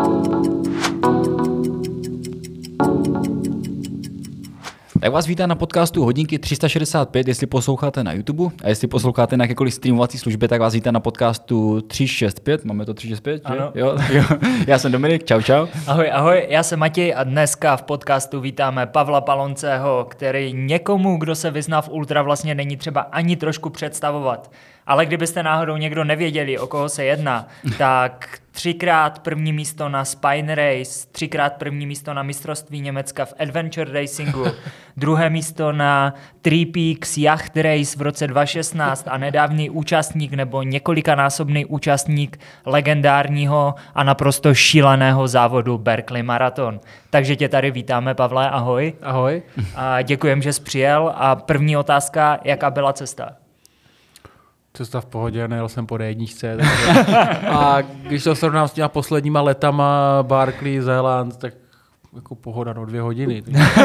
Tak vás vítám na podcastu Hodinky 365, jestli posloucháte na YouTube a jestli posloucháte na jakékoliv streamovací službě, tak vás vítám na podcastu 365, máme to 365, že? Ano. Jo. Já jsem Dominik, čau. Ahoj, já jsem Matěj a dneska v podcastu vítáme Pavla Paloncého, který někomu, kdo se vyzná v ultra, vlastně není třeba ani trošku představovat. Ale kdybyste náhodou někdo nevěděli, o koho se jedná, tak 3x první místo na Spine Race, 3x první místo na mistrovství Německa v Adventure Racingu, druhé místo na Three Peaks Yacht Race v roce 2016 a nedávný účastník nebo několikanásobný účastník legendárního a naprosto šíleného závodu Berkeley Marathon. Takže tě tady vítáme, Pavle, ahoj. Ahoj. A děkujem, že jsi přijel. A první otázka, jaká byla cesta? Cesta v pohodě, nejel jsem po D1, takže... A když to srovnám s těma posledníma letama Berkeley, Zéland, tak jako pohoda, 2 hodiny.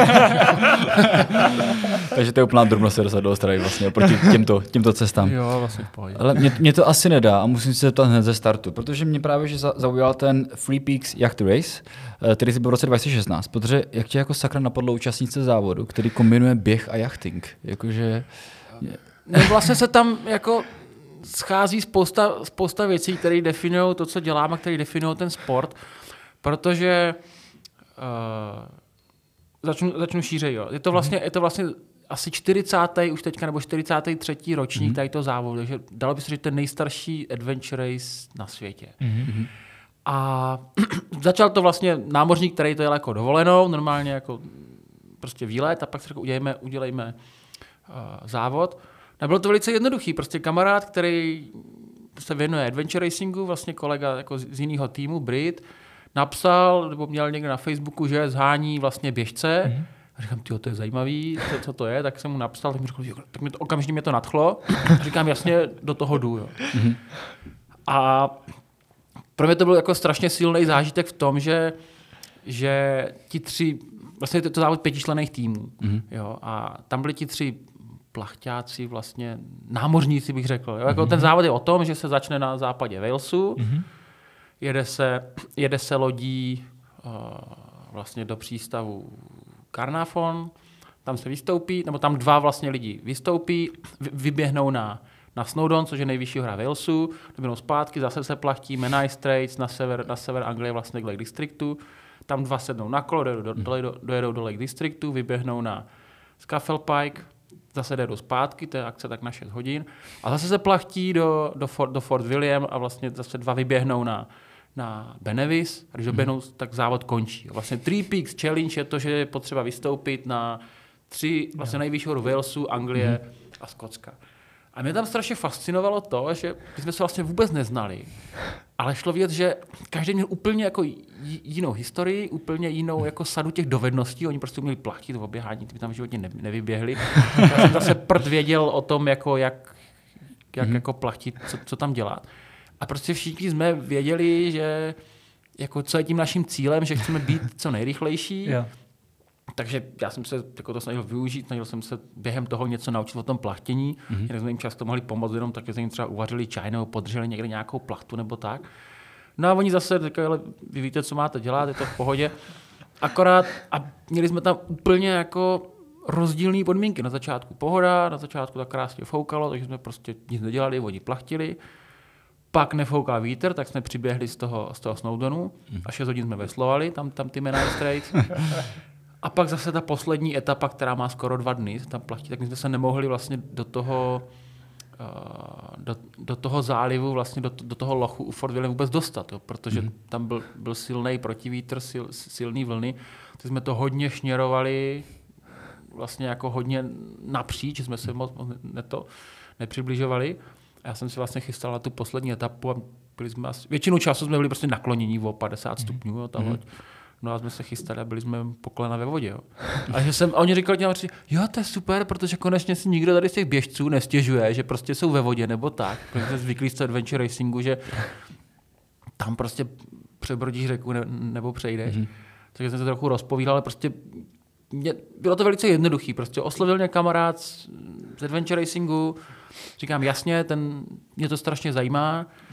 Takže to je úplná drobnost se dostat do Ostravy vlastně oproti těmto cestám. Jo, vlastně v pohodě. Ale mě to asi nedá a musím se zeptat hned ze startu, protože mě právě že zaujal ten Three Peaks Yacht Race, který byl v roce 2016, protože jak tě jako sakra napadlo účastnice závodu, který kombinuje běh a jachting, jakože... No vlastně se tam jako schází spousta věcí, které definují to, co děláme, které definují ten sport, protože začnu šířej. Jo. Je to vlastně asi 40. už teďka, nebo 43. ročník tady toho závodu, takže dalo by se říct ten nejstarší adventure race na světě. A začal to vlastně námořník, který to jel jako dovolenou, normálně jako prostě výlet a pak se řekl, udělejme závod. A bylo to velice jednoduchý, prostě kamarád, který se věnuje adventure racingu, vlastně kolega jako z jiného týmu, Brit, napsal, nebo měl někde na Facebooku, že zhání vlastně běžce. A říkám, to je zajímavý, co to je, tak jsem mu napsal, tak mi řekl, tak okamžitě mě to nadchlo. Říkám, jasně, do toho jdu. Jo. A pro mě to byl jako strašně silný zážitek v tom, že ti 3, vlastně to závod 5členných týmů. Jo, a tam byli ti 3 plachťáci, vlastně námořníci bych řekl. Jo? Jako ten závod je o tom, že se začne na západě Walesu, jede se lodí vlastně do přístavu Caernarfon, tam se vystoupí, nebo tam 2 vlastně lidi vystoupí, vyběhnou na Snowdon, což je nejvyšší hora Walesu, doběhnou zpátky, zase se plachtí Menai Straits na sever Anglie, vlastně k Lake Districtu, tam 2 sednou na kolo, dojedou do Lake Districtu, vyběhnou na Scafell Pike, zase jdou zpátky, to je akce tak na 6 hodin. A zase se plachtí do Fort William a vlastně zase 2 vyběhnou na Ben Nevis. A když doběhnou, tak závod končí. Vlastně Three Peaks Challenge je to, že je potřeba vystoupit na 3 vlastně nejvyšší horu Walesu, Anglie a Skotska. A mě tam strašně fascinovalo to, že my jsme se vlastně vůbec neznali, ale šlo vidět, že každý měl úplně jako jinou historii, úplně jinou jako sadu těch dovedností. Oni prostě uměli plachtit v oběhání, ty by tam v životě nevyběhli. Já jsem zase věděl o tom, jako jak jako plachtit, co tam dělat. A prostě všichni jsme věděli, že jako co je tím naším cílem, že chceme být co nejrychlejší. Yeah. Takže já jsem se jako to snažil využít, snažil jsem se během toho něco naučit o tom plachtění. Jinak jsme jim často mohli pomoct jenom tak, že jsme jim třeba uvařili čaj nebo podrželi někde nějakou plachtu nebo tak. No a oni zase říkali, ale vy víte, co máte dělat, je to v pohodě. Akorát a měli jsme tam úplně jako rozdílné podmínky. Na začátku pohoda, na začátku tak krásně foukalo, takže jsme prostě nic nedělali, oni plachtili. Pak nefoukal vítr, tak jsme přiběhli z toho Snowdonu a 6 hodin jsme veslovali, tam ty Menai Straits. A pak zase ta poslední etapa, která má skoro 2 dny, tam platí, tak my jsme se nemohli vlastně do toho zálivu, vlastně do toho lochu u Fort William vůbec dostat, jo, protože tam byl silný protivítr, silný vlny, takže jsme to hodně šněrovali, vlastně jako hodně napříč, že jsme se moc nepřibližovali. A já jsem si vlastně chystal na tu poslední etapu a byli jsme většinu času jsme byli prostě naklonění o 50 stupňů, jo, ta loď. No a jsme se chystali a byli jsme po kolena ve vodě. Jo. A oni říkali těm, jo, to je super, protože konečně si nikdo tady z těch běžců nestěžuje, že prostě jsou ve vodě nebo tak. Protože jsme zvyklí z toho adventure racingu, že tam prostě přebrodíš řeku nebo přejdeš. Takže jsem se trochu rozpovídal, ale prostě bylo to velice jednoduchý. Prostě oslovil mě kamarád z adventure racingu, říkám jasně, mě to strašně zajímá.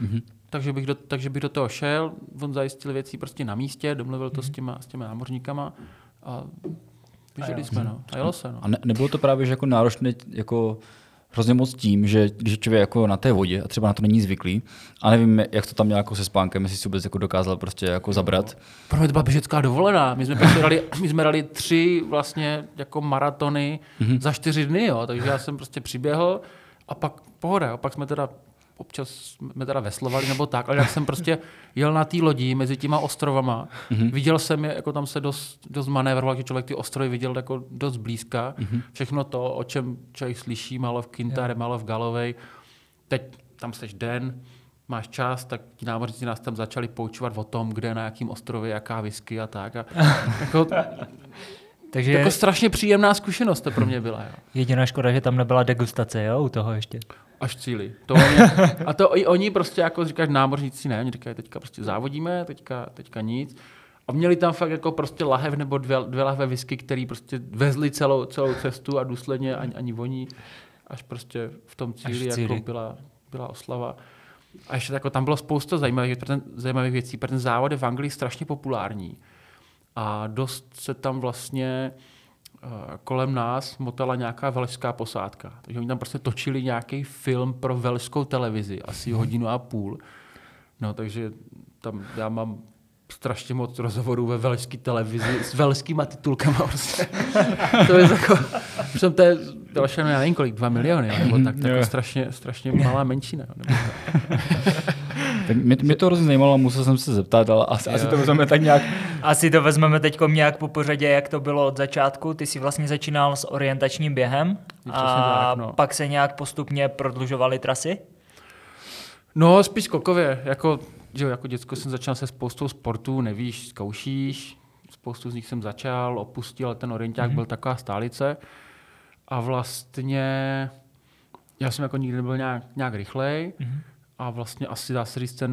takže bych do toho šel, on zajistil věci prostě na místě, domluvil to s těma námořníkama a vyžili jsme, no. A jelo se, no. A nebylo to právě že jako náročné jako hrozně moc tím, že když je člověk jako na té vodě a třeba na to není zvyklý a nevím, jak to tam měl jako se spánkem, jestli si vůbec jako dokázal prostě jako zabrat. Pro mě to byla běžecká dovolená. My jsme dali 3 vlastně jako maratony za 4 dny, jo. Takže já jsem prostě přiběhl a pak pohoda. A pak jsme teda občas jsme teda veslovali nebo tak, ale jak jsem prostě jel na té lodi mezi těma ostrovama, viděl jsem, jako tam se dost manévroval, že člověk ty ostrovy viděl jako dost blízka. Všechno to, o čem člověk slyší, málo v Kintare, málo v Galovej. Teď tam seš den, máš čas, tak ti námořníci nás tam začali poučovat o tom, kde na jakém ostrově, jaká whisky a tak. A Takže jako strašně příjemná zkušenost to pro mě byla. Jo. Jediná škoda, že tam nebyla degustace, jo, u toho ještě. Až cíli. A to i oni prostě, jako říkáš, námořníci ne, oni říkají, teďka prostě závodíme, teďka nic. A měli tam fakt jako prostě lahev nebo 2 lahve whisky, který prostě vezli celou cestu a důsledně ani voní, až prostě v tom cíli. Jako byla oslava. A ještě jako tam bylo spousta zajímavých věcí, protože ten závod je v Anglii strašně populární. A dost se tam vlastně kolem nás motala nějaká velšská posádka. Takže oni tam prostě točili nějaký film pro velšskou televizi, asi 1,5 hodiny. No, takže tam já mám strašně moc rozhovorů ve velšské televizi s velšskýma titulkama. Prostě. To je jako, protože to je další, já nevím kolik, 2 miliony, nebo tak strašně malá menšina. Tak mě to hrozně zajímalo a musel jsem se zeptat, ale asi to vezmeme tak nějak. Asi to vezmeme teď nějak po pořadě, jak to bylo od začátku. Ty jsi vlastně začínal s orientačním během a pak se nějak postupně prodlužovaly trasy? No, spíš skokově. Jako děcko jsem začal se spoustou sportů, nevíš, zkoušíš. Spoustu z nich jsem začal, opustil, ale ten orienták byl taková stálice. A vlastně já jsem jako nikdy nebyl nějak rychlej. A vlastně asi dá se říct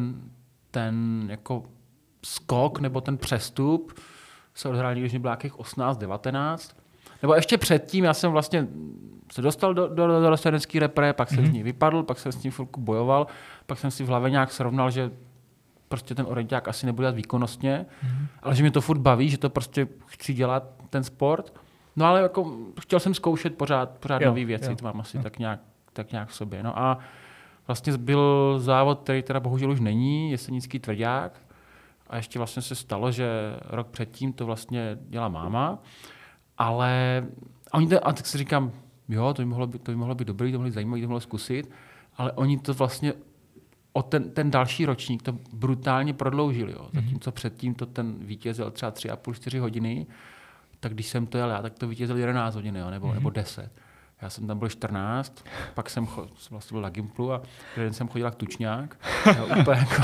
ten jako skok nebo ten přestup se odehrál někdy, když mě bylo nějakých 18, 19. Nebo ještě předtím já jsem vlastně se dostal do studentský repre, pak jsem z ní vypadl, pak jsem s tím chvilku bojoval, pak jsem si v hlavě nějak srovnal, že prostě ten orienták asi nebude dělat výkonnostně, ale že mě to furt baví, že to prostě chci dělat ten sport. No ale jako chtěl jsem zkoušet pořád nové věci, to mám asi tak nějak v sobě. No a vlastně byl závod, který teda bohužel už není, jesenický tvrdák. A ještě vlastně se stalo, že rok předtím to vlastně dělala máma. Ale a tak si říkám, jo, to by mohlo být dobrý, to mohlo být zajímavý, to mohlo zkusit. Ale oni to vlastně ten další ročník to brutálně prodloužili. Jo. Zatímco předtím to ten vítězil třeba 3,5-4 hodiny, tak když jsem to jel já, tak to vítězil 11 hodin, jo, nebo 10. Já jsem tam byl 14, pak jsem vlastně byl na Gimplu a jeden jsem chodil jak tučňák. Úplně jako.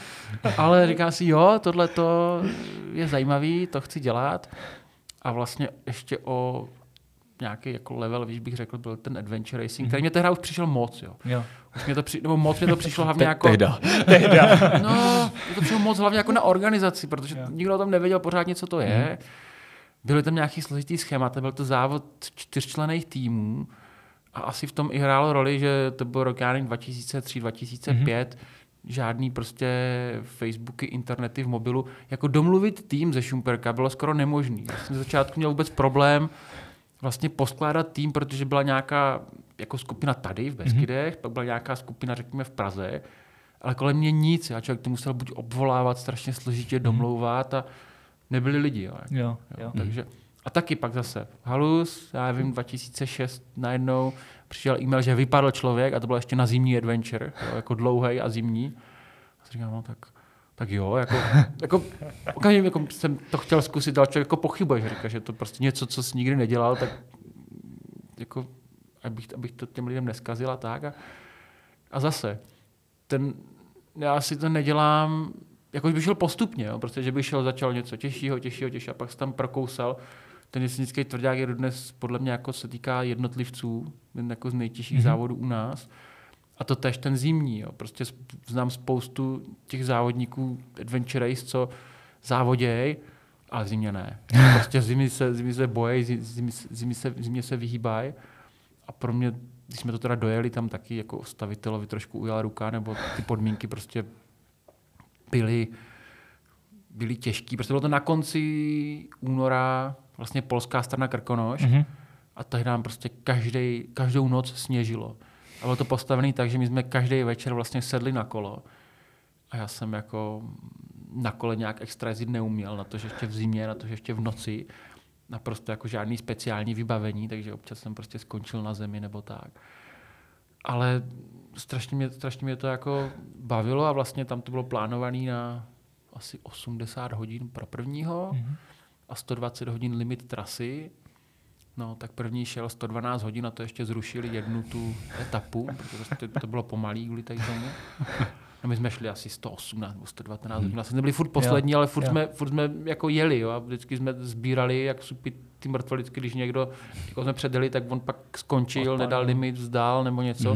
Ale říkám si, jo, tohle to je zajímavý, to chci dělat. A vlastně ještě o nějaký jako level, víš, bych řekl, byl ten adventure racing, který mě tehdy už přišel moc, jo. Už mě to moc mě to přišlo hlavně jako. Tehda. No, to přišlo moc hlavně jako na organizaci, protože nikdo o tom nevěděl pořádně, co to je. Byly tam nějaký složitý schémata, byl to závod 4členných týmů a asi v tom i hrálo roli, že to byl rok 2003-2005, žádný prostě Facebooky, internety v mobilu. Jako domluvit tým ze Šumperka bylo skoro nemožný. Já jsem z začátku měl vůbec problém vlastně poskládat tým, protože byla nějaká jako skupina tady v Beskydech, pak byla nějaká skupina, řekněme, v Praze, ale kolem mě nic. Já člověk to musel buď obvolávat, strašně složitě domlouvat a nebyli lidi. Jo. Takže, a taky pak zase halus, já vím, 2006 najednou přišel e-mail, že vypadl člověk a to bylo ještě na zimní adventure, jo, jako dlouhej a zimní. A říkám, no tak jo, jako okamžitě jako jsem to chtěl zkusit, ale člověk jako pochybuje, že říká, že to prostě něco, co jsi nikdy nedělal, tak jako, abych to těm lidem neskazil a tak. A zase, já si to nedělám, jako bych šel postupně, jo, protože bych začal něco těžšího a pak se tam prokousal. Ten jesenický tvrdák je dnes podle mě jako se týká jednotlivců, jen jako z nejtěžších závodů u nás. A to tež ten zimní. Jo. Prostě znám spoustu těch závodníků Adventure Race, co závoděj, ale zimě ne. Prostě zimy se bojí, zimě se vyhýbají. A pro mě, když jsme to teda dojeli, tam taky jako stavitelovi trošku ujala ruka, nebo ty podmínky prostě byly těžký. Prostě bylo to na konci února, vlastně polská strana Krkonoš a tehdy nám prostě každou noc sněžilo. A bylo to postavené tak, že my jsme každý večer vlastně sedli na kolo a já jsem jako na kole nějak extra jezdit neuměl, na to, že ještě v zimě, na to, že ještě v noci, naprosto jako žádný speciální vybavení, takže občas jsem prostě skončil na zemi nebo tak. Ale strašně mě to jako bavilo a vlastně tam to bylo plánované na asi 80 hodin pro prvního a 120 hodin limit trasy. No, tak první šel 112 hodin a to ještě zrušili jednu tu etapu, protože to bylo pomalý kvůli tady tomu. No, my jsme šli asi 118 nebo 119 hodin. Vlastně nebyli furt poslední, ale furt jsme jako jeli. Jo, a vždycky jsme sbírali, jak supy ty mrtvo, vždycky, když někdo, jako jsme předjeli, tak on pak skončil, nedal limit, vzdál nebo něco.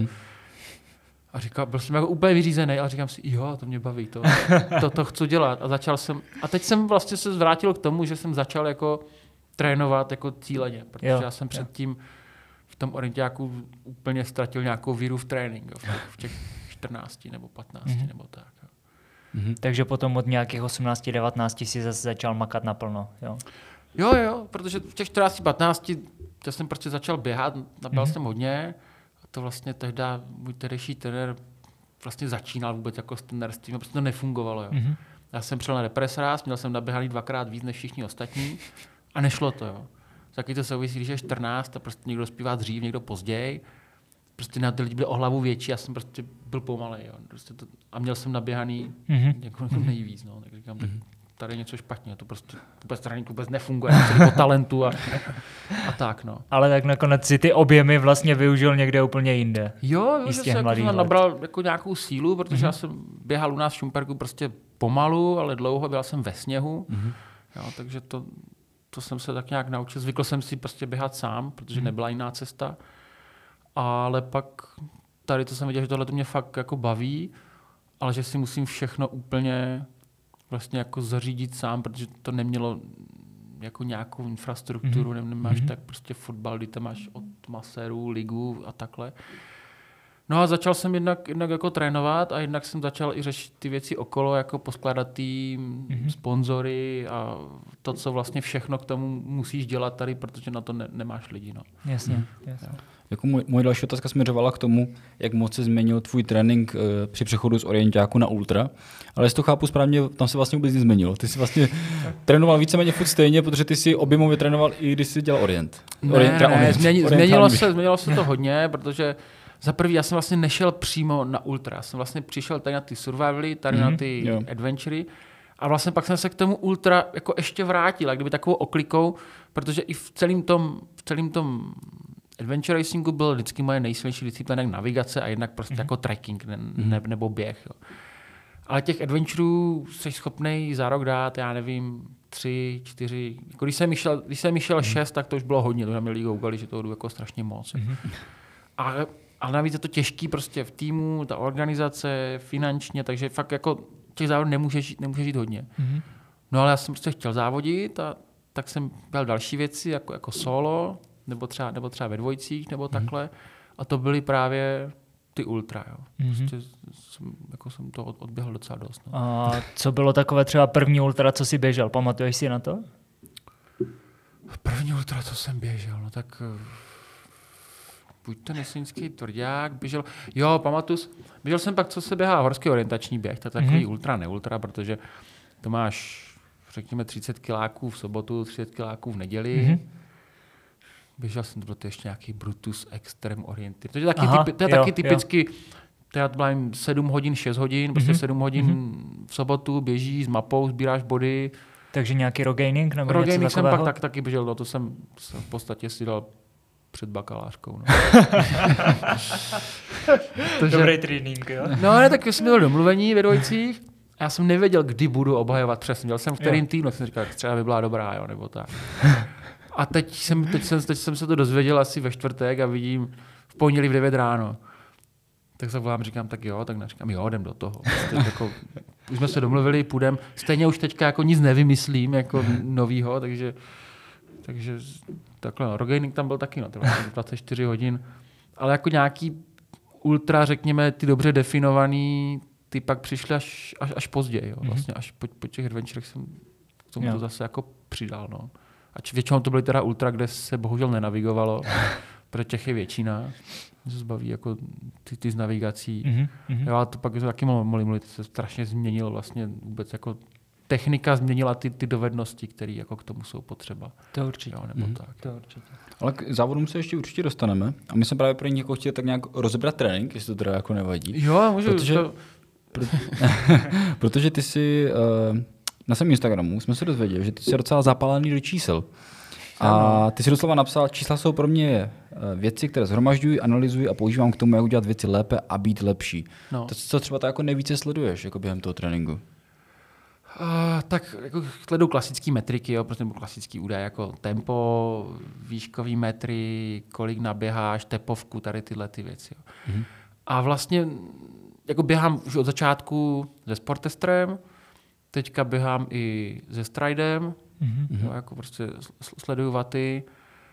A říkal, byl jsem jako úplně vyřízený, ale říkám si, jo, to mě baví, to chci dělat. A teď jsem vlastně se zvrátil k tomu, že jsem začal jako trénovat jako cíleně, protože já jsem předtím v tom orientáku úplně ztratil nějakou víru v trénink, v těch 14 nebo 15 nebo tak. Jo. Takže potom od nějakých 18-19 si zase začal makat naplno, jo? Jo, protože v těch 14-15 já jsem prostě začal běhat, naběhl jsem hodně a to vlastně tehdy můj tehdejší trenér vlastně začínal vůbec jako s trenérstvím, protože to nefungovalo. Jo. Já jsem přijel na represář, měl jsem naběhaný 2x víc než všichni ostatní a nešlo to. Jo. Taky to souvisí, když je 14 a prostě někdo zpívá dřív, někdo později. Prostě na ty lidi byli o hlavu větší, já jsem prostě byl pomalej. Jo. Prostě a měl jsem naběhaný jako nejvíc. No. Tak říkám, tady je něco špatně, to prostě vůbec nefunguje, po talentu a tak. No. Ale tak nakonec si ty objemy vlastně využil někde úplně jinde. Jo, že jsem jako nabral jako nějakou sílu, protože já jsem běhal u nás v Šumperku prostě pomalu, ale dlouho, byl jsem ve sněhu. Jo, takže to jsem se tak nějak naučil. Zvykl jsem si prostě běhat sám, protože nebyla jiná cesta. Ale pak tady to jsem viděl, že tohle to mě fakt jako baví, ale že si musím všechno úplně vlastně jako zařídit sám, protože to nemělo jako nějakou infrastrukturu, nemáš tak prostě fotbal, kdy tam máš od masérů, ligu a takhle. No a začal jsem jednak jako trénovat a jednak jsem začal i řešit ty věci okolo, jako poskládat tým, sponzory a to, co vlastně všechno k tomu musíš dělat tady, protože na to nemáš lidi. No. Jasně. Jako moje další otázka směřovala k tomu, jak moc se změnil tvůj trénink při přechodu z orientáku na ultra, ale jestli to chápu správně, tam se vlastně vůbec nic změnilo. Ty jsi vlastně trénoval víceméně furt stejně, protože ty si objemově trénoval i když jsi dělal orient. Změnilo se to hodně, protože za prvý já jsem vlastně nešel přímo na ultra, já jsem vlastně přišel tady na ty survivaly, tady na ty adventury a vlastně pak jsem se k tomu ultra jako ještě vrátil, jak kdyby takovou oklikou, protože i v celém tom adventure racingu byl vždycky moje nejsilnější disciplína jak navigace a jednak prostě jako trekking nebo běh. Jo. Ale těch adventurů jsi schopnej za rok dát, já nevím, 3, 4, jako když jsem šel 6, tak to už bylo hodně, to na mě lidi koukali, že to jdu jako strašně moc. Ale navíc je to těžký prostě v týmu, ta organizace, finančně, takže fakt jako těch závodů nemůžeš jít hodně. No ale já jsem prostě chtěl závodit a tak jsem dělal další věci, jako solo, nebo třeba ve dvojicích, nebo takhle. A to byly právě ty ultra. Jo. Prostě jsem to odběhl docela dost. No. A co bylo takové třeba první ultra, co jsi běžel? Pamatuješ si na to? První ultra, co jsem běžel? No tak buď to Nesinský tvrdák, pamatuju, běžel jsem pak, co se běhá horský orientační běh, to je takový ultra, neultra, protože to máš, řekněme, 30 kiláků v sobotu, 30 kiláků v neděli. Běžel jsem, to byl to ještě nějaký Brutus Extreme Oriented. To je taky typicky, to byla 7 hodin, 6 hodin, prostě 7 hodin v sobotu běží s mapou, sbíráš body. Takže nějaký rogaining nebo rogaining něco takového? jsem pak taky běžel, to jsem v podstatě si dal před bakalářkou. No. Dobrý trénink, jo? No ale tak jsem měl domluvení ve dvojicích a já jsem nevěděl, kdy budu obhajovat přesně. Měl jsem v kterým týmu, tak jsem říkal, třeba by byla dobrá, jo, nebo tak. A teď jsem se to dozvěděl asi ve čtvrtek a vidím v pondělí v 9 ráno. Tak se volám, říkám, tak jo, tak říkám, jo, jdem do toho. Jako, už jsme se domluvili, půjdem. Stejně už teďka jako nic nevymyslím jako novýho, takže takhle, no. Rogaining tam byl taky, no, 24 hodin. Ale jako nějaký ultra, řekněme, ty dobře definovaný, ty pak přišly až později. Jo. Vlastně až po těch adventurech jsem k tomu to zase jako přidal. No. A většinou to byly teda ultra, kde se bohužel nenavigovalo, protože těch je většina. Mě se zbaví jako ty z navigací. Jo, a to pak taky mohli mluvit, se strašně změnil vlastně vůbec jako technika změnila ty dovednosti, které jako k tomu jsou potřeba. To určitě. Jo, nebo tak. To určitě. Ale k závodům se ještě určitě dostaneme. A my jsme právě pro ně jako chtěli tak nějak rozebrat trénink, jestli to teda jako nevadí. Jo, můžu. Protože ty jsi na svém Instagramu jsme se dozvěděli, že ty jsi docela zapálený do čísel. A ty jsi doslova napsal, čísla jsou pro mě věci, které shromažďuji, analyzuji a používám k tomu, jak udělat věci lépe a být lepší. No. To co třeba tak jako nejvíce sleduješ jako během toho tréninku? Tak jako sleduju klasické metriky, jo, prostě klasický údaje jako tempo, výškový metry, kolik naběháš, tepovku, tady tyhle ty věci. Jo. A vlastně jako běhám už od začátku se Sportestrem, teďka běhám i se Stridem, jo, jako prostě sleduju vaty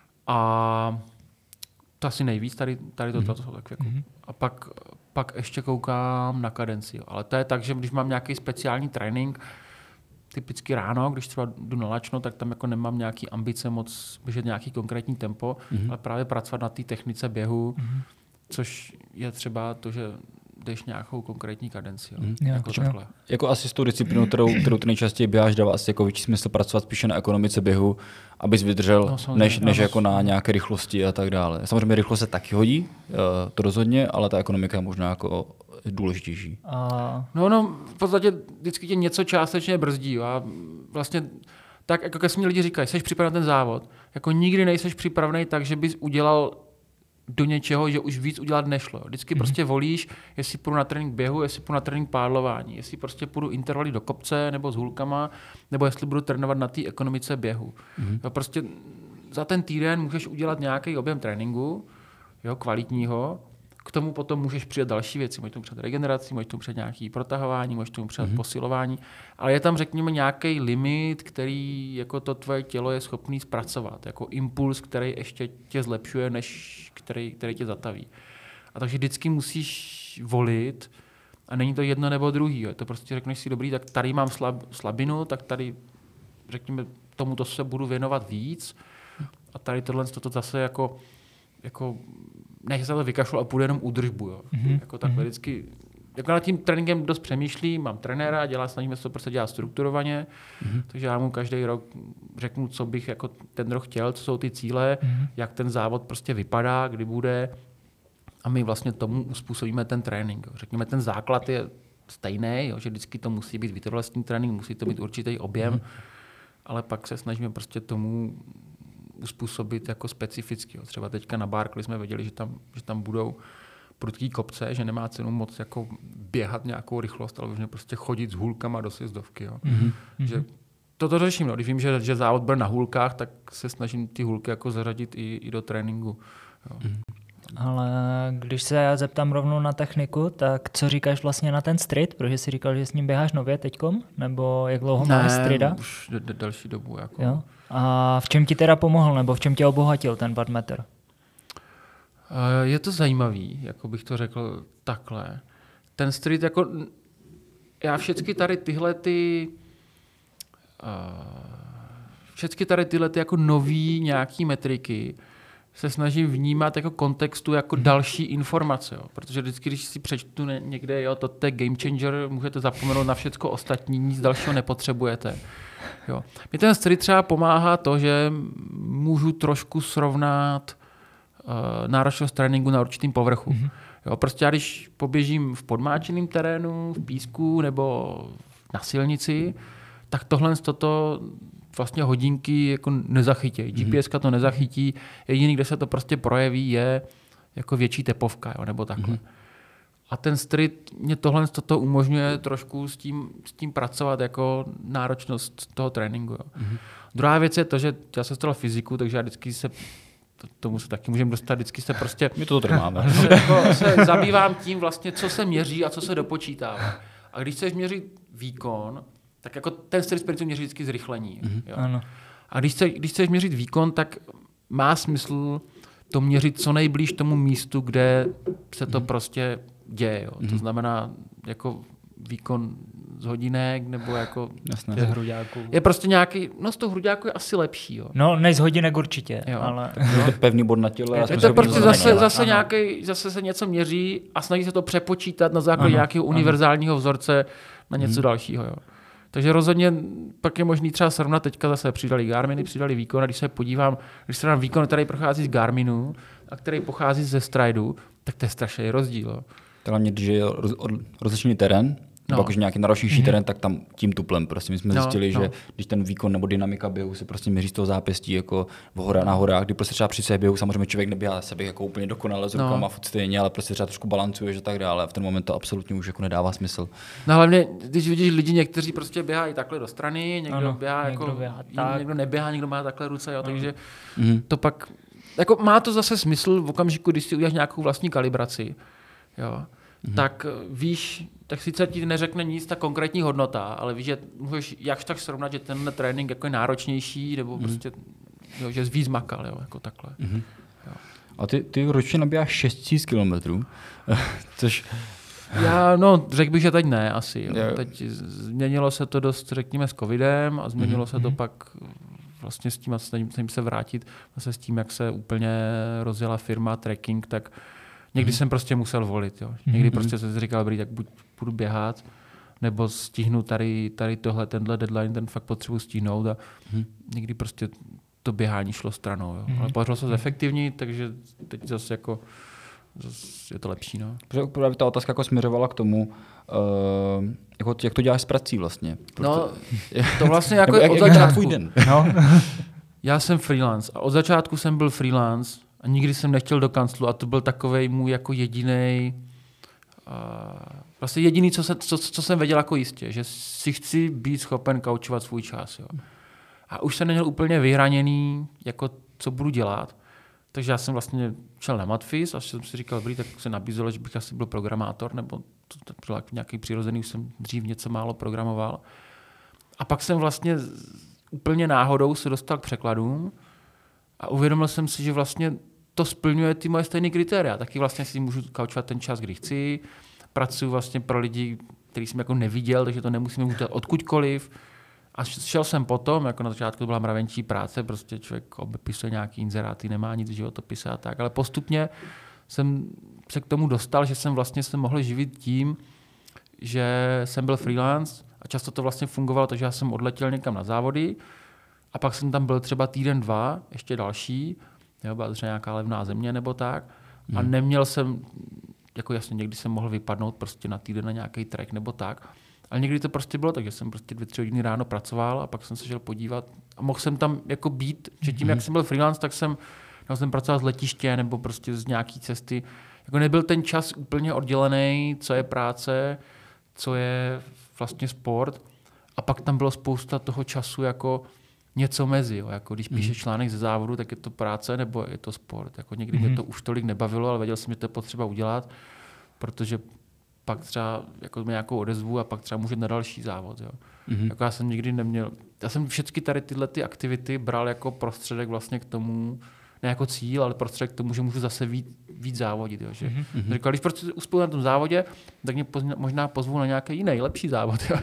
a to asi nejvíc, tady to jsou tak jako. A pak ještě koukám na kadenci. Jo. Ale to je tak, že když mám nějaký speciální trénink, typicky ráno, když třeba jdu na lačno, tak tam jako nemám nějaký ambice moc běžet nějaký konkrétní tempo, ale právě pracovat na té technice běhu, což je třeba to, že jdeš nějakou konkrétní kadenci. Jako asi s tou disciplínou, kterou ty nejčastěji běháš, dává asi jako větší smysl pracovat spíše na ekonomice běhu, abys vydržel, než jako na nějaké rychlosti a tak dále. Samozřejmě rychlost se taky hodí, to rozhodně, ale ta ekonomika je možná jako důležitější. No, v podstatě vždycky tě něco částečně brzdí. Jo. A vlastně tak, jako když mi lidi říkají, jsi připraven na ten závod, jako nikdy nejseš připravený tak, že bys udělal do něčeho, že už víc udělat nešlo. Vždycky prostě volíš, jestli půjdu na trénink běhu, jestli půjdu na trénink pádlování, jestli prostě půjdu intervaly do kopce nebo s hůlkama, nebo jestli budu trénovat na té ekonomice běhu. Jo, prostě za ten týden můžeš udělat nějaký objem tréninku, jo, kvalitního, k tomu potom můžeš přidat další věci, můžeš tomu přidat regeneraci, můžeš tomu přidat nějaké protahování, můžeš tomu přidat posilování, ale je tam, řekněme, nějaký limit, který jako to tvoje tělo je schopný zpracovat, jako impuls, který ještě tě zlepšuje, než který tě zataví. A takže vždycky musíš volit a není to jedno nebo druhý. Jo. To prostě řekneš si, dobrý, tak tady mám slabinu, tak tady, řekněme, tomuto se budu věnovat víc a tady tohle to zase jako nech se to vykašlu a půjdu jenom údržbu. Jo. Jako takhle vždycky, jako nad tím tréninkem dost přemýšlím, mám trenéra, snažíme se to prostě dělat strukturovaně, takže já mu každý rok řeknu, co bych jako ten rok chtěl, co jsou ty cíle, jak ten závod prostě vypadá, kdy bude a my vlastně tomu uspůsobíme ten trénink. Jo. Řekněme, ten základ je stejný, jo, že vždycky to musí být vytrvalostní trénink, musí to být určitý objem, ale pak se snažíme prostě tomu uspůsobit jako specificky. Jo. Třeba teďka na Barkley jsme věděli, že tam budou prudký kopce, že nemá cenu moc jako běhat nějakou rychlost, ale už prostě chodit s hůlkama do sjezdovky. Jo. Že toto řeším. No. Když vím, že závod byl na hůlkách, tak se snažím ty hůlky jako zařadit i do tréninku. Jo. Ale když se já zeptám rovnou na techniku, tak co říkáš vlastně na ten street? Protože jsi říkal, že s ním běháš nově teďkom? Nebo jak dlouho máš streeta? Už další dobu. Jako. Jo? A v čem ti teda pomohl, nebo v čem tě obohatil ten wattmeter? Je to zajímavý, jako bych to řekl takhle. Ten street, jako já všechny tady tyhle jako nový nějaký metriky se snažím vnímat jako kontextu jako další informace. Jo. Protože vždycky, když si přečtu někde, jo, to je game changer, můžete zapomenout na všecko ostatní, nic dalšího nepotřebujete. Jo. Mě ten street třeba pomáhá to, že můžu trošku srovnat náročnost tréninku na určitým povrchu. Jo, prostě já když poběžím v podmáčeném terénu, v písku nebo na silnici, tak tohle vlastně hodinky jako nezachytí. GPS to nezachytí. Jediný, kde se to prostě projeví, je jako větší tepovka, jo, nebo takhle. A ten street mě tohle umožňuje trošku s tím pracovat jako náročnost toho tréninku. Jo. Druhá věc je to, že já jsem studoval fyziku, takže já vždycky tomu se taky můžeme dostat, vždycky se prostě... My to tady máme. se zabývám tím vlastně, co se měří a co se dopočítává. A když chceš měřit výkon, tak jako ten street sprint měří vždycky zrychlení. Jo. Ano. A když chceš měřit výkon, tak má smysl to měřit co nejblíž tomu místu, kde se to prostě děje. Jo. To znamená jako výkon z hodinek, nebo jako... Jasné. Z hruďáků. Je prostě nějaký, no z toho hruďáku je asi lepší, jo. No, než z hodinek určitě, Jo. ale... To pevný bod na těle. Je a jsme Je to schopni prostě to zase zaměnit. zase se něco měří a snaží se to přepočítat na základě Ano, nějakého univerzálního vzorce na něco dalšího, jo. Takže rozhodně pak je možný třeba srovnat, teďka zase přidali Garminy, přidali výkon a když se podívám, když se dám výkon, který prochází z Garminu a který pochází ze Strideu, tak to je strašný rozdíl. Jo. To hlavně, když je rozlišený terén, nebo jakože nějaký náročnější terén, tak tam tím tuplem. Prostě my jsme zjistili, že když ten výkon nebo dynamika běhu se prostě měří z toho zápěstí jako na horách, kdy prostě třeba při běhu samozřejmě člověk neběhá seběh jako úplně dokonale s rukama furt stejně, ale prostě třeba trošku balancuje, že tak dále. A v ten moment to absolutně už jako nedává smysl. No hlavně, když vidíš lidi, někteří prostě běhají takhle do strany, někdo běhá někdo jako, běhá tak. někdo neběhá, někdo má takhle ruce, jo, takže to pak, jako má to zase smysl v okamžiku, když si uděláš nějakou vlastní kalibraci, jo, tak víš, tak sice ti neřekne nic ta konkrétní hodnota, ale víš, že můžeš jakž tak srovnat, že tenhle trénink jako je náročnější, nebo prostě, jo, že jsi víc makal, jo, jako takhle. Jo. A ty ročně nabíjáš 6000 kilometrů, což... No, řekl bych, že teď ne asi. Jo. Jo. Teď změnilo se to dost, řekněme, s covidem a změnilo se to pak vlastně s tím, a snažím se vrátit zase s tím, jak se úplně rozjela firma tracking, tak někdy jsem prostě musel volit. Jo. Někdy prostě jsem si říkal, tak buď budu běhat, nebo stihnu tady tenhle deadline, ten fakt potřebuji stihnout a někdy prostě to běhání šlo stranou. Jo. Ale podařilo se zefektivnit, takže teď zase jako je to lepší. No. Protože právě ta otázka jako směřovala k tomu, jako, jak to děláš s prací vlastně. No, to vlastně jako jak od vypadá začátku. tvůj den? No. Já jsem freelance a od začátku jsem byl freelance a nikdy jsem nechtěl do kanclu a to byl takovej můj jako jedinej, vlastně jediný, co jsem věděl jako jistě, že si chci být schopen kaučovat svůj čas. Jo. A už jsem neměl úplně vyhraněný, jako co budu dělat. Takže já jsem vlastně šel na Matfis a jsem si říkal, tak se nabízelo, že bych asi byl programátor, nebo to byl nějaký přirozený, už jsem dřív něco málo programoval. A pak jsem vlastně úplně náhodou se dostal k překladům a uvědomil jsem si, že vlastně to splňuje ty moje stejné kritéria. Taky vlastně si můžu kaučovat ten čas, kdy chci. Pracuji vlastně pro lidi, který jsem jako neviděl, takže to nemusím udělat odkudkoliv. A šel jsem potom, jako na začátku to byla mravenčí práce, prostě člověk obepisuje nějaký inzeráty, nemá nic v životopise a tak, ale postupně jsem se k tomu dostal, že jsem vlastně se mohl živit tím, že jsem byl freelance a často to vlastně fungovalo, takže já jsem odletěl někam na závody a pak jsem tam byl třeba týden, 2, ještě další, jo, byla třeba nějaká levná země nebo tak a neměl jsem, jako jasně někdy jsem mohl vypadnout prostě na týden na nějaký trek nebo tak, ale někdy to prostě bylo tak, že jsem prostě 2-3 hodiny ráno pracoval a pak jsem se šel podívat a mohl jsem tam jako být, že tím, jak jsem byl freelance, tak jsem pracoval z letiště nebo prostě z nějaký cesty. Jako nebyl ten čas úplně oddělený, co je práce, co je vlastně sport a pak tam bylo spousta toho času jako něco mezi. Jo. Jako když píšeš článek ze závodu, tak je to práce nebo je to sport. Jako někdy mě to už tolik nebavilo, ale věděl jsem, že to je potřeba udělat, protože pak třeba jako nějakou odezvu a pak třeba můžu na další závod. Jo. Jako já jsem nikdy neměl, já jsem všechny tady tyhle ty aktivity bral jako prostředek vlastně k tomu, ne jako cíl, ale prostředek k tomu, že můžu zase víc závodit. Jo. Že říkal, když prostě uspěju na tom závodě, tak mě možná pozvou na nějaký jiný, lepší závod. Jo.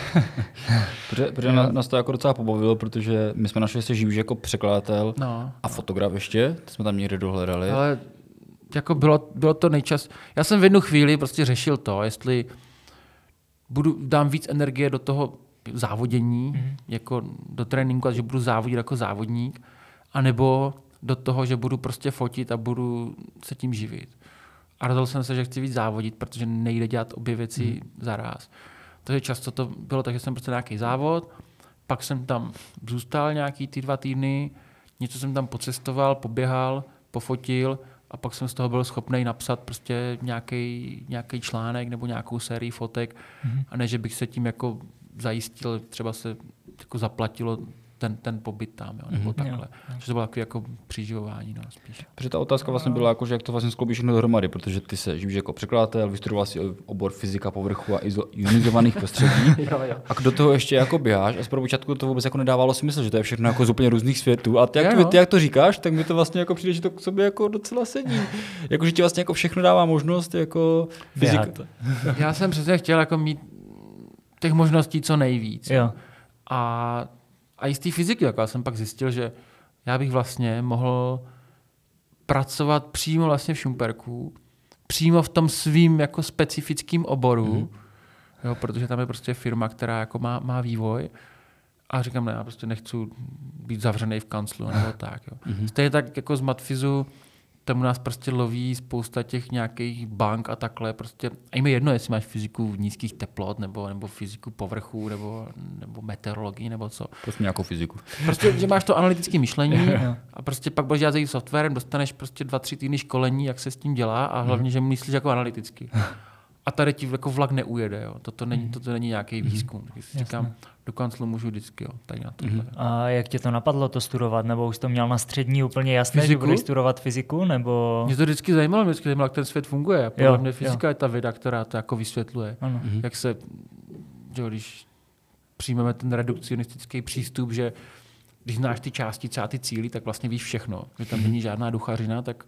Protože nás to jako docela pobavilo, protože my jsme našli, že se živíš jako překladatel a fotograf ještě, to jsme tam někde dohledali. Ale jako bylo to nejčas. Já jsem v jednu chvíli prostě řešil to, jestli dám víc energie do toho závodění, jako do tréninku, a že budu závodit jako závodník, anebo do toho, že budu prostě fotit a budu se tím živit. A rozhodl jsem se, že chci víc závodit, protože nejde dělat obě věci zaráz. Takže často to bylo tak, že jsem prostě nějaký závod, pak jsem tam zůstal nějaký ty 2 týdny, něco jsem tam pocestoval, poběhal, pofotil a pak jsem z toho byl schopný napsat prostě nějaký článek nebo nějakou sérii fotek a ne, že bych se tím jako zajistil, třeba se jako zaplatilo ten pobyt tam, jo, nebo takhle. Že to bylo takové jako přiživování, no, spíš. Protože ta otázka vlastně byla, jako, že jak to vlastně skloubíš všechno dohromady, protože ty se živíš jako překladatel, vystudoval si obor fyzika povrchu a ionizovaných prostředí a do toho ještě jako běháš a z počátku to vůbec jako nedávalo smysl, že to je všechno jako z úplně různých světů a ty jak to říkáš, tak mi to vlastně jako přijde, že to k sobě jako docela sedí. Jako, že ti vlastně jako všechno dává možnost jako fyzika. Já jsem přesně chtěl jako mít těch možností co nejvíc. Jo. A i z té fyziky, jako já jsem pak zjistil, že já bych vlastně mohl pracovat přímo vlastně v Šumperku, přímo v tom svým jako specifickým oboru, jo, protože tam je prostě firma, která jako má vývoj. A říkám, ne, já prostě nechci být zavřený v kanclu nebo tak. Jo. Stejně tak jako z Matfizu, tam u nás prostě loví spousta těch nějakých bank a takhle. Prostě, a jim je jedno, jestli máš fyziku nízkých teplot, nebo fyziku povrchu, nebo meteorologii, nebo co. Prostě nějakou fyziku. Prostě, že máš to analytické myšlení a prostě pak budeš dělat softwarem, dostaneš prostě 2-3 týdny školení, jak se s tím dělá a hlavně, že myslíš jako analyticky. A tady ti jako vlak neujede. Jo. Toto není nějaký výzkum. Takže si říkám, do kanclu můžu vždycky. Jo. Tady na tohle. A jak tě to napadlo to studovat? Nebo už to měl na střední úplně jasné, Fyziku? že budeš studovat fyziku? Nebo... Mě to vždycky zajímalo, jak ten svět funguje. Podle mě fyzika je ta věda, která to jako vysvětluje. Jak se, že když přijmeme ten redukcionistický přístup, že když znáš ty částice a ty cíly, tak vlastně víš všechno. Že tam není žádná duchařina, tak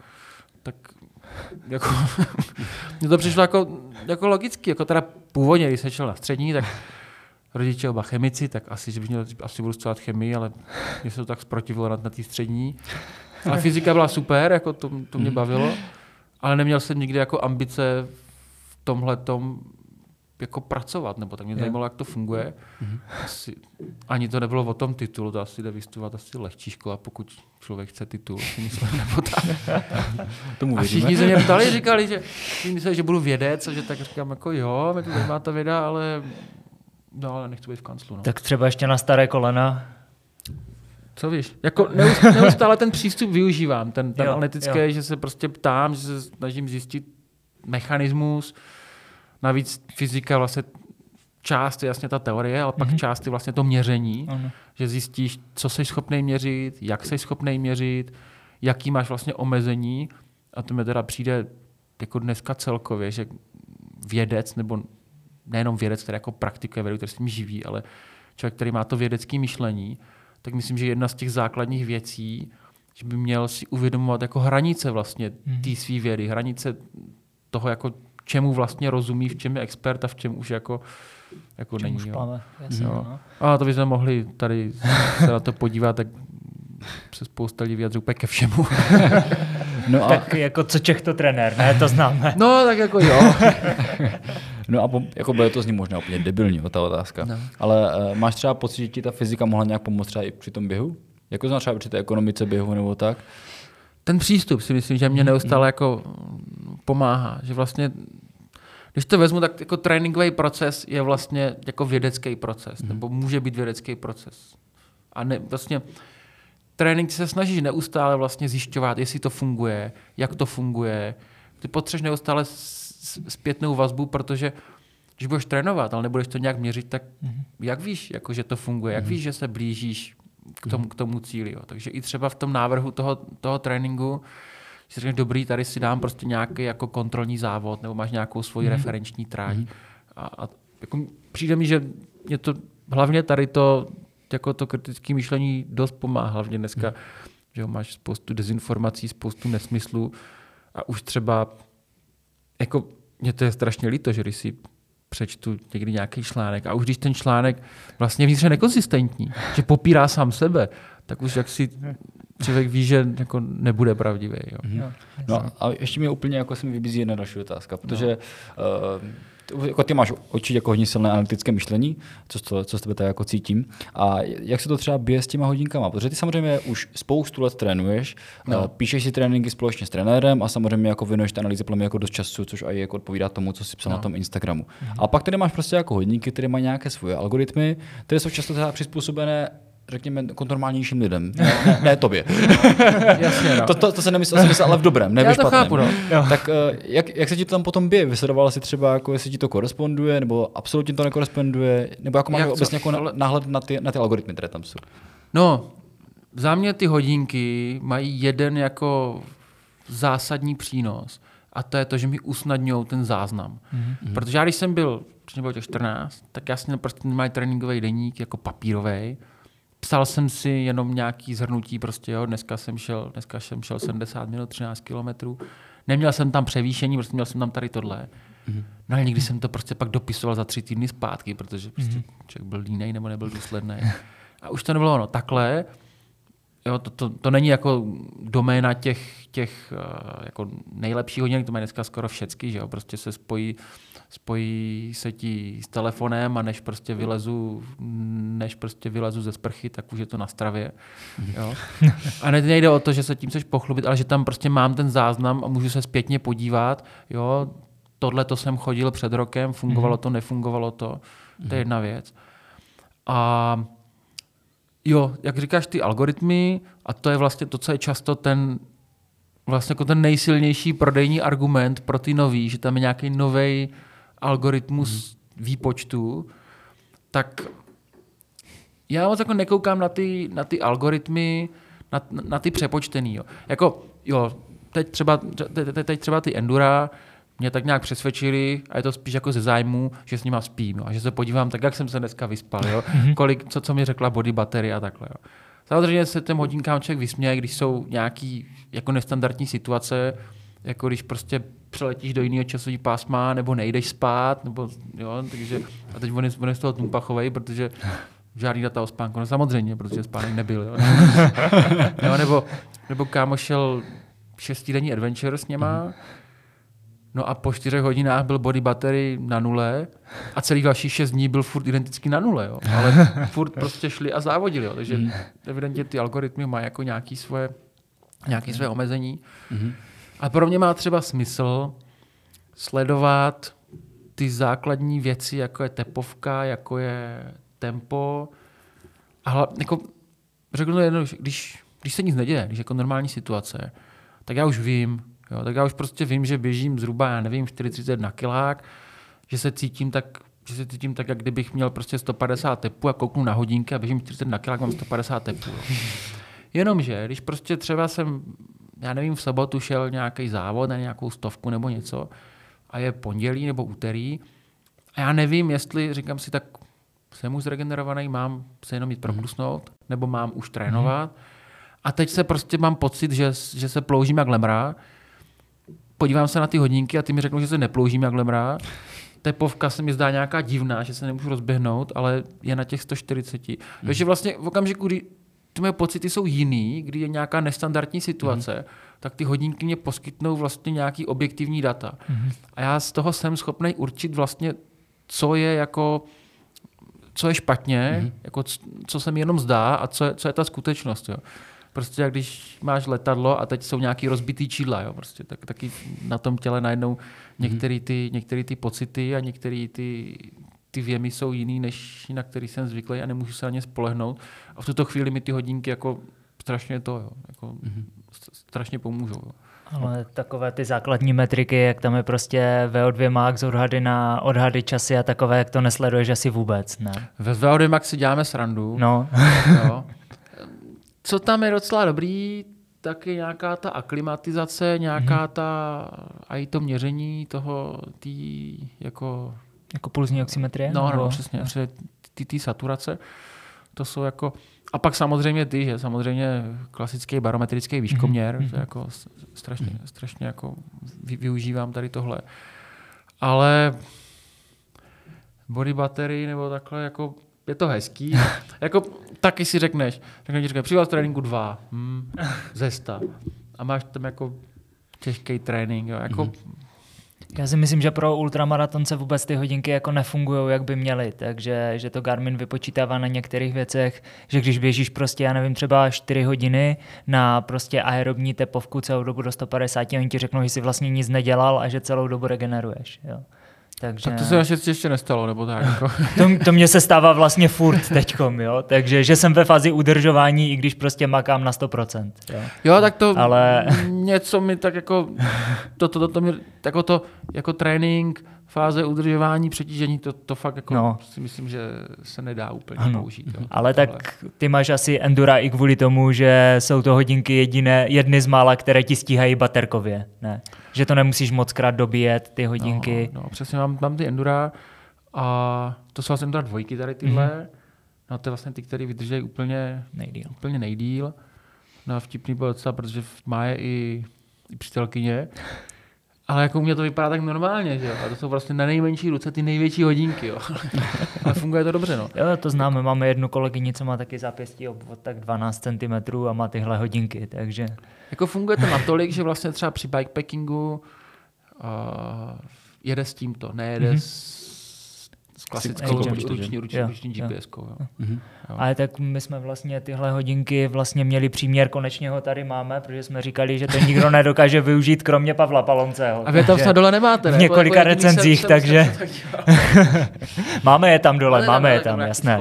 jako, mně to přišlo jako logicky, jako teda původně, když jsem šel na střední, tak rodiče oba chemici, tak asi budu studovat chemii, ale mě se to tak zprotivilo na té střední. Ale fyzika byla super, jako to mě bavilo, ale neměl jsem nikdy jako ambice v tomhletom jako pracovat, nebo tak mě zajímalo, jak to funguje. Asi, ani to nebylo o tom titulu, to asi jde vystudovat asi lehčí škola, pokud člověk chce titul, si myslím, nebo tak. Tomu a všichni se mě ptali, říkali, že mysleli, že budu vědec, že tak říkám, jako jo, mě to zajímá ta věda, ale nechci být v kanclu. No. Tak třeba ještě na staré kolena. Co víš? Jako neustále ten přístup využívám, ten analytický, že se prostě ptám, že se snažím zjistit mechanismus. Navíc fyzika vlastně část je jasně ta teorie, ale pak část je vlastně to měření, že zjistíš, co jsi schopný měřit, jak jsi schopný měřit, jaký máš vlastně omezení. A to mi teda přijde jako dneska celkově, že vědec, nebo nejenom vědec, který jako praktikuje vědu, který s tím živí, ale člověk, který má to vědecké myšlení, tak myslím, že jedna z těch základních věcí, že by měl si uvědomovat jako hranice vlastně té své vědy, hranice toho, jako čemu vlastně rozumí, v čem je expert a v čem už jako není. Jasně, no. A to bychom mohli tady se na to podívat, tak se spousta lidí vyjadřuje úplně ke všemu. No a... Tak jako co Čech to trenér, ne? To známe. No, tak jako jo. No a jako bude to z ní možná úplně debilní, ta otázka. No. Ale máš třeba pocit, že ti ta fyzika mohla nějak pomoct třeba i při tom běhu? Jako znáš třeba při té ekonomice běhu nebo tak? Ten přístup si myslím, že mě neustále jako pomáhá. Že vlastně, když to vezmu, tak jako tréninkový proces je vlastně jako vědecký proces. Nebo může být vědecký proces. A ne, vlastně trénink se snažíš neustále vlastně zjišťovat, jestli to funguje, jak to funguje. Ty potřebuješ neustále zpětnou vazbu, protože když budeš trénovat, ale nebudeš to nějak měřit, tak jak víš, jako, že to funguje, jak víš, že se blížíš k tomu cíli. Jo. Takže i třeba v tom návrhu toho tréninku si řekneš, dobrý, tady si dám prostě nějaký jako kontrolní závod, nebo máš nějakou svoji referenční tráť. A jako přijde mi, že mě to hlavně tady to jako to kritické myšlení dost pomáhá, hlavně dneska, že máš spoustu dezinformací, spoustu nesmyslů a už třeba jako mě to je strašně líto, že když si přečtu někdy nějaký článek a už když ten článek vlastně vnitřně nekonsistentní, že popírá sám sebe, tak už jak si člověk ví, že jako nebude pravdivý. Jo. No a ještě mi úplně jako se mi vybízí jedna další otázka, protože jako ty máš určitě jako hodně silné analytické myšlení, co z tebe tady jako cítím. A jak se to třeba bije s těma hodinkama? Protože ty samozřejmě už spoustu let trénuješ, píšeš si tréninky společně s trenérem a samozřejmě jako věnuješ té analýze plně jako dost času, což aj jako odpovídá tomu, co jsi psal na tom Instagramu. A pak tady máš prostě jako hodinky, které mají nějaké svoje algoritmy, které jsou často teda přizpůsobené řekněme, normálnějším lidem. Ne tobě. Jasně, no. To se nemyslel, ale v dobrém, ne ve špatném. Chápu, no. Tak jak se ti to tam potom bije? Vysledoval si třeba, jako, jestli ti to koresponduje, nebo absolutně to nekoresponduje, nebo jako máš obecně jako náhled na ty algoritmy, které tam jsou? No, za mě ty hodinky mají jeden jako zásadní přínos a to je to, že mi usnadňují ten záznam. Protože já, když jsem byl těch 14, tak já jsem prostě nemám tréninkový deník jako papírový. Psal jsem si jenom nějaký zhrnutí, prostě jo, dneska jsem šel 70 minut, 13 kilometrů. Neměl jsem tam převýšení, prostě měl jsem tam tady tohle. No ale někdy jsem to prostě pak dopisoval za 3 týdny zpátky, protože prostě člověk byl línej nebo nebyl důsledný. A už to nebylo ono takhle. Jo, to není jako doména těch jako nejlepších hodinek, to mají dneska skoro všechny, že jo, prostě se spojí se ti s telefonem a než prostě vylezu ze sprchy, tak už je to na stravě. Jo. A nejde o to, že se tím chceš pochlubit, ale že tam prostě mám ten záznam a můžu se zpětně podívat, jo, tohle to jsem chodil před rokem, fungovalo to, nefungovalo to, to je jedna věc. A jo, jak říkáš, ty algoritmy, a to je vlastně to, co je často ten nejsilnější prodejní argument pro ty nový, že tam je nějaký nový algoritmus výpočtu, tak já moc jako nekoukám na ty algoritmy, na ty přepočtený. Jo. Jako, jo, teď třeba ty Endura mě tak nějak přesvědčili, a je to spíš jako ze zájmu, že s nima spím, jo, a že se podívám tak, jak jsem se dneska vyspal, jo, co mi řekla body battery a takhle. Jo. Samozřejmě se těm hodinkám člověk vysměje, když jsou nějaký jako nestandardní situace, jako když prostě přeletíš do jiného časového pásma, nebo nejdeš spát, nebo jo, takže a teď on je z toho tumpachovej, protože žádný data o spánku, no samozřejmě, protože spánek nebyl, jo. Jo, nebo kámo šel 6denní adventure s něma, no a po 4 hodinách byl body battery na 0 a celý další 6 dní byl furt identicky na 0, jo. Ale furt prostě šli a závodili, jo. Takže evidentně ty algoritmy mají jako nějaké své omezení. A pro mě má třeba smysl sledovat ty základní věci, jako je tepovka, jako je tempo. A jako, řeknu to jedno, když se nic neděje, když jako normální situace, tak já už vím, jo, tak já už prostě vím, že běžím zhruba, já nevím, 40 na kilák, že se cítím tak, jak kdybych měl prostě 150 tepů a kouknu na hodinky a běžím 40 na kilák, mám 150 tepů. Jenomže, když prostě třeba jsem, já nevím, v sobotu šel nějaký závod na nějakou 100 nebo něco a je pondělí nebo úterý a já nevím, jestli, říkám si, tak jsem už zregenerovaný, mám se jenom jít proklusnout, nebo mám už trénovat. A teď se prostě mám pocit, že se ploužím jak lemra. Podívám se na ty hodinky a ty mi řeknou, že se neploužím jak lemra. Tepovka se mi zdá nějaká divná, že se nemůžu rozběhnout, ale je na těch 140. Takže vlastně v okamžiku, kdy ty moje pocity jsou jiný, kdy je nějaká nestandardní situace, tak ty hodinky mě poskytnou vlastně nějaký objektivní data. A já z toho jsem schopný určit vlastně, co je špatně, jako co se mi jenom zdá a co je ta skutečnost. Jo. Prostě jak když máš letadlo a teď jsou nějaký rozbitý čídla, jo, prostě, tak taky na tom těle najednou některé ty pocity a některé ty věmy jsou jiný, než na který jsem zvyklý a nemůžu se na ně spolehnout. A v tuto chvíli mi ty hodinky jako strašně strašně pomůžou. Jo. Ale takové ty základní metriky, jak tam je prostě VO2 max, odhady časy a takové, jak to nesleduješ asi vůbec, ne? Ve VO2 max si děláme srandu. No. Jo. Co tam je docela dobrý, tak je nějaká ta aklimatizace, nějaká a i to měření toho, jako pulzní oximetrie? No, přesně, ty saturace, to jsou jako, a pak samozřejmě samozřejmě klasický barometrický výškoměr, to jako strašně jako využívám tady tohle. Ale body battery nebo takhle, jako je to hezký. Jako taky si řekneš, přívaz tréninku 2, ze 100. A máš tam jako těžký trénink, jo, jako Já si myslím, že pro ultramaratonce vůbec ty hodinky jako nefungují, jak by měly, takže že to Garmin vypočítává na některých věcech, že když běžíš prostě, já nevím, třeba 4 hodiny na prostě aerobní tepovku celou dobu do 150, oni ti řeknou, že jsi vlastně nic nedělal a že celou dobu regeneruješ. Jo. Takže... Tak to se naštěstí ještě nestalo, nebo tak? Jako. To mně se stává vlastně furt teďkom, jo? Takže že jsem ve fázi udržování, i když prostě makám na 100%. Jo, tak to něco mi tak jako, to mě, jako trénink, fáze udržování, přetížení, to fakt jako si myslím, že se nedá úplně použít. Jo. Ale tak ty máš asi Endura i kvůli tomu, že jsou to hodinky jedny z mála, které ti stíhají baterkově, ne? Že to nemusíš mockrát dobíjet, ty hodinky. No, přesně mám ty Endura a to jsou vlastně Endura 2 tady tyhle. No to je vlastně ty, které vydrží úplně nejdýl. No a vtipný byl docela, protože má je i přítelkyně. Ale jako u mě to vypadá tak normálně, že jo? A to jsou vlastně na nejmenší ruce ty největší hodinky, jo? Ale funguje to dobře, no. Jo, to známe, máme jednu kolegyni, co má taky zápěstí obvod tak 12 cm a má tyhle hodinky, takže... Jako funguje to natolik, že vlastně třeba při bikepackingu jede s tímto, nejede s klasickou ruční GPS-kou. Jo. Ale tak my jsme vlastně tyhle hodinky vlastně měli příměr, konečně ho tady máme, protože jsme říkali, že to nikdo nedokáže využít, kromě Pavla Palonceho. A vy tam snad dole nemáte, ne? V několika recenzích, takže... Máme je tam dole, máme je tam, jasné.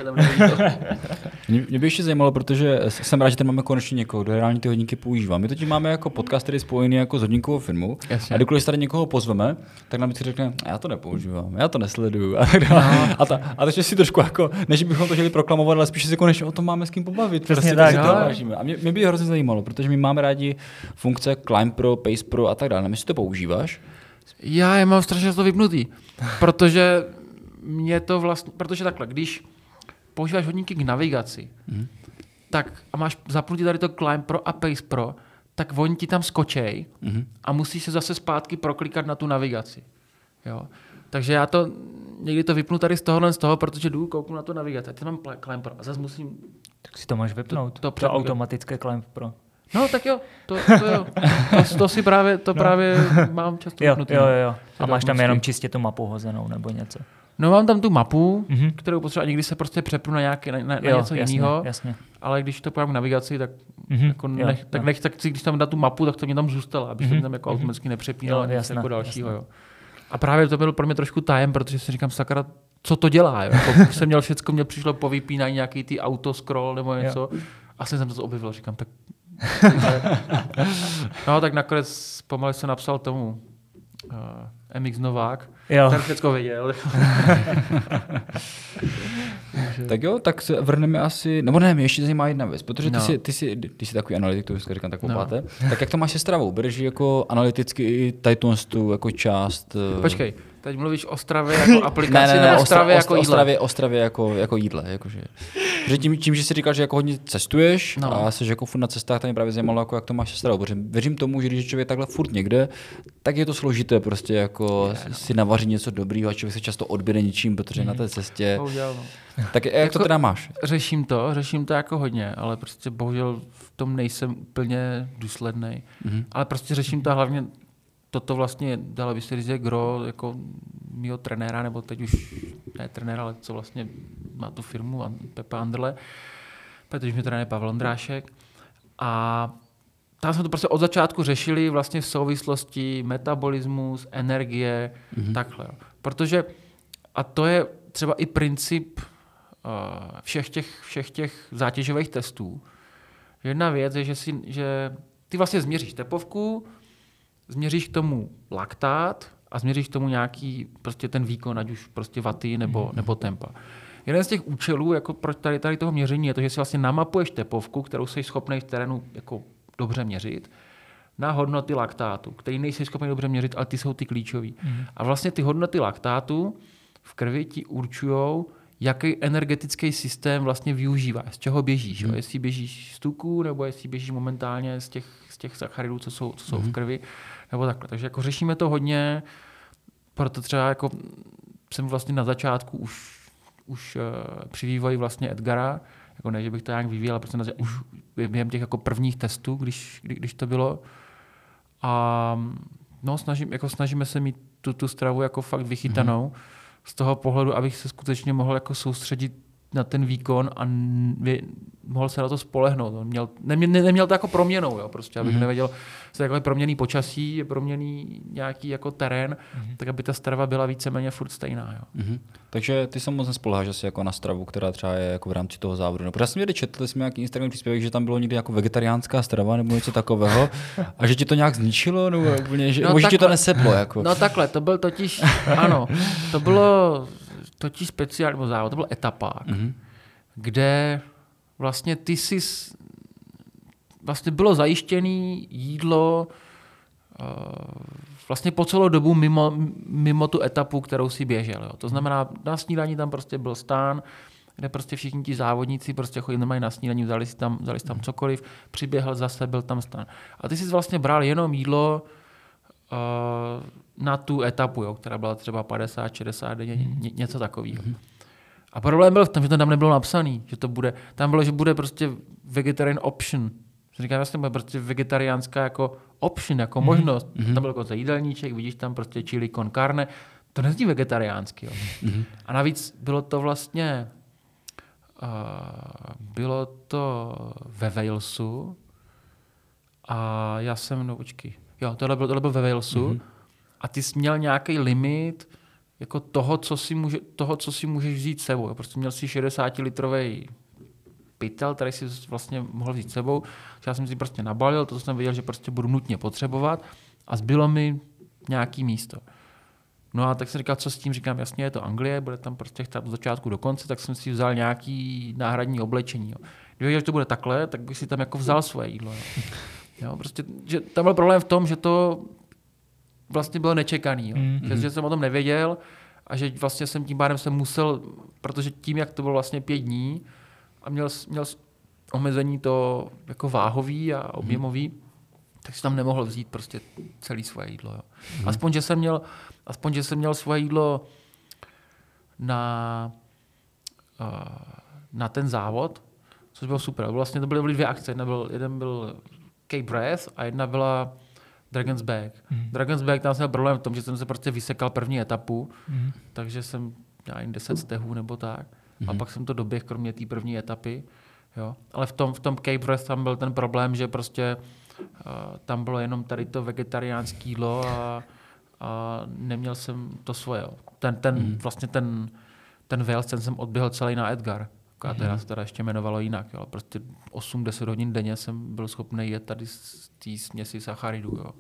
Mě by ještě zajímalo, protože jsem rád, že tady máme konečně někoho, kdo reálně ty hodinky používá. My totiž máme jako podcast, který je spojený jako s hodinkovou firmou. Jasně. A kdykoliv tady někoho pozveme, tak nám vždycky řekne, já to nepoužívám, já to nesleduju. A takže si trošku jako, než bychom to chtěli proklamovat, ale spíš si konečně o tom máme s kým pobavit. Přesně tak, to vážíme. A mě by hrozně zajímalo, protože my máme rádi funkce Climb Pro, Pace Pro a tak dále. Myslíš, to používáš? Já je mám strašně to vypnutý, protože mě to vlastně, protože takhle, když používáš hodinky k navigaci, tak a máš zapnutý tady to Climb Pro a Pace Pro, tak oni ti tam skočej a musíš se zase zpátky proklikat na tu navigaci. Jo. Takže já to někdy to vypnu tady z toho, protože jdu, kouknu na tu navigaci. Teď mám Climb Pro a zase musím... Tak si to máš vypnout, to automatické Climb Pro. No tak jo, to si právě, právě mám často vypnutý. Jo. A máš tam jenom čistě tu mapu hozenou nebo něco? No mám tam tu mapu, kterou potřebuji a někdy se prostě přepnu na něco jiného, ale když to pojím k navigaci, tak tak když tam dá tu mapu, tak to mě tam zůstalo, aby se mi tam jako automaticky nepřepínalo něco jako dalšího. Jo. A právě to byl pro mě trošku tajem, protože si říkám, sakra, co to dělá? Jo? Když jsem měl všecko, mě přišlo po vypínání nějaký ty autoscroll nebo něco a jsem to objevil, říkám, tak... No tak nakonec pomalu jsem napsal tomu MX Novák, ten všecko věděl. Tak jo, tak se vrhneme asi, nebo ne, mě ještě zajímá jedna věc, protože ty jsi takový analytik, to vždycky říkám tak popáte, tak jak to máš se stravou? Bereš jako analyticky i tu jako část... Počkej, teď mluvíš o stravě jako aplikaci, nebo o stravě jako jídle? O stravě jako jídle, jakože. Protože tím, že jsi říkal, že jako hodně cestuješ a jsi jako furt na cestách, tak mě právě zajímalo, jako jak to máš se stravou, protože věřím tomu, že když je člověk takhle furt někde, tak je to složité prostě jako si navařit něco dobrýho a člověk se často odběre ničím, protože na té cestě. Bohužel, Tak jak to teda máš? Řeším to jako hodně, ale prostě bohužel v tom nejsem úplně důslednej. Ale prostě řeším to hlavně, toto vlastně dalo by se říct, gro jako mýho trenéra, nebo teď už ne trenéra, ale co vlastně má tu firmu, Pepa Anderle, protože mě trénuje Pavel Ondrášek. A tam jsme to prostě od začátku řešili vlastně v souvislosti metabolismus, energie, takhle. Protože, a to je třeba i princip všech těch zátěžových testů. Jedna věc je, že ty vlastně změříš tepovku, změříš k tomu laktát a změříš k tomu nějaký prostě ten výkon, ať už prostě vaty nebo tempa. Jeden z těch účelů jako pro tady toho měření je to, že si vlastně namapuješ tepovku, kterou jsi schopný v terénu jako dobře měřit, na hodnoty laktátu, který nejsi schopný dobře měřit, ale ty jsou ty klíčový. A vlastně ty hodnoty laktátu v krvi ti určujou, jaký energetický systém vlastně využíváš, z čeho běžíš. Jestli běžíš z tuků, nebo jestli běžíš momentálně z těch sacharidů, co jsou v krvi, nebo takhle. Takže jako řešíme to hodně, proto třeba jako jsem vlastně na začátku už při vývoji vlastně Edgara, jako ne, že bych to nějak vyvíjel, ale prostě už během těch jako prvních testů, když to bylo. A no, snažíme se mít tu stravu jako fakt vychytanou, z toho pohledu, abych se skutečně mohl jako soustředit na ten výkon a mohl se na to spolehnout. Neměl to jako proměnou, jo, prostě, abych nevěděl, že jako je proměnný počasí, je proměnný nějaký jako terén, tak aby ta strava byla víceméně furt stejná. Jo. Takže ty se moc nespoléháš asi jako na stravu, která třeba je jako v rámci toho závodu. No, protože já jsem někdy četl, jsme nějaký Instagram příspěvek, že tam bylo někdy jako vegetariánská strava nebo něco takového a že ti to nějak zničilo, nebo úplně, že ti to neseplo. Jako. No takhle, to byl totiž, ano, to bylo totiž speciální závod, to byl etapák, kde vlastně ty jsi, vlastně bylo zajištěné jídlo vlastně po celou dobu mimo tu etapu, kterou si běžel. Jo. To znamená, na snídani tam prostě byl stán, kde prostě všichni ti závodníci prostě chodili normálně na snídani, vzali si tam cokoliv, přiběhl zase, byl tam stán. A ty jsi vlastně bral jenom jídlo na tu etapu, jo, která byla třeba 50-60 denně, něco takového. A problém byl v tom, že to tam nebylo napsaný, že to bude, tam bylo, že bude prostě vegetarian option. Říkám, jasně, bude prostě vegetariánská jako option, jako možnost. Tam byl dokonce jídelníček, vidíš tam prostě chili con carne, to nezní vegetariánsky. Jo. A navíc bylo to vlastně, bylo to ve Walesu a já jsem, no počkej, jo, tohle bylo ve Walesu a ty jsi měl nějaký limit jako toho, co si můžeš vzít s sebou. Jo. Prostě měl si 60-litrový pytel, který si vlastně mohl vzít s sebou. Já jsem si prostě nabalil, to jsem věděl, že prostě budu nutně potřebovat a zbylo mi nějaký místo. No a tak jsem říkal, co s tím? Říkám, jasně, je to Anglie, bude tam prostě chtát od začátku do konce, tak jsem si vzal nějaký náhradní oblečení. Jo. Když věděl, že to bude takhle, tak bych si tam jako vzal svoje jídlo. Jo, prostě, že tam byl problém v tom, že to vlastně bylo nečekaný. Jo. Že jsem o tom nevěděl a že vlastně jsem tím pádem musel, protože tím, jak to bylo vlastně 5 dní a měl omezení to jako váhový a objemový, tak si tam nemohl vzít prostě celé svoje jídlo. Jo. Aspoň, že jsem měl svoje jídlo na ten závod, což bylo super. Vlastně to byly 2 akce. Jeden byl Cape Wrath a jedna byla Dragon's Back. Dragon's Back, tam jsem měl problém v tom, že jsem se prostě vysekal první etapu, takže jsem měl 10 stehů nebo tak. A pak jsem to doběhl kromě té první etapy. Jo. Ale v tom Cape Wrath tam byl ten problém, že prostě tam bylo jenom tady to vegetariánské jídlo a neměl jsem to svoje. Vlastně ten Wales, ten jsem odběhl celý na Edgar. A teda se teda ještě jmenovalo jinak. Jo. Ale prostě 8-10 hodin denně jsem byl schopný jet tady z té směsi sacharidů. Jo.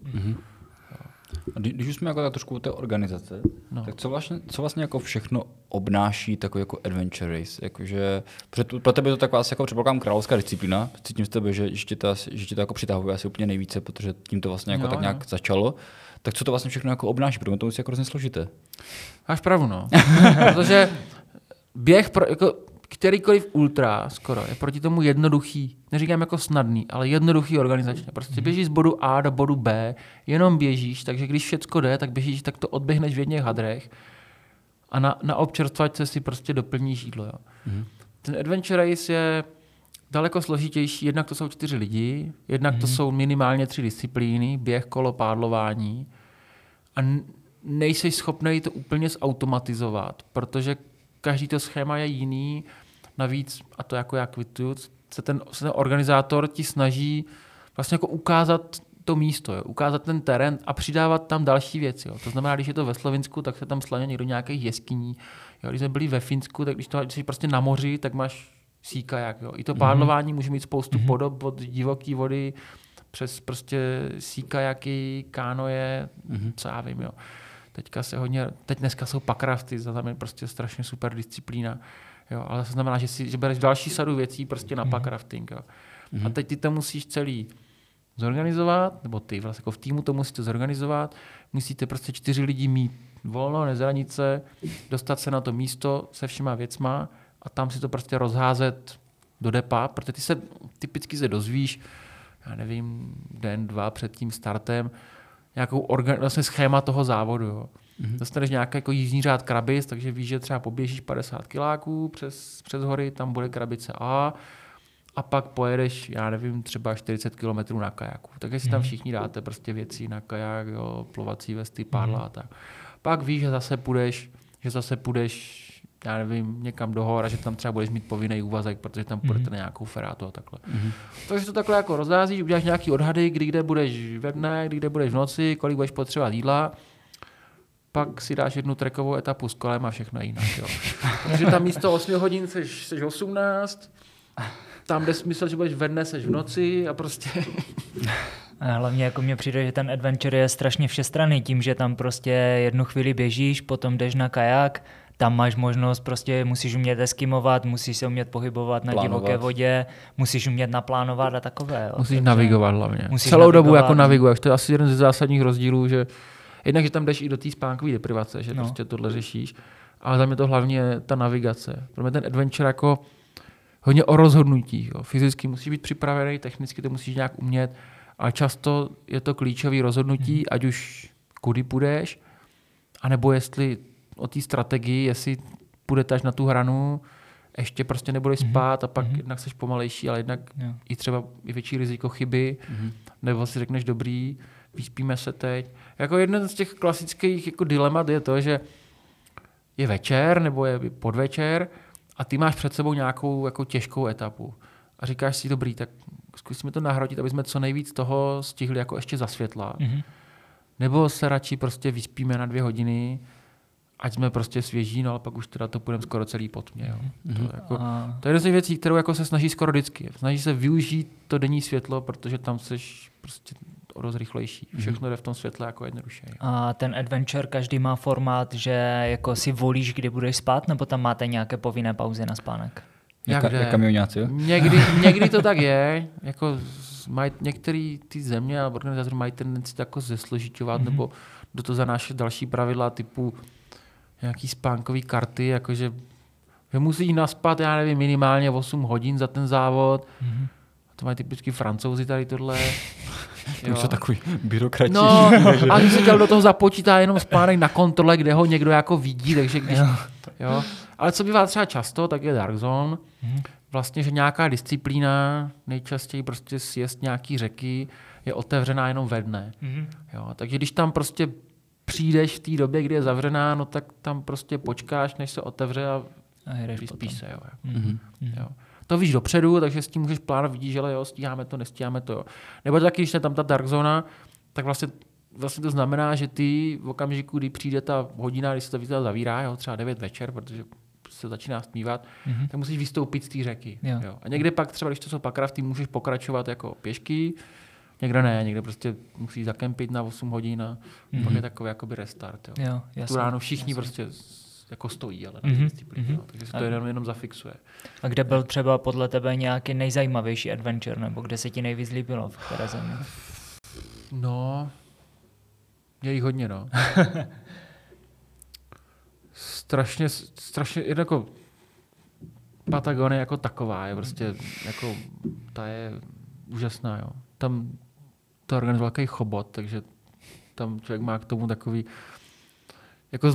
A když už jsme jako tak trošku u té organizace, tak co vlastně jako všechno obnáší takový jako adventure race? Jakože, pro tebe je to taková asi jako předpokládám královská disciplína. Cítím z tebe, že tě to jako přitahuje asi úplně nejvíce, protože tím to vlastně jako tak nějak začalo. Tak co to vlastně všechno jako obnáší? Protože to musí jako hrozně složité. Máš pravdu, no. Protože běh jako kterýkoliv ultra skoro je proti tomu jednoduchý, neříkám jako snadný, ale jednoduchý organizačně. Prostě běžíš z bodu A do bodu B, jenom běžíš, takže když všecko jde, tak běžíš, tak to odběhneš v jedných hadrech a na občerstvačce si prostě doplníš jídlo. Jo. Ten adventure race je daleko složitější, jednak to jsou 4 lidi, jednak to jsou minimálně 3 disciplíny, běh, kolo, pádlování a nejseš schopný to úplně zautomatizovat, protože každý to schéma je jiný, navíc, a to jako já kvituju, se ten organizátor ti snaží vlastně jako ukázat to místo, jo, ukázat ten terén a přidávat tam další věci. Jo. To znamená, když je to ve Slovinsku, tak se tam slaně někdo nějakých jeskyní. Jo. Když jsme byli ve Finsku, tak když jsi prostě na moři, tak máš síkajak. Jo. I to pádlování může mít spoustu podob od divoké vody přes prostě síkajaky, kánoje, co já vím. Jo. Teď dneska jsou packrafty, tam je prostě strašně super disciplína. Jo, ale to znamená, že bereš další sadu věcí prostě na packrafting. Jo. A teď ty to musíš celý zorganizovat, nebo ty vlastně jako v týmu to musíte zorganizovat, musíte prostě 4 lidi mít volno, nezranit se, dostat se na to místo se všema věcma a tam si to prostě rozházet do depa, protože ty se typicky dozvíš, já nevím, den, 2 před tím startem, nějakou vlastně schéma toho závodu. Jo. Dostaneš nějaký jako jízdní řád krabic, takže víš, že třeba poběžíš 50 kiláků přes hory, tam bude krabice a pak pojedeš, já nevím, třeba 40 km na kajaku. Takže si tam všichni dáte prostě věci na kajak, jo, plovací vesty, pádla a tak. Pak víš, že zase půjdeš, já nevím, někam do hor a že tam třeba budeš mít povinný úvazek, protože tam půjdete na nějakou ferátu a takhle. Takže to takhle jako rozdázíš, uděláš nějaký odhady, kde budeš ve dne, kde budeš v noci, kolik budeš potřebovat jídla, pak si dáš jednu trekovou etapu s kolem a všechno jinak. Jo. Takže tam místo 8 hodin seš 18, tam jde smysl, že budeš ve dne, seš v noci a prostě... A hlavně jako mně přijde, že ten adventure je strašně všestranný tím, že tam prostě jednu chvíli běžíš, potom jdeš na kajak, tam máš možnost, prostě musíš umět eskimovat, musíš se umět pohybovat na divoké vodě, musíš umět naplánovat a takové. Jo. Musíš navigovat hlavně. Celou dobu jako naviguješ. To je asi jeden ze zásadních rozdílů, že jednak, že tam jdeš i do té spánkové deprivace, že prostě tohle řešíš, ale tam je to hlavně ta navigace. Pro mě ten adventure jako hodně o rozhodnutích. Jo. Fyzicky musíš být připravený, technicky to musíš nějak umět, ale často je to klíčové rozhodnutí, ať už kudy půjdeš, anebo jestli o té strategii, jestli půjdete až na tu hranu, ještě prostě nebudeš spát a pak jednak seš pomalejší, ale jednak i třeba i větší riziko chyby, nebo si řekneš dobrý, vyspíme se teď. Jako jeden z těch klasických jako dilemat je to, že je večer nebo je podvečer a ty máš před sebou nějakou jako těžkou etapu. A říkáš si, dobrý, tak zkusíme to nahrotit, aby jsme co nejvíc toho stihli jako ještě za světla. Nebo se radši prostě vyspíme na 2 hodiny, ať jsme prostě svěží, no ale pak už teda to půjdeme skoro celý pod mě. Jo. To je jedna z těch věcí, kterou jako se snaží skoro vždycky. Snaží se využít to denní světlo, protože tam seš prostě o dost rychlejší. Všechno jde v tom světle jako jednoduše. Jo. A ten adventure každý má formát, že jako si volíš, kdy budeš spát, nebo tam máte nějaké povinné pauzy na spánek? Jak kamionáci, jo? Někdy to tak je. Jako některé ty země a organizátory mají tendenci to jako zesložiťovat nebo do toho zanášet další pravidla typu nějaký spánkový karty, jakože že musí naspat, já nevím, minimálně 8 hodin za ten závod. To mají typicky Francouzi tady tohle. To už jsou takový byrokrati. No, a když se do toho započítá jenom spánek na kontrole, kde ho někdo jako vidí, takže když... Jo. Ale co bývá třeba často, tak je Dark Zone. Vlastně, že nějaká disciplína, nejčastěji prostě sjezd nějaký řeky, je otevřená jenom ve dne. Jo. Takže když tam prostě přijdeš v té době, kdy je zavřená, no tak tam prostě počkáš, než se otevře a vyspíš se. Jo. To víš dopředu, takže s tím můžeš plánovat, vidíš, že jo, stíháme to, nestíháme to. Jo. Nebo taky, když je tam ta dark zóna, tak vlastně to znamená, že ty v okamžiku, kdy přijde ta hodina, kdy se to víc zavírá, jo, třeba 9 večer, protože se začíná stmívat, tak musíš vystoupit z té řeky. Jo. A někde pak třeba, když to jsou pakrafty, můžeš pokračovat jako pěšky, někde ne, někde prostě musíš zakempit na 8 hodin a pak je takový jakoby restart. Jo. Tu ráno všichni prostě jako stojí, ale na disciplíně, takže se to jenom zafixuje. A kde byl třeba podle tebe nějaký nejzajímavější adventure, nebo kde se ti nejvíc líbilo, v které zemi? No, je jich hodně, no. strašně, jako Patagonie jako taková je prostě, jako, ta je úžasná, jo. Tam to organizoval takový chobot, takže tam člověk má k tomu takový jako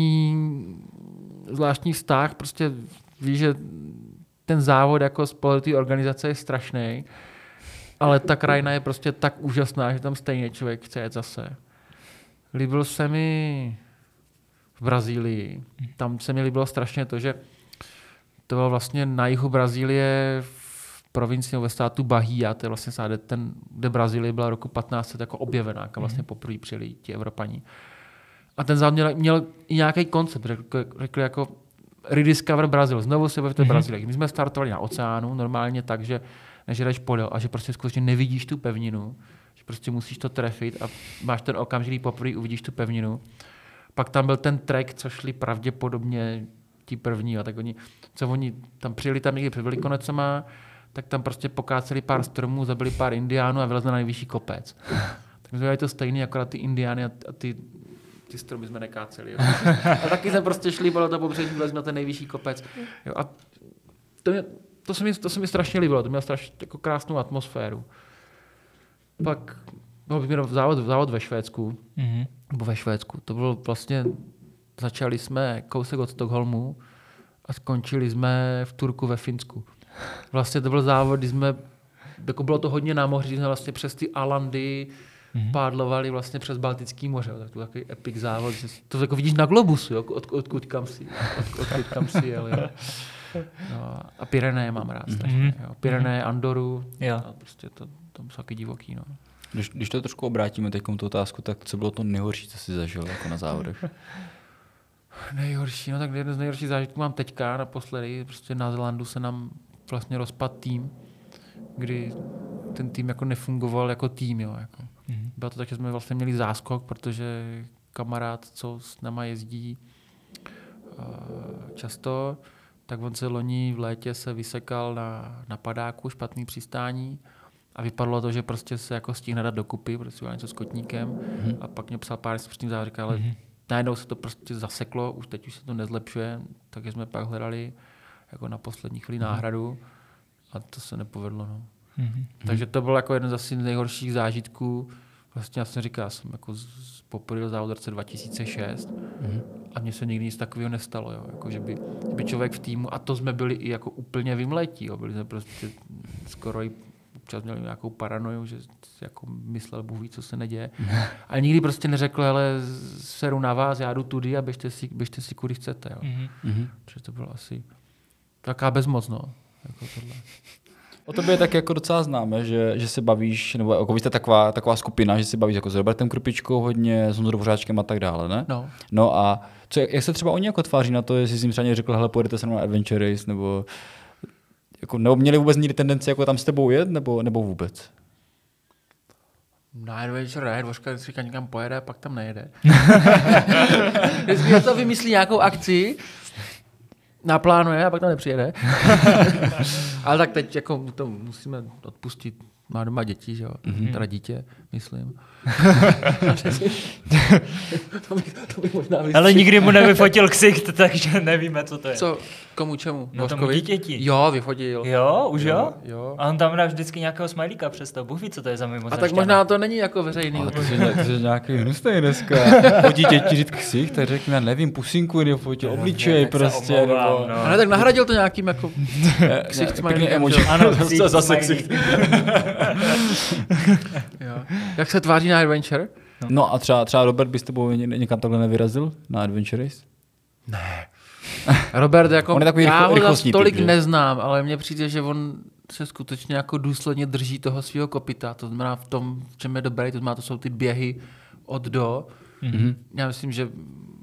zvláštní vztah, prostě ví, že ten závod jako z pohledu té organizace je strašný, ale ta krajina je prostě tak úžasná, že tam stejně člověk chce jet zase. Líbil se mi v Brazílii. Tam se mi líbilo strašně to, že to bylo vlastně na jihu Brazílie v provincii ve státu Bahia, to je vlastně stát, kde Brazílie byla roku 1500 jako objevená, kam vlastně poprvé přijeli ti Evropani. A ten závod měl i nějaký koncept, řekli jako Rediscover Brazil, znovu se v té Brazílii. My jsme startovali na oceánu, normálně tak, že než jdeš podél a že prostě skutečně nevidíš tu pevninu, že prostě musíš to trefit a máš ten okamžik, poprvé uvidíš tu pevninu. Pak tam byl ten trek, co šli pravděpodobně ti první, a tak oni tam přijeli tam někdy před Velikonocema, tak tam prostě pokáceli pár stromů, zabili pár indiánů a vylezli na nejvyšší kopec. Tak jsme dělali to stejný, akorát ty indiány a ty stromy jsme nekáceli. Jo. A taky jsme prostě šli do toho pobřeží, vylezli na ten nejvyšší kopec. Jo. A to se mi strašně líbilo, to mělo strašně jako krásnou atmosféru. Pak byl závod ve Švédsku, nebo ve Švédsku. To bylo vlastně, začali jsme kousek od Stockholmu a skončili jsme v Turku ve Finsku. Vlastně to byl závod, kdy jsme, jako bylo to hodně na moři, jsme vlastně přes ty Alandy pádlovali vlastně přes Baltický moře. Tak to je takový epic závod. To jako vidíš na globusu, jo, odkud kam si jel. Jo. No, a Pyreneje mám rád strašně. Pyreneje, Andoru. A prostě to jsou taky divoký. No. Když to trošku obrátíme teď tu otázku, tak co bylo to nejhorší, co jsi zažil jako na závodech? Nejhorší, no tak jeden z nejhorších zážitků mám teďka naposledy. Prostě na Zelandu se nám vlastně rozpadl tým, kdy ten tým jako nefungoval jako tým. Jo, jako. Bylo to tak, že jsme vlastně měli záskok, protože kamarád, co s náma jezdí často, tak on se loni v létě se vysekal na padáku, špatný přistání a vypadlo to, že prostě se jako stihne dát dokupy, protože něco s kotníkem a pak mě psal pár s tím závodem, ale najednou se to prostě zaseklo, teď už se to nezlepšuje, takže jsme pak hledali jako na poslední chvíli náhradu a to se nepovedlo. No. Takže to byl jako jeden z asi nejhorších zážitků. Vlastně já jsem říkal, jsem jako poprvé závod v roce 2006 a mně se nikdy nic takového nestalo. Jo. Jako, že by člověk v týmu, a to jsme byli i jako úplně vymletí. Jo. Byli jsme prostě skoro i občas měli nějakou paranoju, že jako myslel, Bůh ví, co se neděje. Ale nikdy prostě neřekl, hele, seru na vás, já jdu tudy a běžte si kudy chcete. Jo. Takže to bylo asi taká bezmoc, no. Jako tohle. O tobě je tak jako docela známe, že se bavíš, nebo jako vy jste taková skupina, že se bavíš jako s Robertem Krpičkou hodně, s Honzou Dvořáčkem a tak dále, ne? No a jak se třeba oni jako tváří na to, jestli jsi jim třeba řekl, hele, pojedete se mnou na Adventure Race, nebo měli vůbec nikdy tendenci jako tam s tebou jet, nebo vůbec? Na Adventure ne, Dvořka vždycky někam pojede a pak tam nejede. Vždycky to vymyslí nějakou akci, naplánuje a pak tam nepřijede. Ale tak teď jako to musíme odpustit. Má doma děti, že jo? Teda dítě, myslím. to bych možná vystřihl. Ale nikdy mu nevyfotil ksicht, takže nevíme, co to je. Co? Komu, čemu? No tomu dítěti. Jo, vyfotil. Jo, už jo? Jo. A on tam dá vždycky nějakého smajlíka přes to. Bůh ví, co to je za mimořádný. A tak možná to není jako veřejný. Ale ty jsi nějaký hnusnej dneska. Po dítěti říct ksicht, tak řekni, já nevím, pusinku, nebo fotil obličej prostě. Omlouvám, no. Ale tak nahradil to nějakým jako ksicht smajlíkem. Ano, zase ksicht. Jak se tváří na Adventure? No a třeba Robert by s tebou někam takhle nevyrazil na Adventure Race? Ne. Robert, jako on je takový já ho rychlostní tolik typ, neznám, ale mně přijde, že on se skutečně jako důsledně drží toho svého kopyta. To znamená v tom, v čem je dobrý, to znamená, to jsou ty běhy od do. Já myslím, že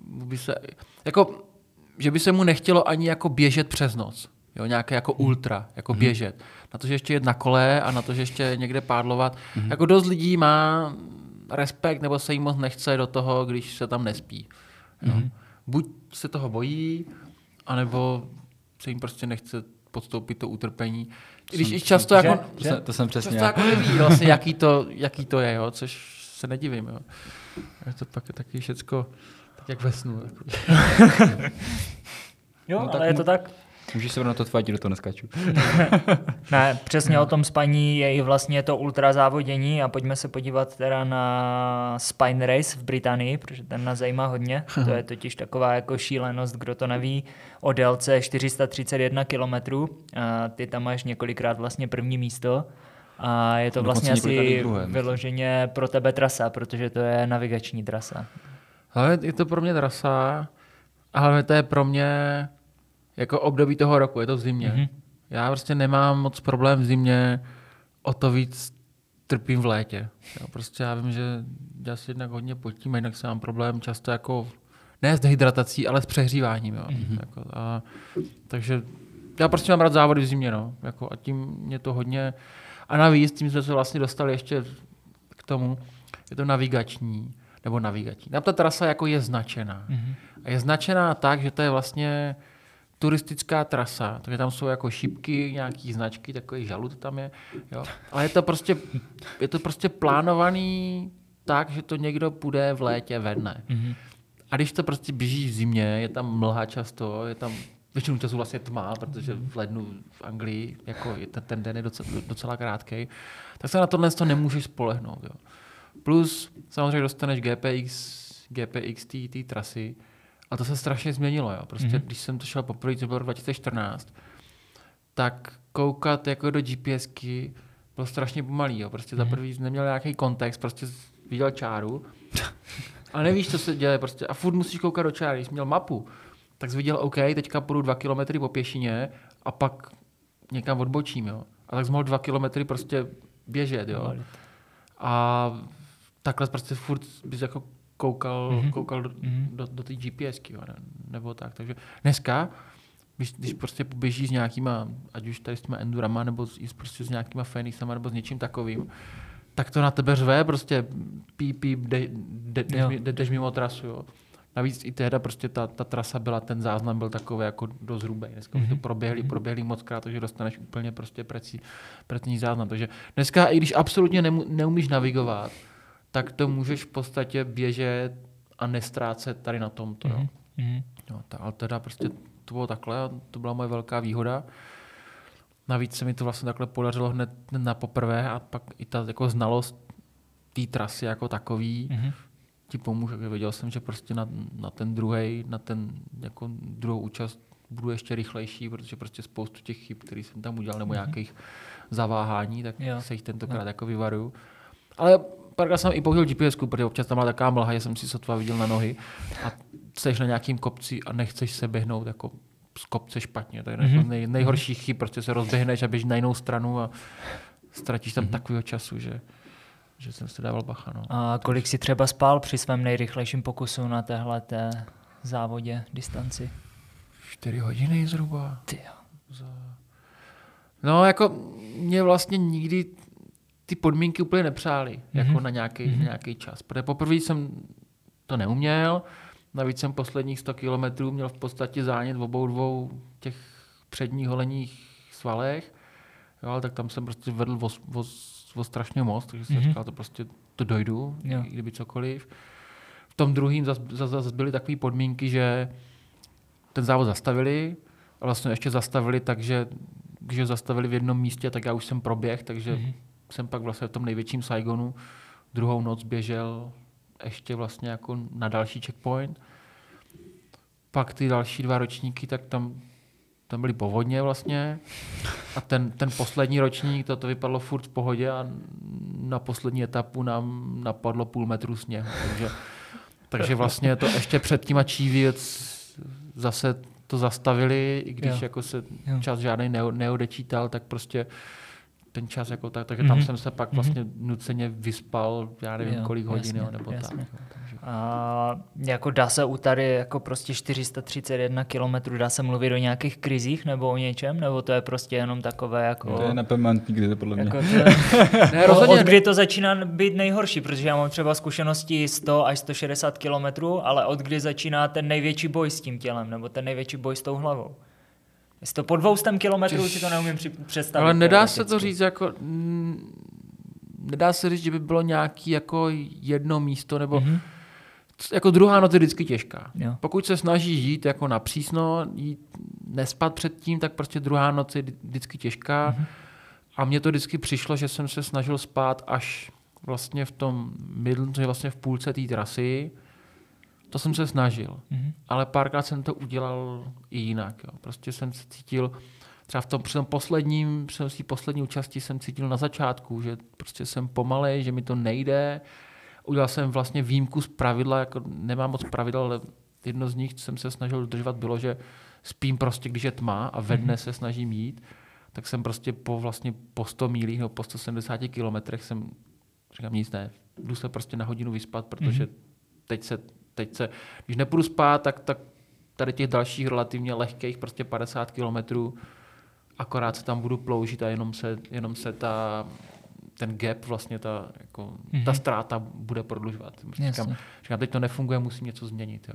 by se mu nechtělo ani jako běžet přes noc. Jo, nějaké jako ultra, jako běžet. Na to, že ještě jet na kole a na to, že ještě někde pádlovat. Jako dost lidí má respekt nebo se jim moc nechce do toho, když se tam nespí. Jo. Buď se toho bojí, anebo se jim prostě nechce podstoupit to utrpení. Když často jako... To jsem přesně. Často jako neví vlastně, jaký to je, jo, což se nedivím. Jo. To pak je taky všecko tak jak ve snu. Jo, no, ale je to tak. Můžeš se na to tvátit, do toho neskáču. Ne, přesně o tom spaní je i vlastně to ultrazávodění a pojďme se podívat teda na Spine Race v Británii, protože ten nás zajímá hodně. To je totiž taková jako šílenost, kdo to neví, o délce 431 kilometrů. Ty tam máš několikrát vlastně první místo a je to vlastně asi vyloženě pro tebe trasa, protože to je navigační trasa. Ale je to pro mě trasa, ale to je pro mě jako období toho roku, je to v zimě. Já prostě nemám moc problém v zimě, o to víc trpím v létě. Jo, prostě já vím, že já si jednak hodně potím, jinak se mám problém často jako, ne s dehydratací, ale s přehříváním. Jo. Jako, takže já prostě mám rád závody v zimě, no. Jako, a tím mě to hodně... A navíc, tím jsme se vlastně dostali ještě k tomu, je to navigační. Tam ta trasa jako je značená. A je značená tak, že to je vlastně turistická trasa, takže tam jsou jako šipky, nějaký značky, takový žalud tam je. Jo. Ale je to prostě plánovaný tak, že to někdo půjde v létě ve dne. A když to prostě běží v zimě, je tam mlha často, je tam většinu času vlastně tma, protože v lednu v Anglii jako ten den je docela krátkej, tak se na tohle nemůžeš spolehnout. Jo. Plus samozřejmě dostaneš GPX té trasy, a to se strašně změnilo. Jo. Prostě když jsem to šel poprvé, to bylo 2014, tak koukat jako do GPSky bylo strašně pomalý. Jo. Prostě za prvý neměl nějaký kontext, prostě viděl čáru a nevíš, co se děje. Prostě. A furt musíš koukat do čáry. Když jsi měl mapu, tak jsi viděl, OK, teďka půjdu 2 kilometry po pěšině a pak někam odbočím. Jo. A tak jsi mohl 2 kilometry prostě běžet. Jo. A takhle prostě furt bys jako koukal do té GPSky, jo, nebo tak. Takže dneska, když prostě poběžíš s nějakýma, ať už tady s těma endurama, nebo prostě s nějakýma Fenixama, nebo s něčím takovým, tak to na tebe řve, prostě píp, jdeš mimo trasu. Jo. Navíc i tehda prostě ta trasa byla, ten záznam byl takový jako dost hrubý. Dneska už to proběhli moc krát, takže dostaneš úplně prostě precizní záznam. Takže dneska, i když absolutně neumíš navigovat, tak to můžeš v podstatě běžet a nestrácet tady na tomto. Jo. Jo, ale teda prostě to bylo takhle a to byla moje velká výhoda. Navíc se mi to vlastně takhle podařilo hned na poprvé a pak i ta jako znalost té trasy jako takový ti pomůže. Věděl jsem, že prostě na ten jako druhou účast budu ještě rychlejší, protože prostě spoustu těch chyb, které jsem tam udělal, nebo nějakých zaváhání, tak se jich tentokrát jako vyvaruju. Ale párkrát jsem i použil GPSku, protože občas tam byla taková mlha, že jsem si sotva viděl na nohy a jsi na nějakým kopci a nechceš se běhnout jako z kopce špatně. To je nejhorší chyb, prostě se rozběhneš a běžíš na jinou stranu a ztratíš tam takového času, že jsem si dával bacha. No. A kolik si třeba spál při svém nejrychlejším pokusu na téhleté závodě, distanci? 4 hodiny zhruba. Ty. No jako mě vlastně nikdy ty podmínky úplně nepřáli jako na nějaký čas. Protože poprvé jsem to neuměl, navíc jsem posledních 100 kilometrů měl v podstatě zánět v obou dvou těch předních holenních svalech, jo, ale tak tam jsem prostě vedl o strašně moc, takže jsem říkal, to prostě to dojdu, kdyby cokoliv. V tom druhým zase byly takové podmínky, že ten závod zastavili a vlastně ještě zastavili tak, že když ho zastavili v jednom místě, tak já už jsem proběh, takže jsem pak vlastně v tom největším Saigonu druhou noc běžel ještě vlastně jako na další checkpoint. Pak ty další 2 ročníky, tak tam byly povodně vlastně. A ten poslední ročník, to vypadlo furt v pohodě a na poslední etapu nám napadlo 0,5 metru sněhu. Takže vlastně to ještě před tím Achievec zase to zastavili, i když jako se čas žádnej neodečítal, tak prostě ten čas jako tak, takže tam jsem se pak vlastně nuceně vyspal, já nevím kolik hodin, nebo tak. A jako dá se u tady jako prostě 431 kilometrů, dá se mluvit o nějakých krizích nebo o něčem, nebo to je prostě jenom takové jako... To je nepermanentní krize podle mě. Jako od kdy to začíná být nejhorší, protože já mám třeba zkušenosti 100 až 160 kilometrů, ale od kdy začíná ten největší boj s tím tělem, nebo ten největší boj s tou hlavou. Jestli to po 200 kilometrů si to neumím představit. Ale nedá se to říct jako... Nedá se říct, že by bylo nějaký jako jedno místo, nebo... Jako druhá noc je vždycky těžká. Jo. Pokud se snažíš jít jako na přísno, jít nespat předtím, tak prostě druhá noc je vždycky těžká. A mně to vždycky přišlo, že jsem se snažil spát až vlastně v tom middle, což je vlastně v půlce té trasy. To jsem se snažil. Ale párkrát jsem to udělal i jinak. Jo. Prostě jsem se cítil, třeba při tom poslední účasti jsem cítil na začátku, že prostě jsem pomalej, že mi to nejde. Udělal jsem vlastně výjimku z pravidla, jako nemám moc pravidel, ale jedno z nich jsem se snažil dodržovat bylo, že spím prostě, když je tma a ve dne se snažím jít, tak jsem prostě po 100 mílích nebo po 170 kilometrech jsem říkám nic ne, jdu se prostě na hodinu vyspat, protože teď se, když nepůjdu spát, tak tady těch dalších relativně lehkých prostě 50 kilometrů akorát se tam budu ploužit a jenom se ten gap, vlastně ta ztráta bude prodlužovat. Říkám, teď to nefunguje, musím něco změnit. Jo.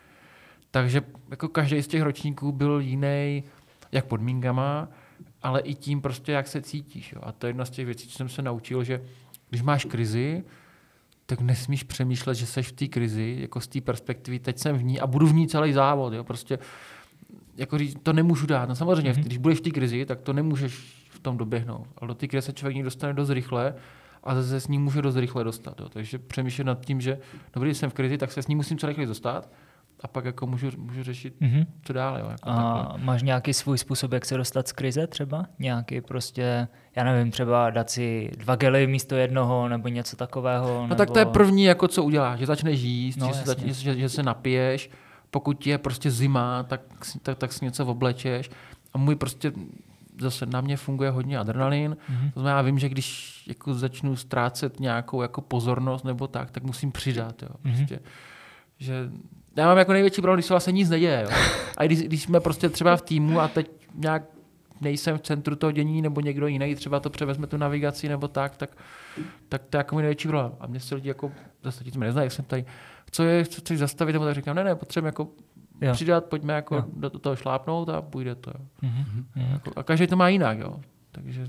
Takže jako každý z těch ročníků byl jiný, jak podmínkama, ale i tím prostě, jak se cítíš. Jo. A to je jedna z těch věcí, co jsem se naučil, že když máš krizi, tak nesmíš přemýšlet, že seš v té krizi, jako z té perspektivy, teď jsem v ní a budu v ní celý závod. Jo. Prostě jako říct, to nemůžu dát. No samozřejmě, když budeš v té krizi, tak to nemůžeš v tom doběhnout. Ale do té krize se člověk dostane dost rychle a zase s ní může dost rychle dostat. Jo. Takže přemýšlet nad tím, že dobrý, když jsem v krizi, tak se s ní musím co rychleji dostat a pak jako můžu řešit, co dále. Jo, jako a takhle. Máš nějaký svůj způsob, jak se dostat z krize třeba? Nějaký prostě, já nevím, třeba dát si 2 gely místo jednoho nebo něco takového? No tak to je první, jako co uděláš, že začneš jíst, že se napiješ. Pokud je prostě zima, tak si něco oblečeš. A můj prostě zase na mě funguje hodně adrenalin. To znamená, já vím, že když jako začnu ztrácet nějakou jako pozornost nebo tak musím přidat. Jo. Prostě, že já mám jako největší problém, když se vlastně nic neděje. Jo. A když jsme prostě třeba v týmu a teď nějak nejsem v centru toho dění nebo někdo jiný, třeba to převezme tu navigaci nebo tak to je jako můj největší problém. A mě se lidi jako, zase ti mě neznají, jak jsem tady, chceš zastavit, nebo tak říkám, ne, potřebujeme jako přidat, pojďme jako do toho šlápnout a půjde to. Jo. A každý to má jinak, jo. Takže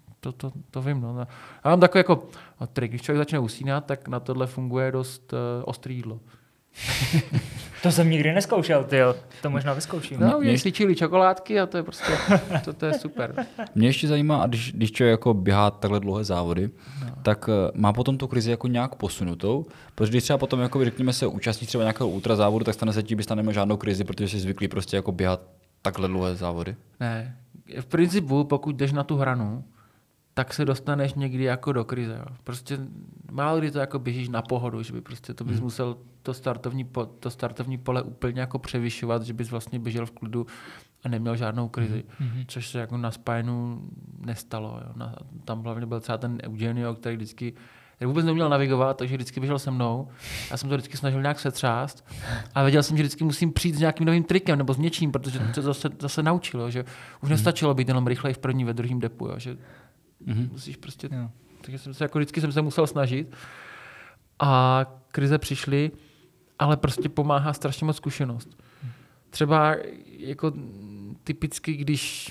to vím. No. Já mám takový jako trik, když člověk začne usínat, tak na tohle funguje dost ostrý jídlo. To jsem nikdy neskoušel, tyjo. To možná vyzkouším. No, mě cvičili čokoládky a to je prostě, to je super. Mě ještě zajímá, a když člověk jako běhá takhle dlouhé závody, tak má potom tu krizi jako nějak posunutou, protože když třeba potom, jako řekněme se, účastní třeba nějakého ultrazávodu, tak stane se tím, že nemáš žádnou krizi, protože jsi zvyklý prostě jako běhat takhle dlouhé závody. Ne, v principu, pokud jdeš na tu hranu, tak se dostaneš někdy jako do krize. Jo. Prostě málo kdy to jako běžíš na pohodu, že by prostě to bys musel to startovní pole úplně jako převyšovat, že bys vlastně běžel v klidu a neměl žádnou krizi. Což se jako na Spinu nestalo. Jo. Tam hlavně byl třeba ten Eugenio, který vždycky vůbec neuměl navigovat, takže vždycky běžel se mnou. Já jsem to vždycky snažil nějak setřást a věděl jsem, že vždycky musím přijít s nějakým novým trikem nebo s něčím, protože to zase naučilo, že už nestačilo být jenom rychlej v první, ve druhém depu, jo, že musíš prostě, takže vždycky jsem se musel snažit a krize přišly, ale prostě pomáhá strašně moc zkušenost. Třeba jako typicky, když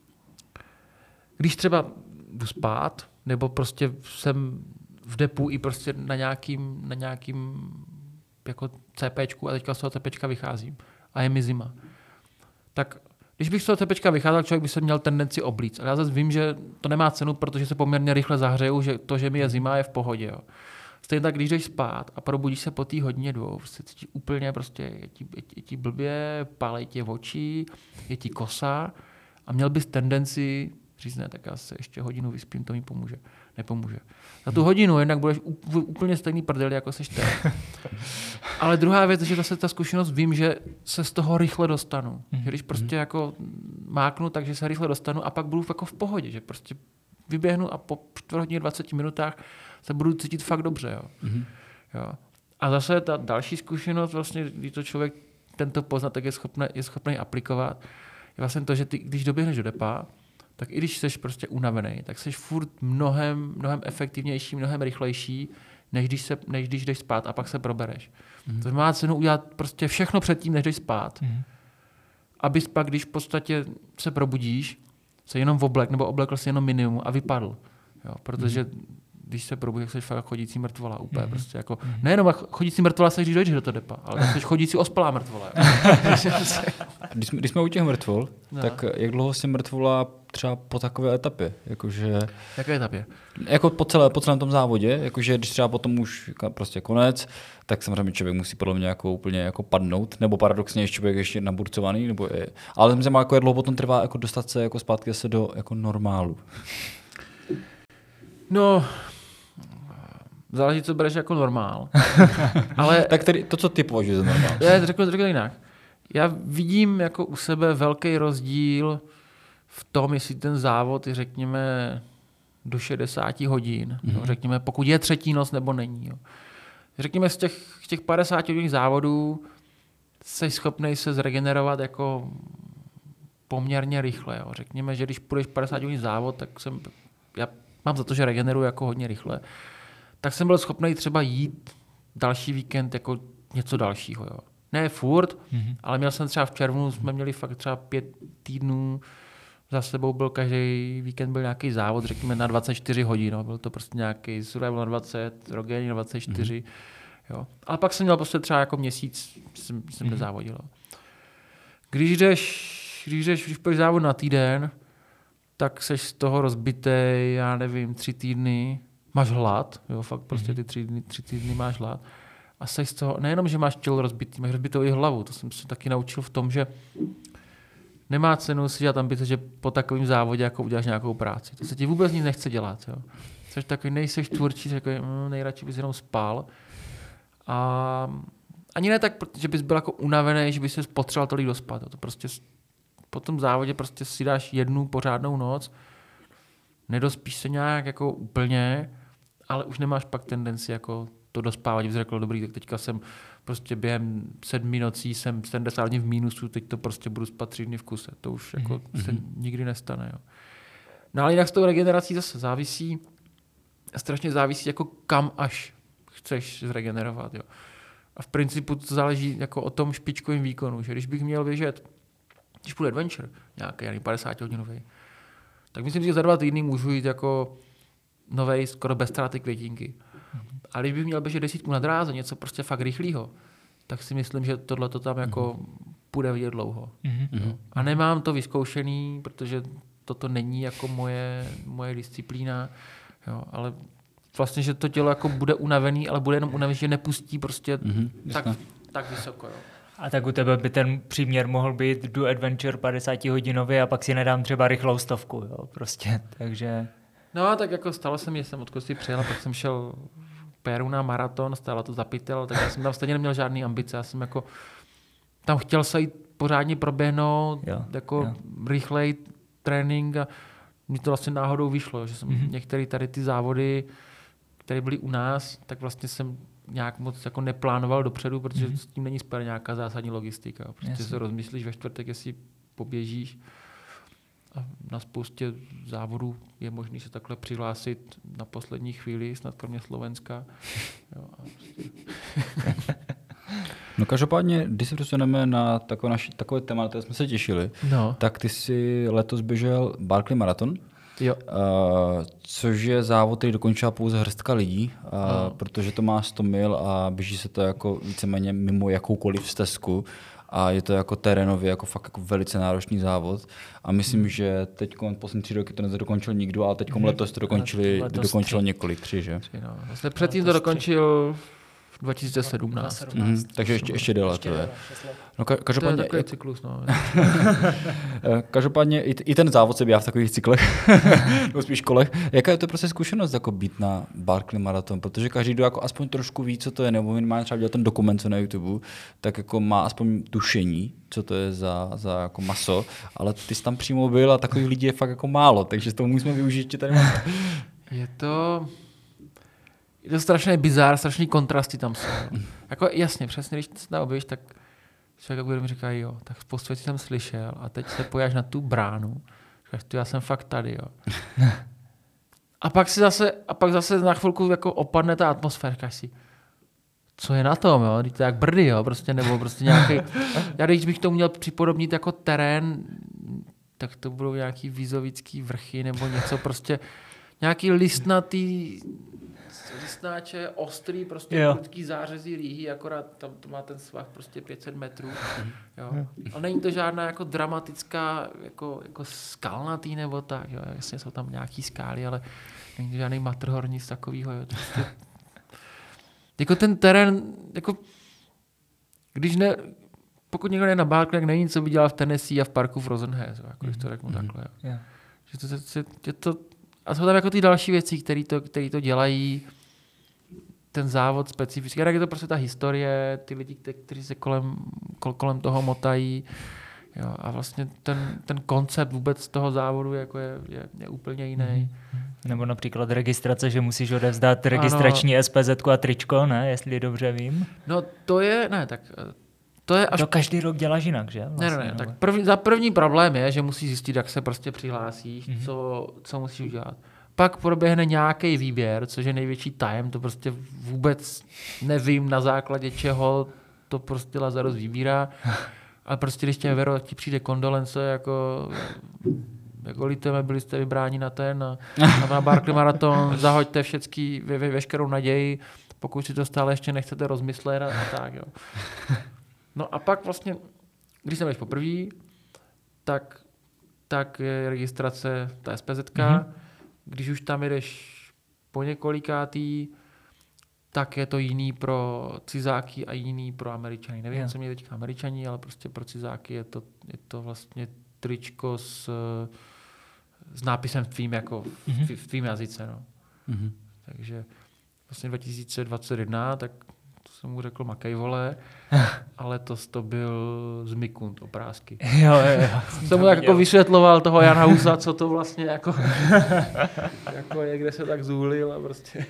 třeba jdu spát, nebo prostě jsem v depu i prostě na nějakým jako CPčku a teďka z toho CPčka vycházím a je mi zima. Tak když bych z toho CPčka vycházel, člověk by se měl tendenci oblíct. Ale já zase vím, že to nemá cenu, protože se poměrně rychle zahřeju, že to, že mi je zima, je v pohodě. Jo. Stejně tak, když jdeš spát a probudíš se po té hodině 2, prostě cítíš úplně prostě, je ti blbě, pálej tě v oči, je ti kosa a měl bys tendenci říct, ne, tak já se ještě hodinu vyspím, to mi pomůže. Nepomůže. Za tu hodinu jednak budeš úplně stejný prdel, jako seš teď. Ale druhá věc, že zase ta zkušenost vím, že se z toho rychle dostanu. Že když prostě jako máknu, takže se rychle dostanu a pak budu jako v pohodě, že prostě vyběhnu a po 4 hodině 20 minutách se budu cítit fakt dobře. Jo. Jo. A zase ta další zkušenost, vlastně, když to člověk tento poznatek je schopný aplikovat, je vlastně to, že ty, když doběhneš do depa, tak i když jsi prostě unavený, tak jsi furt mnohem efektivnější, mnohem rychlejší, než když jdeš spát a pak se probereš. To má cenu udělat prostě všechno předtím, než jdeš spát. Abys pak, když v podstatě se probudíš, se jenom oblekl si jenom minimum a vypadl. Jo, protože když se probudíš, tak jsi fakt chodící mrtvola. Úplně prostě jako, nejenom chodící mrtvola seš, když dojdeš do toho depa, ale jsi chodící ospalá mrtvola. Když jsme u těch mrtvol, tak jak dlouho jsi mrtvola třeba po takové etapě? Jakože, jaké etapě? Jako po celém tom závodě, jakože když třeba potom už prostě konec, tak samozřejmě člověk musí podle mě jako úplně jako padnout, nebo paradoxně je člověk ještě naburcovaný, nebo je. Ale jsem jako jak dlouho potom trvá jako dostat se jako zpátky se do jako normálu. No, záleží, co bereš jako normál. Ale tak tedy to, co ty považuješ za normál. Já řeknu to jinak. Já vidím jako u sebe velký rozdíl v tom, jestli ten závod je, řekněme, do 60 hodin. Jo, řekněme, pokud je třetí noc nebo není. Jo. Řekněme, z těch 50 hodin závodů jsi schopný se zregenerovat jako poměrně rychle. Jo. Řekněme, že když půjdeš 50 hodin závod, tak já mám za to, že regeneruji jako hodně rychle, tak jsem byl schopný třeba jít další víkend jako něco dalšího. Jo. Ne furt, ale měl jsem třeba v červnu, jsme měli fakt třeba 5 týdnů, za sebou byl každý víkend byl nějaký závod, řekněme na 24 hodin. No. Byl to prostě nějaký survival na 20, Rogeni na 24. Jo. Ale pak jsem měl prostě třeba jako měsíc, jsem nezávodil. Když půjdeš závod na týden, tak seš z toho rozbitej, já nevím, 3 týdny, máš hlad, jo, fakt prostě ty 3 týdny máš hlad. A seš z toho, nejenom, že máš tělo rozbitý, máš rozbitou i hlavu. To jsem se taky naučil v tom, že nemá cenu si dělat ambice, že po takovém závodě jako uděláš nějakou práci. To se ti vůbec nic nechce dělat. Jo. Jsi takový, nejseš tvůrčí, takový, nejradši bys jenom spal. A ani ne tak, že bys byl jako unavený, že bys se potřeboval tolik dospat. Jo. To prostě po tom závodě prostě si dáš jednu pořádnou noc, nedospíš se nějak jako úplně, ale už nemáš pak tendenci jako to dospávat, že bys řekl, dobrý, tak teďka jsem prostě během 7 nocí jsem 70 dní v mínusu, teď to prostě budu spát 3 dny v kuse. To už jako se nikdy nestane. Jo. No ale jinak s tou regenerací zase strašně závisí jako kam až chceš zregenerovat. Jo. A v principu to záleží jako o tom špičkovém výkonu, že když bych měl běžet, když půjde adventure, nějaký 50 hodinový, tak myslím, že za 2 týdny můžu jít jako novej, skoro bez ztráty květinky. Ale když bych měl běžet 10 na dráze, něco prostě fakt rychlýho, tak si myslím, že tohle to tam jako půjde vidět dlouho. Mhm. A nemám to vyzkoušený, protože toto není jako moje disciplína, jo, ale vlastně, že to tělo jako bude unavený, ale bude jenom unavený, že nepustí prostě tak vysoko. Jo. A tak u tebe by ten příměr mohl být do adventure 50 hodinově a pak si nedám třeba rychlou 100, jo, prostě, takže... No a tak jako stalo se mi, že jsem od Kosty přijel, pak jsem šel Peru na maraton, stálo to za pytel, tak já jsem tam stejně neměl žádný ambice, já jsem jako tam chtěl se jít pořádně proběhnout, rychlej trénink a mi to vlastně náhodou vyšlo, že jsem některé tady ty závody, které byly u nás, tak vlastně jsem nějak moc jako neplánoval dopředu, protože s tím není spojena nějaká zásadní logistika. Prostě se rozmyslíš ve čtvrtek, jestli poběžíš. A na spoustě závodů je možné se takhle přihlásit na poslední chvíli, snad kromě Slovenska. Jo, a prostě... No každopádně, když se přesuneme na takové téma, na které jsme se těšili, tak ty jsi letos běžel Barkley Marathon, což je závod, který dokončila pouze hrstka lidí, protože to má 100 mil a běží se to jako víceméně mimo jakoukoliv stezku a je to jako terénově jako fakt jako velice náročný závod a myslím, že teď poslední 3 roky to nedokončil nikdo, ale teď letos to dokončilo několik, 3, že? Vlastně předtím to dokončil 2017. Takže ještě déle to je. No, každopádně, to je takový cyklus. No. Každopádně i ten závod se běhá v takových cyklech, nebo spíš kolech. Jaká je to prostě zkušenost jako být na Barkley Marathon? Protože každý, kdo jako aspoň trošku ví, co to je, nebo minimálně třeba dělat ten dokument, co na YouTube, tak jako má aspoň tušení, co to je za jako maso, ale ty jsi tam přímo byl a takových lidí je fakt jako málo, takže to musíme využít, že tady máme. Je to strašný bizár, strašný kontrasty tam jsou. Jako jasně, přesně, když se tam objevíš, tak člověk mi říká, jo, tak spoustu věcí jsem slyšel a teď se pojáš na tu bránu, říkáš, já jsem fakt tady, jo. A pak zase na chvilku jako opadne ta atmosféra, říkáš si, co je na tom, jo, to je jak Brdy, jo, prostě, nebo prostě nějaký, já když bych to měl připodobnit jako terén, tak to budou nějaký Vizovický vrchy, nebo něco prostě, nějaký listnáče, ostrý, prostě prudký zářezí líhy, akorát tam to má ten svah prostě 500 metrů. Jo. A není to žádná jako dramatická, jako skalnatý nebo tak. Jo. Jasně jsou tam nějaký skály, ale není to žádný Matterhorn, nic takového. Prostě, jako ten terén, jako pokud někdo je na Barkley, tak není co by dělal v Tennessee a v parku v Rosenheath, jako když to řeknu takhle. Jo. Že a jsou tam jako ty další věci, které to dělají, ten závod specifický. Tak je to prostě ta historie, ty lidi, kteří se kolem toho motají. Jo, a vlastně ten koncept vůbec toho závodu jako je úplně jiný. Nebo například registrace, že musíš odevzdat registrační SPZ a tričko, ne, jestli dobře vím. No to je, ne, tak... To je až... To každý rok děláš jinak, že? Vlastně, ne, tak první problém je, že musíš zjistit, jak se prostě přihlásíš, co musíš udělat. Pak proběhne nějaký výběr, což je největší tajem, to prostě vůbec nevím, na základě čeho to prostě Lazarus vybírá, ale prostě když tě Vero, ti přijde kondolence, jako litujeme, byli jste vybráni na na Barkley Marathon, zahoďte veškerou naději, pokud si to stále ještě nechcete rozmyslet a tak, jo. No a pak vlastně, když jsem jdeš poprvé, tak je registrace ta SPZ-ka. Když už tam jdeš po několikátý, tak je to jiný pro cizáky a jiný pro Američany. Nevím, co mě teďka Američani, ale prostě pro cizáky je to vlastně tričko s nápisem v tvým jazyce. No. Takže vlastně 2021, tak to jsem mu řekl makej, vole, ale to byl Zmikund oprázky. Jo. Jsem mu tak jako vysvětloval toho Jana Husa, co to vlastně jako je, kde se tak zůlil a prostě.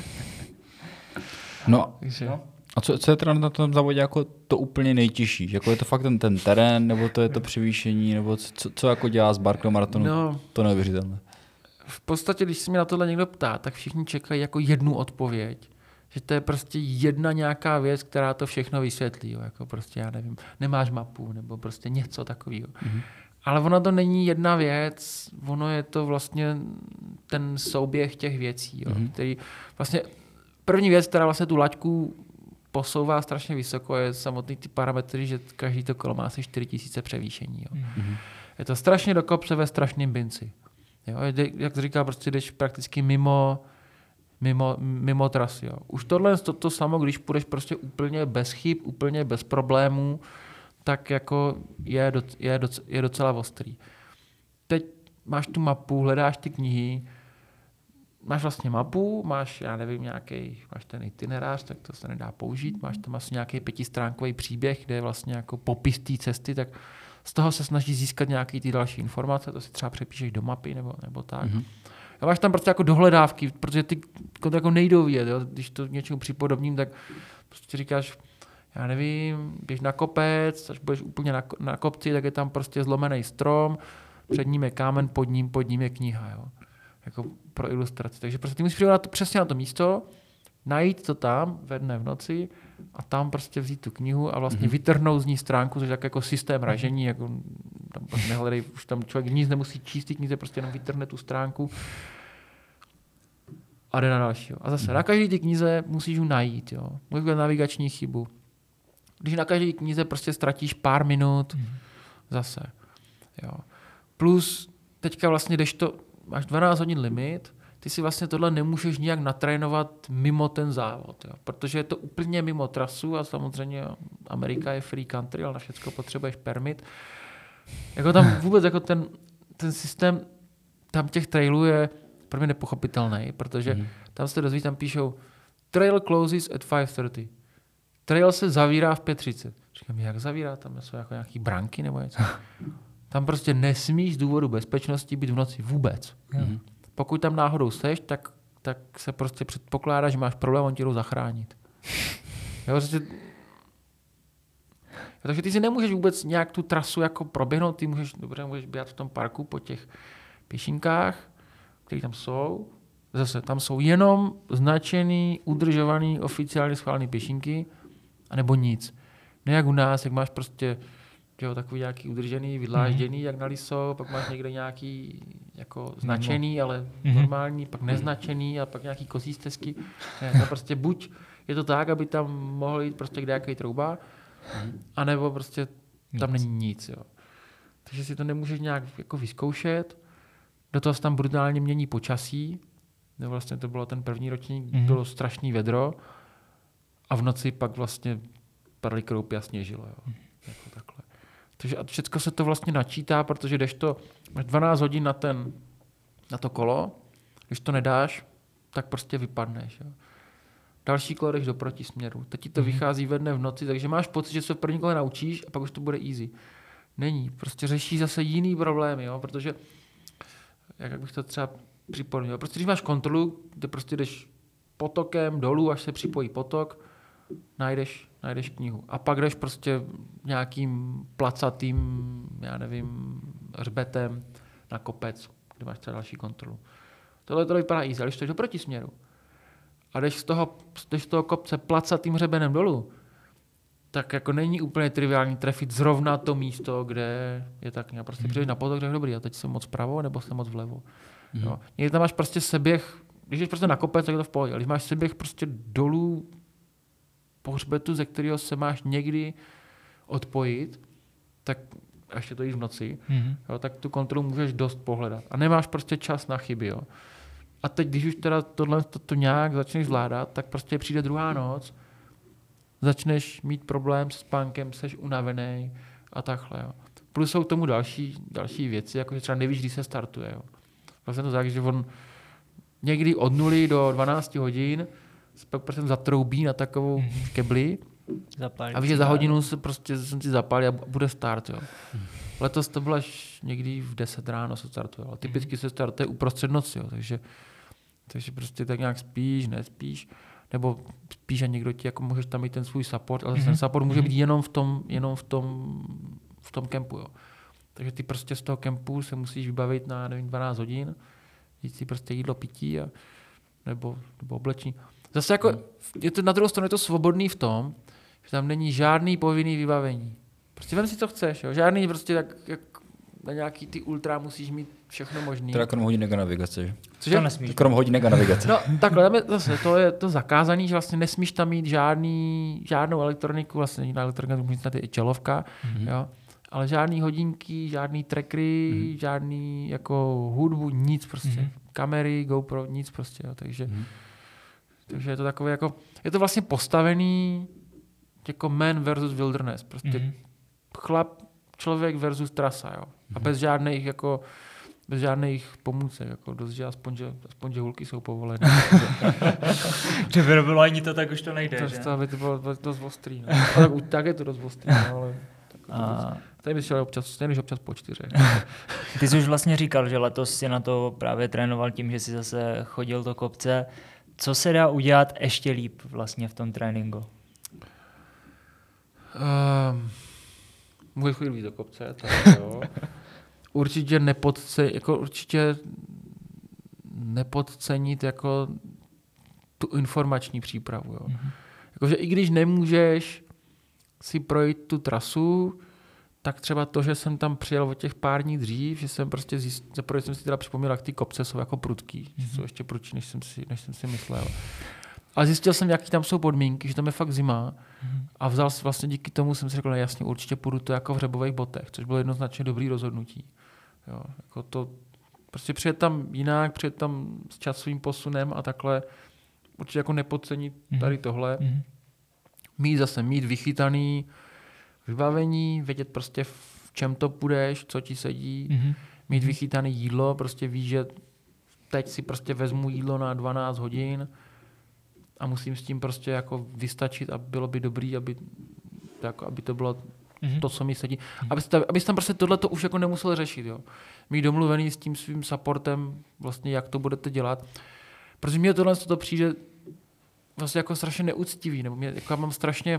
No, a co je teda na tom závodě jako to úplně nejtěžší? Jako je to fakt ten terén, nebo to je to převýšení, nebo co jako dělá z Barkley Marathonu? To neuvěřitelné. V podstatě, když se mě na tohle někdo ptá, tak všichni čekají jako jednu odpověď. Že to je prostě jedna nějaká věc, která to všechno vysvětlí. Jo. Jako prostě, já nevím, nemáš mapu, nebo prostě něco takového. Ale ono to není jedna věc, ono je to vlastně ten souběh těch věcí. Jo, který vlastně první věc, která vlastně tu laťku posouvá strašně vysoko, je samotný ty parametry, že každý to kolo má asi 4000 převýšení. Jo. Je to strašně do kopce ve strašným binci. Jo. Jak jsi říkal, prostě jdeš prakticky mimo trasy. Jo. Už tohle to samo, když půjdeš prostě úplně bez chyb, úplně bez problémů, tak jako je docela ostrý. Teď máš tu mapu, hledáš ty knihy, máš vlastně mapu, máš, já nevím, máš ten itinerář, tak to se nedá použít, máš tam asi nějaký 5stránkový příběh, kde je vlastně jako popis té cesty, tak z toho se snaží získat nějaký ty další informace, to si třeba přepíšeš do mapy nebo tak. A máš tam prostě jako dohledávky, protože ty jako nejdou vidět, jo? Když to něčemu připodobním, tak prostě říkáš, já nevím, běž na kopec, až budeš úplně na kopci, tak je tam prostě zlomený strom, před ním je kámen, pod ním je kniha, jo? Jako pro ilustraci. Takže prostě ty musíš přijít přesně na to místo, najít to tam ve dne v noci a tam prostě vzít tu knihu a vlastně vytrhnout z ní stránku, což je jako systém ražení, jako tam prostě nehledej, už tam člověk nic nemusí číst, ty knize prostě jenom vytrhne tu stránku a jde na dalšího. A zase na každé ty knize musíš ju najít, jo. Můžeš udělat navigační chybu. Když na každé knize prostě ztratíš pár minut, zase, jo. Plus teďka vlastně máš 12 hodin limit, ty si vlastně tohle nemůžeš nijak natrénovat mimo ten závod, jo. Protože je to úplně mimo trasu a samozřejmě Amerika je free country, ale na všecko potřebuješ permit. Jako tam vůbec jako ten systém tam těch trailů je pro mě nepochopitelný, protože tam se dozví, tam píšou trail closes at 5:30. Trail se zavírá v 5:30. Říkám, jak zavírá? Tam jsou jako nějaký branky nebo něco. Tam prostě nesmíš z důvodu bezpečnosti být v noci vůbec. Pokud tam náhodou seš, tak se prostě předpokládá, že máš problém, on tě jdou zachránit. Jo, prostě... Takže ty si nemůžeš vůbec nějak tu trasu jako proběhnout, ty můžeš běhat v tom parku po těch pěšinkách, které tam jsou. Zase tam jsou jenom značený, udržovaný, oficiálně schválený pěšinky, anebo nic. Ne jak u nás, jak máš prostě takový nějaký udržený, vydlážděný, jak na liso, pak máš někde nějaký jako značený, ale normální, pak neznačený a pak nějaký kozí stezky. Ne, to prostě buď je to tak, aby tam mohl jít prostě kdejaký trouba, anebo prostě tam není nic. Jo. Takže si to nemůžeš nějak jako vyzkoušet. Do toho se tam brutálně mění počasí. Vlastně to bylo ten první ročník, bylo strašný vedro a v noci pak vlastně padaly kroupy a sněžilo. Jo. Jako takhle. Takže a všechno se to vlastně načítá, protože máš 12 hodin na to kolo, když to nedáš, tak prostě vypadneš. Jo. Další kolo jdeš do protisměru. Teď ti to vychází ve dne v noci, takže máš pocit, že se v první kole naučíš a pak už to bude easy. Není. Prostě řeší zase jiný problémy, jo, protože jak bych to třeba připomněl. Prostě když máš kontrolu, kde prostě jdeš potokem dolů, až se připojí potok, najdeš knihu. A pak jdeš prostě nějakým placatým, já nevím, hřbetem na kopec, kde máš třeba další kontrolu. Tohle to vypadá easy, ale když jdeš do protisměru a jdeš z toho kopce placatým hřebenem dolů, tak jako není úplně triviální trefit zrovna to místo, kde je ta kniha. Prostě přijdeš na potok, řekl dobrý, a teď jsem moc vpravo nebo jsem moc vlevo. Jo. Někdy tam máš prostě seběh, když jdeš prostě na kopec, tak je to v pohodě, ale když máš seběh prostě dolů po hřbetu, ze kterého se máš někdy odpojit, tak až to jíš v noci, jo, tak tu kontrolu můžeš dost pohledat. A nemáš prostě čas na chyby. Jo. A teď, když už teda to nějak začneš zvládat, tak prostě přijde druhá noc, začneš mít problém s spánkem, seš unavený a takhle. Jo. Plus jsou k tomu další věci, jako že třeba nevíš, kdy se startuje. Jo. Vlastně to tak, že on někdy od 0 do 12 hodin pak prostě zatroubí na takovou kebli a víš, že za hodinu jsem si zapálil a bude start. Jo. Letos to bylo až někdy v 10 ráno se startuje. Ale typicky se startuje uprostřed noci. Jo. Takže prostě tak nějak spíš, nespíš. Nebo spíš a někdo ti jako můžeš tam mít ten svůj support, ale ten support může být jenom v tom kempu. Jo. Takže ty prostě z toho kempu se musíš vybavit na 12 hodin, jít si prostě jídlo, pití nebo oblečení. Zase jako je to na druhou stranu je to svobodný v tom, že tam není žádný povinný vybavení. Prostě vem si, co chceš. Jo. Žádný prostě jak na nějaký ty ultra musíš mít všechno možný. Teda krom hodinek a navigace, že? To nesmíš. Krom hodinek a navigace. No takhle, tam je zase, to je to zakázaný, že vlastně nesmíš tam mít žádnou elektroniku, vlastně na elektronika může snad i čelovka, jo. Ale žádný hodinky, žádný trackery, žádný jako hudbu, nic prostě. Kamery, GoPro, nic prostě, jo. Takže je to takové jako, je to vlastně postavený jako man versus wilderness, prostě člověk versus trasa, jo. A bez žádných pomůcek, jako dost, že aspoň že hulky jsou povolené. Kdyby nebylo ani to, tak už to nejde, že? To aby to bylo dost ostrý, no. Tak je to dost ostrý, no, ale... Tady bych šel občas po 4. Ty jsi už vlastně říkal, že letos si na to právě trénoval tím, že jsi zase chodil do kopce. Co se dá udělat ještě líp vlastně v tom tréninku? Můžu chodit víc do kopce, tak jo. Určitě nepodcenit jako tu informační přípravu. Jo. Jakože i když nemůžeš si projít tu trasu, tak třeba to, že jsem tam přijel od těch pár dní dřív, že jsem prostě jsem si teda připomněl, jak ty kopce jsou jako prudký, že jsou ještě prudčí, než jsem si myslel. Ale zjistil jsem, jaký tam jsou podmínky, že tam je fakt zima a vlastně díky tomu jsem si řekl, jasně, určitě půjdu to jako v hřebových botech, což bylo jednoznačně dobrý rozhodnutí. Jo, jako to, prostě přijet tam jinak, přijet tam s časovým posunem a takhle, určitě jako nepodcenit tady tohle. Mít vychytaný vybavení, vědět prostě v čem to půjdeš, co ti sedí, mít vychytané jídlo, prostě víš, že teď si prostě vezmu jídlo na 12 hodin a musím s tím prostě jako vystačit a bylo by dobrý, aby to bylo to, co mi sedí. Abys tam prostě tohleto už jako nemusel řešit. Jo. Mít domluvený s tím svým supportem, vlastně jak to budete dělat. Protože mě tohle to přijde vlastně jako strašně neúctivý, nebo jako mám strašně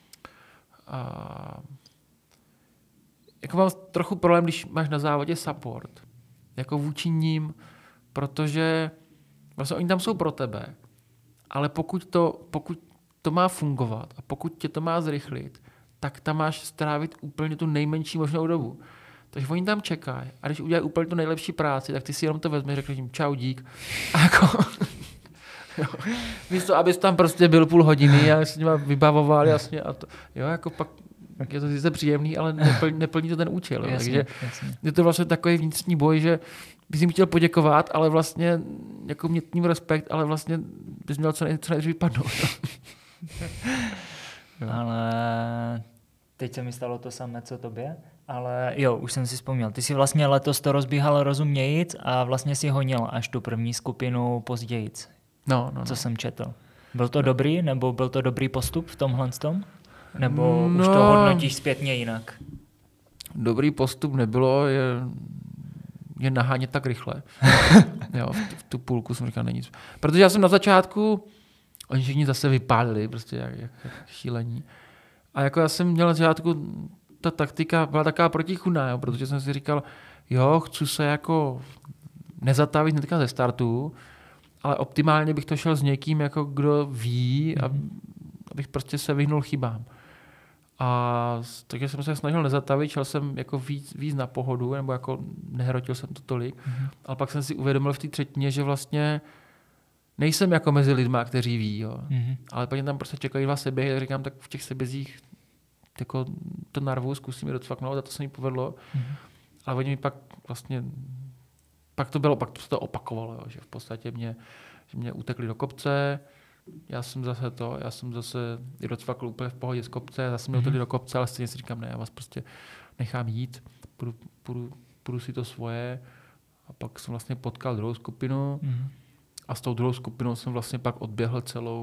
jako mám trochu problém, když máš na závodě support, jako vůči ním, protože vlastně oni tam jsou pro tebe, ale pokud to má fungovat a pokud tě to má zrychlit, tak tam máš strávit úplně tu nejmenší možnou dobu. Takže oni tam čekají a když udělají úplně tu nejlepší práci, tak ty si jenom to vezmeš, řekneš jim čau, dík. A jako... Místo, abys tam prostě byl půl hodiny a s nima vybavoval jasně a to, jo, jako pak je to sice příjemný, ale neplní to ten účel. Jasně, takže je to vlastně takový vnitřní boj, že bys jim chtěl poděkovat, ale vlastně jako mě tím respekt, ale vlastně bys měl co nejdřív vypadnout. Ale teď se mi stalo to samé, co tobě, ale jo, už jsem si vzpomněl. Ty si vlastně letos to rozbíhal rozumnějíc a vlastně si honil až tu první skupinu pozdějíc. No. Co jsem četl. Byl to dobrý, nebo byl to dobrý postup v tomhle tom? Nebo už to hodnotíš zpětně jinak? Dobrý postup nebylo, je nahánět tak rychle. Jo, v tu půlku jsem říkal, není nic. Protože já jsem na začátku, oni všichni zase vypálili, prostě jak šílení. A jako já jsem měl na začátku, ta taktika byla taková protichůdná, jo, protože jsem si říkal, jo, chci se jako nezatávit hnedka ze startu, ale optimálně bych to šel s někým, jako kdo ví, abych prostě se vyhnul chybám. A takže jsem se snažil nezatavit, šel jsem jako víc na pohodu, nebo jako nehrotil jsem to tolik, ale pak jsem si uvědomil v té třetině, že vlastně nejsem jako mezi lidma, kteří ví, jo. Ale pak tam prostě čekají dva seběhy, říkám, tak v těch sebězích jako to narvu, zkusím je docvaknout a to se mi povedlo. Ale oni mi pak vlastně pak se to opakovalo, jo, že v podstatě mě utekli do kopce, já jsem zase i docvakl úplně v pohodě z kopce, zase mě utekli do kopce, ale stejně si říkám, ne, já vás prostě nechám jít, půjdu si to svoje a pak jsem vlastně potkal druhou skupinu a s tou druhou skupinou jsem vlastně pak odběhl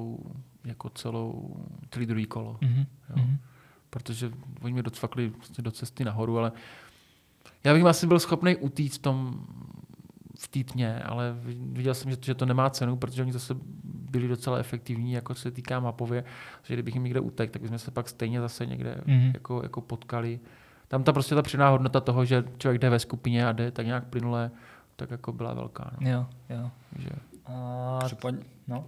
celý druhý kolo. Jo. Protože oni mě docvakli vlastně do cesty nahoru, ale já bych asi byl schopný utíct v té tmě, ale viděl jsem, že to nemá cenu, protože oni zase byli docela efektivní, jako se týká mapově, že kdybych jim někde utekl, tak bychom se pak stejně zase někde jako potkali. Tam ta přidaná hodnota toho, že člověk jde ve skupině a jde tak nějak plynule, tak jako byla velká. No. Jo. Takže... No.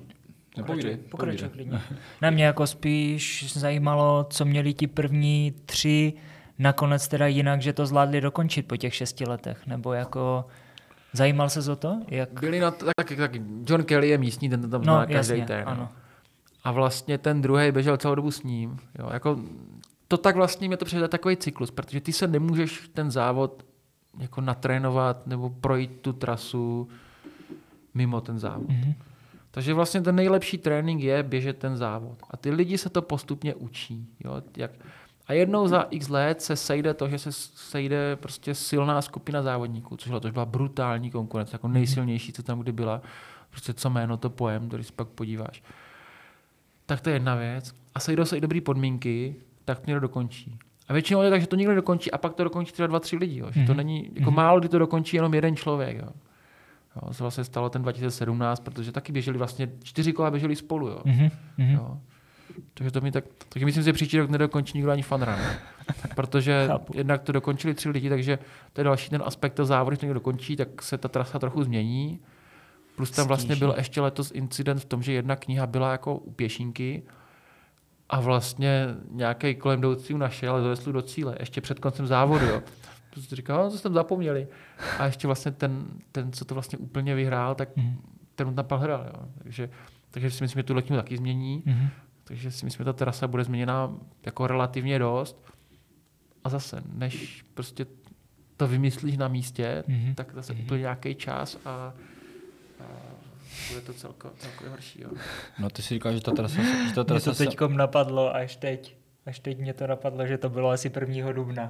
Pokračuj klidně. Ne, mě jako spíš zajímalo, co měli ti první 3 nakonec teda jinak, že to zvládli dokončit po těch 6 letech? Nebo jako zajímal se o to? Jak... Byli na to, tak John Kelly je místní, ten tam zná každý ten. Ano. A vlastně ten druhý běžel celou dobu s ním. Jo, jako, to tak vlastně mě to přijde takový cyklus, protože ty se nemůžeš ten závod jako natrénovat nebo projít tu trasu mimo ten závod. Mm-hmm. Takže vlastně ten nejlepší trénink je běžet ten závod. A ty lidi se to postupně učí. Jo? A jednou za x let se sejde to, že se sejde prostě silná skupina závodníků, což byla brutální konkurence, jako nejsilnější, co tam kdy byla. Prostě co jméno, to pojem, když si pak podíváš. Tak to je jedna věc. A sejdou se i dobrý podmínky, tak to někdo dokončí. A většinou je tak, že to někdo dokončí a pak to dokončí třeba 2-3 lidi. Jo? Že to není, jako málo kdy to dokončí jenom jeden člověk. Jo? Jo, to vlastně stalo ten 2017, protože taky běželi vlastně 4 kola běželi spolu. Jo? Jo? Takže myslím si, že příští rok nedokončí nikdo ani funrun. Protože jednak to dokončili 3 lidi, takže to je další ten aspekt toho závodu, když to někdo dokončí, tak se ta trasa trochu změní. Plus tam vlastně byl ještě letos incident v tom, že jedna kniha byla jako u pěšinky a vlastně nějaký kolem jdoucí našel a donesl do cíle, ještě před koncem závodu. Jo. To si říkal, co jste tam zapomněli. A ještě vlastně ten, co to vlastně úplně vyhrál, tak ten tam hrál. Jo. Takže si myslím, že tu letní taky změní. Takže si myslím, že ta trasa bude změněná jako relativně dost. A zase, než prostě to vymyslíš na místě, tak zase úplně nějaký čas a bude to celkově horší. Jo. No ty si říkal, že ta trasa... Mě to teďkom napadlo až teď mě to napadlo, že to bylo asi 1. dubna.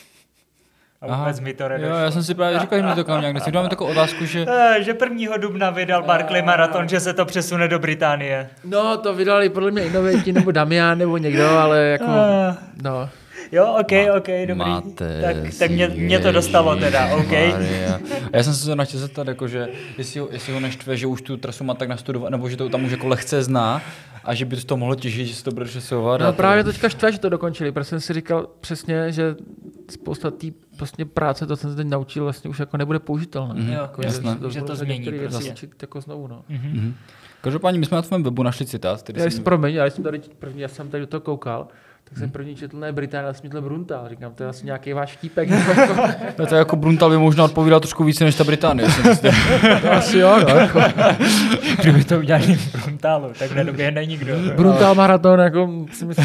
A vůbec mi to nedošlo. Jo, já jsem si právě říkal, že mi to kam nějak nesmí. Dáme takovou otázku, že 1. dubna vydal Barkley maraton, že se to přesune do Británie. No, to vydali podle mě Innoventi nebo Damian nebo někdo, ale jako... No. Jo, ok, dobrý. Tak mě to dostalo teda, ok. Já jsem se nechtěl zeptat, jako, že jestli ho neštve, že už tu trasu má tak nastudovat, nebo že to tam už jako lehce zná a že by to mohlo těžit, že se to bude přesouvat. No právě teďka štve, že to dokončili, protože jsem si říkal přesně, že spousta té vlastně práce, to jsem se teď naučil, vlastně už jako nebude použitelné. Jako, že to změní. Prostě. Učit jako znovu, no. Každopádně, my jsme na tvém webu našli citát, který já jsem tady do toho koukal, tak jsem první četl, ne Británie, ale jsem četl Bruntal. Říkám, to je asi nějaký váš vtípek. No to jako Bruntal by možná odpovídal trošku více než ta Británie. To asi jo, no. Jako. Kdyby to udělali v Bruntalu, tak nedoběhne nikdo. Bruntal maraton, jako si myslím.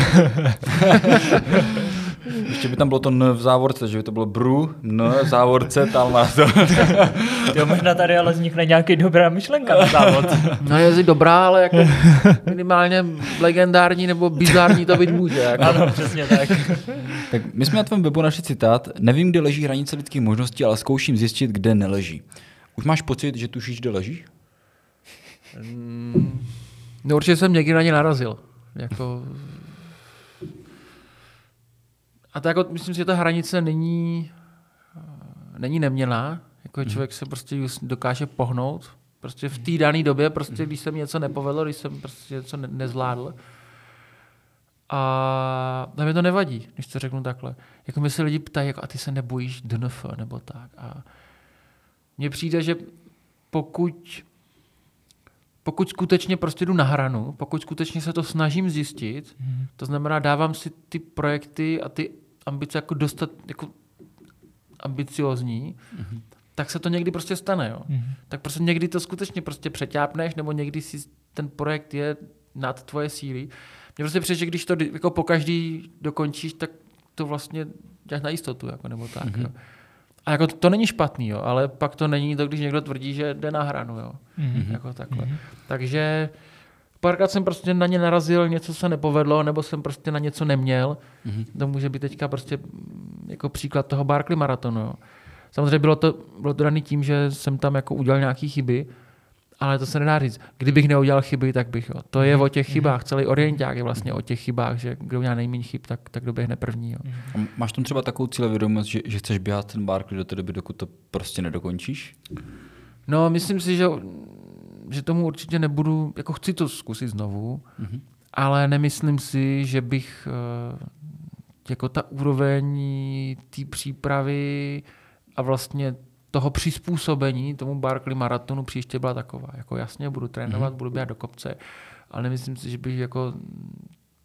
Ještě by tam bylo to N v závorce, že by to bylo Bru, N v závorce, tal maraton. Jo, možná tady ale vznikne nějaký dobrá myšlenka na závod. No je dobrá, ale jako minimálně legendární nebo bizární to být může. Jako. Ano, přesně tak. Tak my jsme na tvém webu našli citát. Nevím, kde leží hranice lidských možností, ale zkouším zjistit, kde neleží. Už máš pocit, že tušíš, kde leží? No určitě jsem někdy na ně narazil. Jako... A to jako, myslím si, že ta hranice není neměnná. Jako člověk se prostě dokáže pohnout. Prostě v té dané době, prostě, když se mi něco nepovedlo, když jsem prostě něco nezvládl. A mě to nevadí, když to řeknu takhle. Jako mi se lidi ptají, jako, a ty se nebojíš DNF nebo tak. A mně přijde, že pokud skutečně prostě jdu na hranu, pokud skutečně se to snažím zjistit, to znamená, dávám si ty projekty a ty ambice jako dostat jako ambiciozní, tak se to někdy prostě stane. Jo. Tak prostě někdy to skutečně prostě přeťápneš, nebo někdy si ten projekt je nad tvoje síly. Mně prostě přijde, že když to jako pokaždý dokončíš, tak to vlastně děláš na jistotu, jako, nebo tak. Jo. A jako to není špatný, jo, ale pak to není to, když někdo tvrdí, že jde na hranu. Jo. Jako takhle. Takže párkrát jsem prostě na ně narazil, něco se nepovedlo, nebo jsem prostě na něco neměl. To může být teďka prostě jako příklad toho Barkley maratonu. Jo. Samozřejmě bylo to dané tím, že jsem tam jako udělal nějaké chyby, ale to se nedá říct. Kdybych neudělal chyby, tak bych. Jo. To je o těch chybách. Celý orienták je vlastně o těch chybách, že kdo udělá nejméně chyb, tak doběhne první. Jo. A máš tam třeba takovou cílevědomost, že chceš běhat ten Barkley do té doby, dokud to prostě nedokončíš? No, myslím si, že tomu určitě nebudu, jako chci to zkusit znovu, ale nemyslím si, že bych jako ta úroveň té přípravy a vlastně toho přizpůsobení tomu Barkley maratonu příště byla taková. Jako jasně, budu trénovat, budu běhat do kopce, ale nemyslím si, že bych jako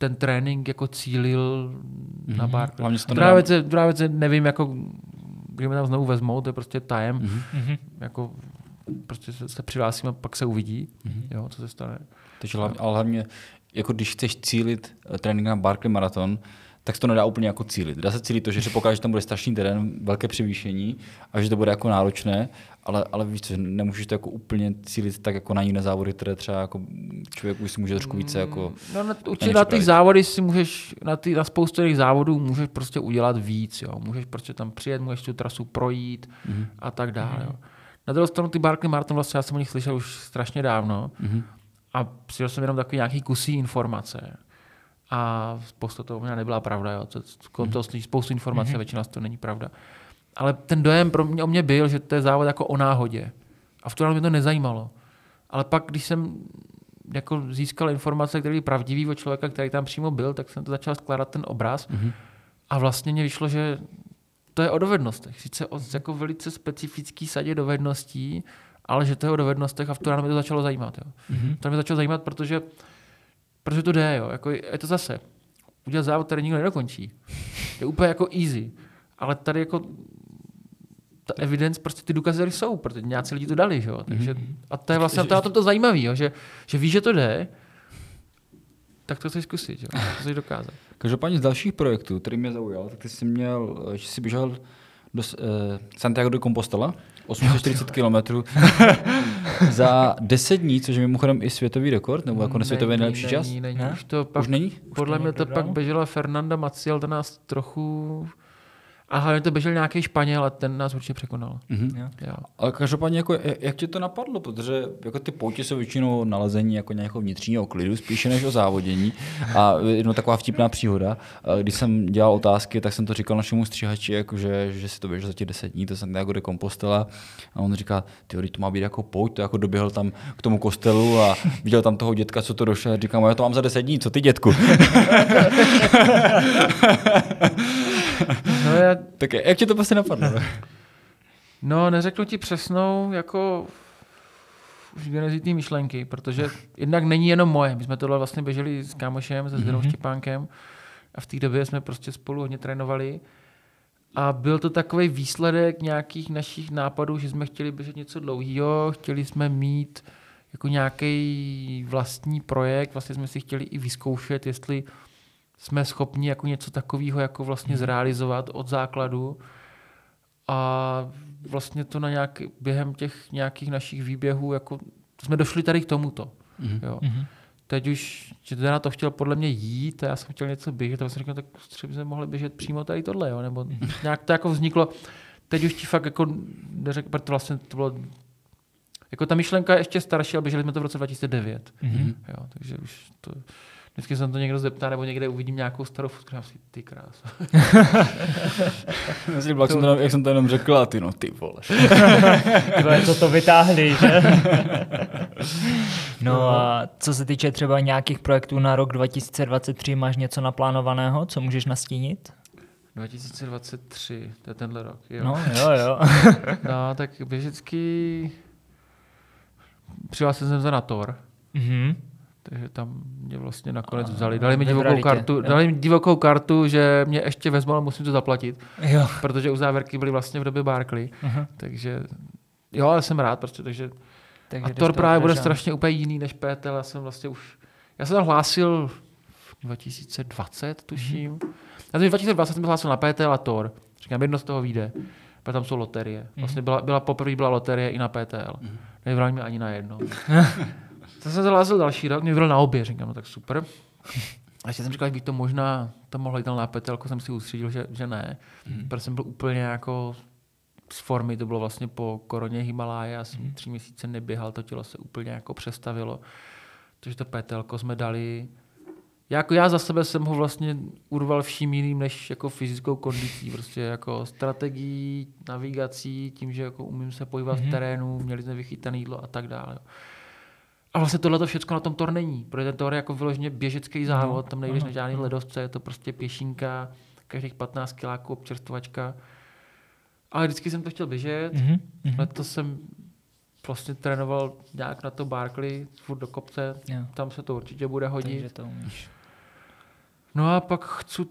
ten trénink jako cílil na Barkley. Druhá věc nevím, jako, kdy mě tam znovu vezmou, to je prostě tajem. Jako, prostě se přihlásím a pak se uvidí, jo, co se stane. Takže hlavně, jako když chceš cílit trénink na Barkley maraton, tak se to nedá úplně jako cílit. Dá se cílit to, že pokaže, že tam bude strašný terén, velké převýšení a že to bude jako náročné, ale víš co, nemůžeš to jako úplně cílit tak jako na jiné závody, které třeba jako člověk už si může trošku více jako... No, určitě na těch závody si můžeš, na spoustu těch závodů můžeš prostě udělat víc, jo. Můžeš prostě tam přijet, můžeš tu trasu projít a tak dále, jo. Na druhou stranu ty Barkley maraton, vlastně já jsem o nich slyšel už strašně dávno a přijel jsem jenom takový nějaký kusí informace. A spousta toho možná nebyla pravda, jo. Spoustu informací, většina z toho není pravda. Ale ten dojem o mě byl, že to je závod jako o náhodě. A v tom mě to nezajímalo. Ale pak, když jsem jako získal informace, které byly pravdivé od člověka, který tam přímo byl, tak jsem to začal skládat ten obraz. A vlastně mě vyšlo, že to je o dovednostech. Sice o jako velice specifický sadě dovedností, ale že to je o dovednostech a v tu ráno mě to začalo zajímat. Jo. To mě začalo zajímat, protože to jde, jo. Jako je to zase. Udělat závod, který nikdo nedokončí. Je úplně jako easy. Ale tady jako ta evidence, prostě ty důkazy tady jsou, protože nějací lidi to dali, jo. Takže, a to je vlastně na tom to zajímavé, jo. Že víš, že to jde, tak to chceš zkusit, jo. To chceš dokázat. Každopádně z dalších projektů, který mě zaujal, tak ty jsi měl, že jsi běžel do Santiago de Compostela, 840 km za 10 dní, což je mimochodem i světový rekord, nebo jako nesvětový nejlepší čas? Není. Už není? Podle mě to pak běžela Fernanda Maciel, ten nás trochu... A hlavně to běžel nějaký Španěl a ten nás určitě překonal. Jo. Ale každopádně, jako, jak tě to napadlo? Protože jako ty poutě jsou většinou nalezení jako nějakého vnitřního klidu, spíše než o závodění. A jedno taková vtipná příhoda. Když jsem dělal otázky, tak jsem to říkal našemu stříhači, jako, že si to běžel za těch 10 dní, to jsem jako de Compostela. A on říká, ty to má být jako pouť, to jako doběhl tam k tomu kostelu a viděl tam toho dětka, co to došel. A říkám, já to mám za 10 dní, co ty, dětku? No tak jak tě to prostě napadlo? No, neřeknu ti přesnou jako už genezitní myšlenky, protože jednak není jenom moje. My jsme tohle vlastně běželi s kámošem, se Zdenou Štěpánkem a v té době jsme prostě spolu hodně trénovali. A byl to takový výsledek nějakých našich nápadů, že jsme chtěli běžet něco dlouhého, chtěli jsme mít jako nějaký vlastní projekt, vlastně jsme si chtěli i vyzkoušet, jestli jsme schopni jako něco takového jako vlastně zrealizovat od základu a vlastně to během těch nějakých našich výběhů jako jsme došli tady k tomuto. Jo. Teď už, že teda to chtěl podle mě jít a já jsem chtěl něco běžet, tak jsem říkal, tak třeba jsme mohli běžet přímo tady tohle, jo, nebo nějak to jako vzniklo. Teď už ti fakt jako neřekl, protože vlastně to bylo jako ta myšlenka je ještě starší, ale běželi jsme to v roce 2009. Jo, takže už to vždycky jsem to někdo zeptá, nebo někde uvidím nějakou starou fotku, a si ty krása. Jak jsem to jenom řekl, a ty no, ty vole. Co to vytáhli, že? No a co se týče třeba nějakých projektů na rok 2023, máš něco naplánovaného, co můžeš nastínit? 2023, to je tenhle rok, jo. No, jo. No, tak běžecky přihlásil jsem se na Tor. Takže tam mě vlastně nakonec vzali. Dali mi divokou kartu, že mě ještě vezmu, ale musím to zaplatit. Jo. Protože uzávěrky byly vlastně v době Barkley. Takže jo, ale jsem rád prostě, takže a Tor právě bude strašně úplně jiný než PTL. Já jsem tam hlásil v 2020, tuším. Já jsem v 2020 jsem hlásil na PTL a Tor. Říkám, jedno z toho vyjde. Protože tam jsou loterie. Vlastně poprvé byla loterie i na PTL. Nevybrali mi ani na jedno. To jsem zahlásil další rok, mě vybral na obě, říkám, no tak super. A ještě jsem říkal, že bych to možná tam mohl jít na PTL, jsem si ustřídil, že ne. Protože jsem byl úplně jako z formy, to bylo vlastně po koroně Himaláje, já jsem 3 měsíce neběhal, to tělo se úplně jako přestavilo. Takže to PTL jsme dali. Já za sebe jsem ho vlastně urval vším jiným než jako fyzickou kondicí, prostě jako strategií, navigací, tím, že jako umím se pohybovat v terénu, měli jsme vychytané jídlo a tak dále. A vlastně tohleto všechno na tom Tor není, protože ten Tor je jako vyloženě běžecký závod, tam nejdeš na žádný ledovce, je to prostě pěšinka, každých 15 kiláků občerstvovačka. Ale vždycky jsem to chtěl běžet, letos jsem vlastně trénoval nějak na to Barkley, furt do kopce, tam se to určitě bude hodit. Takže to umíš. No a pak chci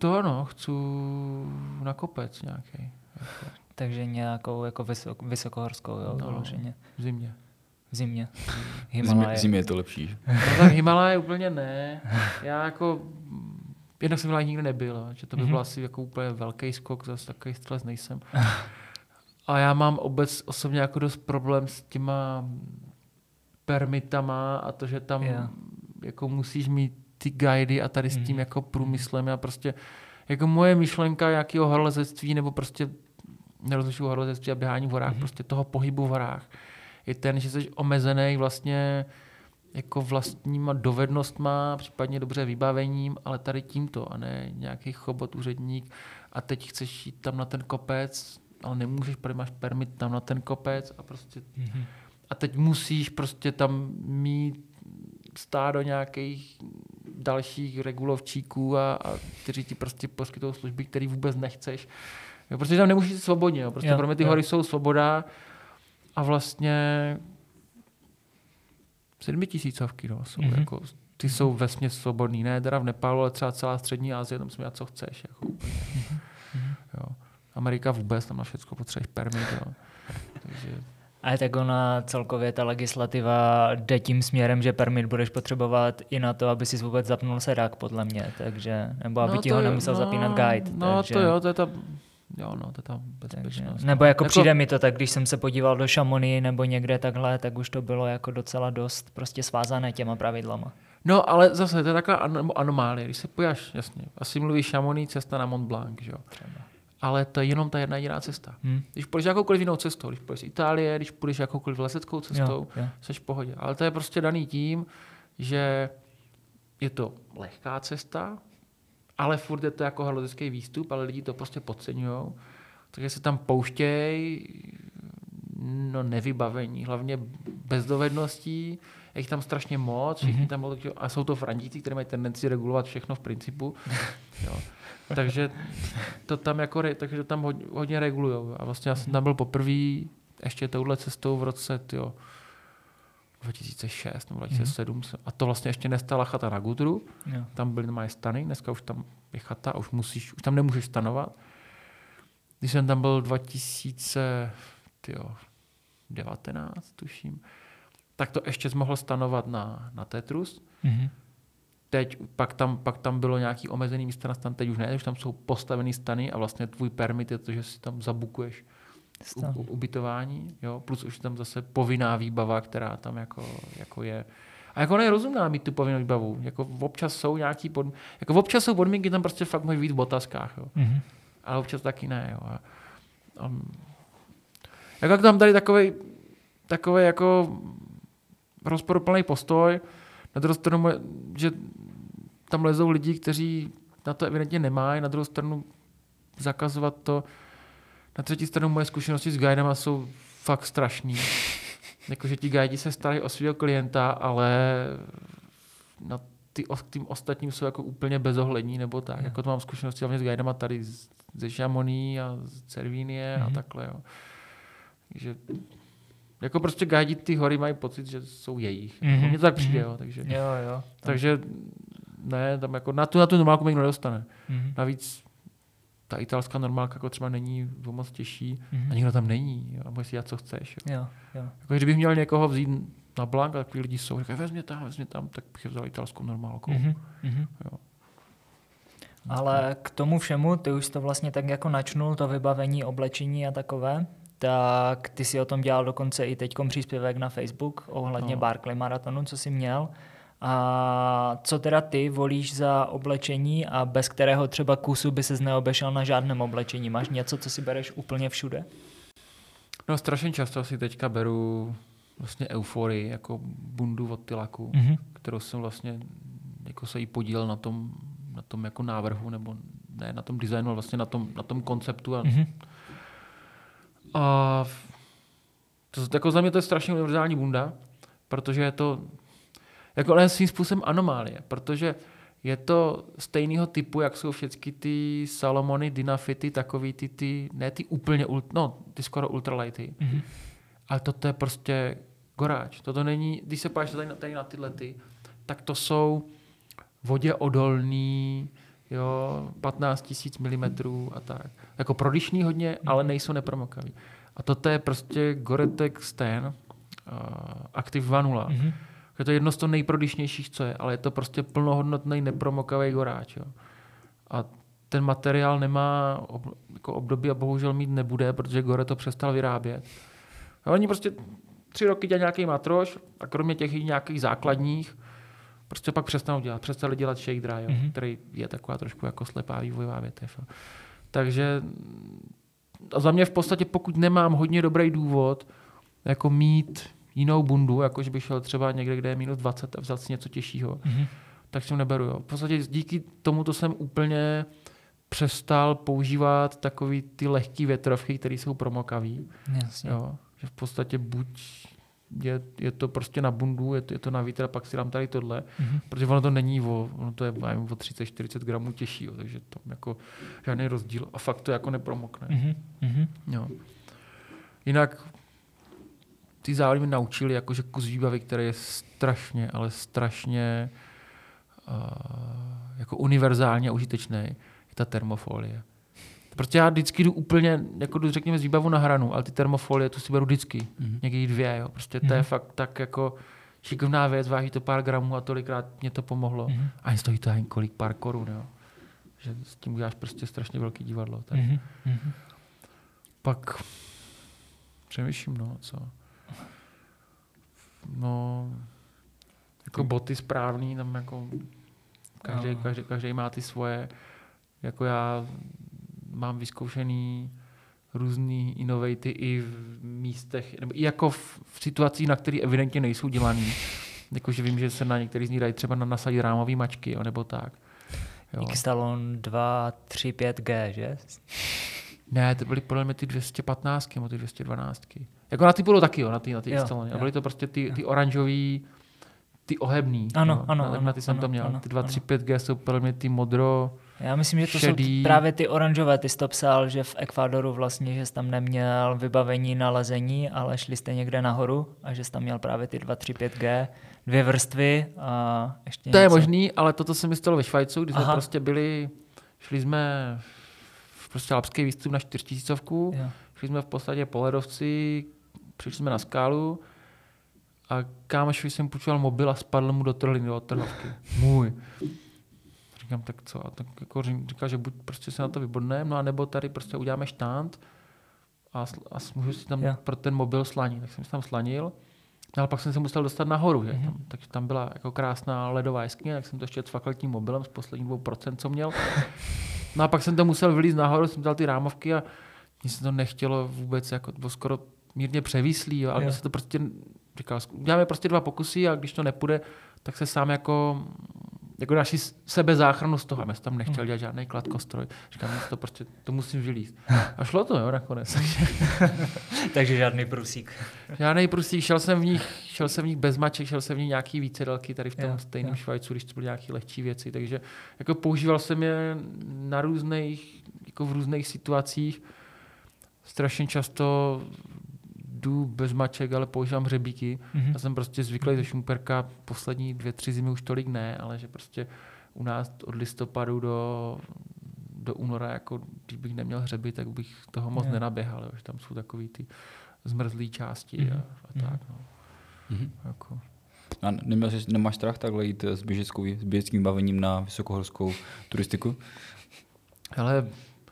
na kopec nějaký. Takže nějakou jako vysokohorskou, jo, vyloženě. V zimě. V zimě. V zimě je to lepší. No tak Himalaj úplně ne. Já jako, jednak jsem Himalaj nikdy nebyl, že to by byl asi jako úplně velký skok, zase takový střelec nejsem. A já mám osobně jako dost problém s těma permitama a to, že tam jako musíš mít ty guidy a tady s tím jako průmyslem. Já prostě, jako moje myšlenka jakého horolezectví nebo prostě nerozlišuju horolezectví a běhání v horách, prostě toho pohybu v horách, je ten, že jsi omezený vlastně jako vlastníma dovednostma, případně dobře vybavením, ale tady tímto a ne nějaký chobot, úředník a teď chceš jít tam na ten kopec, ale nemůžeš, protože máš permit tam na ten kopec a prostě a teď musíš prostě tam mít stádo nějakých dalších regulovčíků a kteří ti prostě poskytují služby, které vůbec nechceš. Jo, protože tam nemůžeš jít svobodně. Jo. Prostě pro mě ty hory jsou svoboda a vlastně 7000, no, jsou jako, ty jsou vesměs svobodný. Ne teda v Nepálu, ale třeba celá střední Asie, tam jsme dělat, co chceš. Jako úplně. Jo. Amerika vůbec, tam na všechno potřebuješ permit. Jo. Takže... A tak ona celkově ta legislativa jde tím směrem, že permit budeš potřebovat i na to, aby si vůbec zapnul sedák, podle mě, takže, nebo aby ti ho nemusel zapínat guide. No takže, to jo, to je ta bezpečnost. Takže, nebo jako přijde mi to tak, když jsem se podíval do Chamonix nebo někde takhle, tak už to bylo jako docela dost prostě svázané těma pravidlama. No, ale zase to je taková anomálie, když se podíváš, jasně, asi mluvíš Chamonix, cesta na Mont Blanc, že jo. Ale to je jenom ta jedna jediná cesta. Když půjdeš jakoukoliv jinou cestou, když půjdeš z Itálie, když půjdeš jakoukoliv leseckou cestou, jsi v pohodě. Ale to je prostě daný tím, že je to lehká cesta, ale furt je to jako horolezský výstup, ale lidi to prostě podceňujou. Takže se tam pouštějí nevybavení, hlavně bez dovedností, je jich tam strašně moc, všichni tam, a jsou to Frantíci, kteří mají tendenci regulovat všechno v principu. Jo. Takže to tam jako, takže to tam hodně regulujou. A vlastně já jsem tam byl poprvé ještě touhle cestou v roce 2006 nebo 2007. A to vlastně ještě nestála chata na Gudru. Tam byly normálně stany, dneska už tam je chata a už tam nemůžeš stanovat. Když jsem tam byl 2019, tuším, tak to ještě jsi mohl stanovat na Tetrus. Teď pak tam bylo nějaký omezený místa na stan, teď už ne, už tam jsou postavený stany a vlastně tvůj permit je to, že si tam zabukuješ ubytování, jo? Plus už tam zase povinná výbava, která tam jako je. A jako je rozumná mít tu povinnou výbavu. Jako občas jsou nějaký občas jsou podmínky, tam prostě fakt můžeš být v botaskách, jo? Ale občas taky ne. Jo? Jako tam tady takový jako rozporuplný postoj, na druhou stranu, že tam lezou lidi, kteří na to evidentně nemají, na druhou stranu zakazovat to. Na třetí stranu moje zkušenosti s guidama jsou fakt strašný. Jakože ti guidi se starají o svého klienta, ale na tím ostatním jsou jako úplně bezohlední, nebo tak. Jako to mám zkušenosti hlavně s guidama tady ze Chamonix a z Cervinie a takhle. Jo. Takže jako prostě guidi ty hory mají pocit, že jsou jejich. Mně to tak přijde, jo. Takže, takže ne, tam jako na tu normálku mě nikdo nedostane. Navíc ta italská normálka jako třeba není moc těžší a nikdo tam není. Jo. A můžeš si dělat, co chceš. Jo. Jako, kdybych měl někoho vzít na Blanc a takový lidi jsou, říkají, vezmi tam, tak bych vzal italskou normálkou. Jo. Ale k tomu všemu, ty už to vlastně tak jako načnul, to vybavení, oblečení a takové, tak ty si o tom dělal dokonce i teďkom příspěvek na Facebook ohledně Barkley maratonu, co jsi měl. A co teda ty volíš za oblečení a bez kterého třeba kusu by ses neobešel na žádném oblečení? Máš něco, co si bereš úplně všude? No strašně často si teďka beru vlastně euforii, jako bundu od Tylaku, kterou jsem vlastně jako se jí podílel na tom jako návrhu, nebo ne na tom designu, ale vlastně na tom konceptu. A to jako za mě to je strašně univerzální bunda, protože je to jako ale svým způsobem anomálie, protože je to stejného typu, jak jsou všechny ty Salomony, Dynafity, takový ne ty úplně, ty skoro ultralighty. Ale toto je prostě goráč. Toto není, když se páš tady na tyhle, tak to jsou vodě odolný, jo, 15 000 mm a tak. Jako prodyšný hodně, ale nejsou nepromokavý. A toto je prostě Gore-Tex ten Active 2.0. Je to jedno z toho nejprodyšnějších, co je, ale je to prostě plnohodnotný nepromokavý goráč. Jo. A ten materiál nemá jako období a bohužel mít nebude, protože Gore to přestal vyrábět. A oni prostě 3 roky dělají nějaký matroš a kromě těch nějakých základních prostě pak přestali dělat shake dry, který je taková trošku jako slepá vývojová větev. Takže a za mě v podstatě, pokud nemám hodně dobrý důvod jako mít jinou bundu, jakož bych šel třeba někde, kde je -20 a vzal si něco těžšího, tak si ho neberu. Jo. V podstatě díky tomuto jsem úplně přestal používat takový ty lehký větrovky, které jsou promokavý. Jo. Že v podstatě buď je to prostě na bundu, je to na vítr a pak si dám tady tohle, protože ono to není ono to je o 30-40 gramů těžší, jo, takže to jako žádný rozdíl a fakt to jako nepromokne. Jo. Jinak ty závody mi naučili jakože kus výbavy, který je strašně, ale strašně jako univerzálně a užitečný, je ta termofolie. Prostě já vždycky jdu úplně, jako jdu řekněme z výbavu na hranu, ale ty termofolie, tu si beru vždycky. Někdy 2, jo. Prostě to je fakt tak jako šikovná věc, váží to pár gramů a tolikrát mě to pomohlo. A stojí to ani kolik, pár korun, jo. Že s tím uděláš prostě strašně velký divadlo. Tak. Pak přemýšlím, co. Jako boty správný, tam jako každý má ty svoje. Jako já mám vyzkoušený různý inovaty i v místech, nebo i jako v situacích, na které evidentně nejsou dělaný. Jakože vím, že se na některý z nich dají třeba nasadit rámový mačky, jo, nebo tak. X-Talon 235G, že? Ne, to byly podle mě ty 215, nebo ty 212. Jako na ty budou taky, jo, na ty X-Talony. A byly to prostě ty oranžový, ty ohebný. Ano, na ty jsem to měl. Ty 235G jsou podle mě ty modro. Já myslím, že to šedý. Jsou právě ty oranžové. Ty jsi to psal, že v Ekvádoru vlastně, že jsi tam neměl vybavení na lezení, ale šli jste někde nahoru a že jsi tam měl právě ty 235G, 2 vrstvy a ještě to něco. Je možný, ale toto se mi stalo ve Švajcu, kdy jsme prostě šli jsme v prostě alpský výstup na 4000, šli jsme v podstatě po ledovci, přišli jsme na skálu a kámošovi jsem půjčoval mobil a spadl mu do trhliny, do trhovky. Můj. Říkám, tak co? A tak jako říkal, že buď prostě se na to vybodneme, no a nebo tady prostě uděláme štánt a můžu si tam pro ten mobil slanit. Tak jsem si tam slanil, ale pak jsem se musel dostat nahoru, že? Takže tam byla jako krásná ledová jeskyně, tak jsem to ještě cvakal tím mobilem z posledních 2%, co měl. No a pak jsem to musel vylít nahoru, jsem dal ty rámovky a mně se to nechtělo vůbec, jako bylo skoro mírně převíslý, jo, ale mně se to prostě říkal, uděláme prostě 2 pokusy a když to nepůjde, tak se sám jako dáš sebezáchranu z toho. Já jsem tam nechtěl dělat žádný kladkostroj. Říkám, to musím vylízt. A šlo to, jo, nakonec. Takže žádný prusík. Žádný prusík. Šel jsem v nich bez maček, šel jsem v nich nějaký vícedelky tady v tom stejném Švajcu, když to byly nějaké lehčí věci. Takže jako používal jsem je na různých, jako v různých situacích. Strašně často jdu bez maček, ale používám hřebíky. Já jsem prostě zvyklý ze Šumperka, poslední 2-3 zimy už tolik ne, ale že prostě u nás od listopadu do února, jako když bych neměl hřeby, tak bych toho moc nenaběhal, jo, že tam jsou takový ty zmrzlé části a tak. No. Jako. A nemáš strach takhle jít s běžeckým bavením na vysokohorskou turistiku? Ale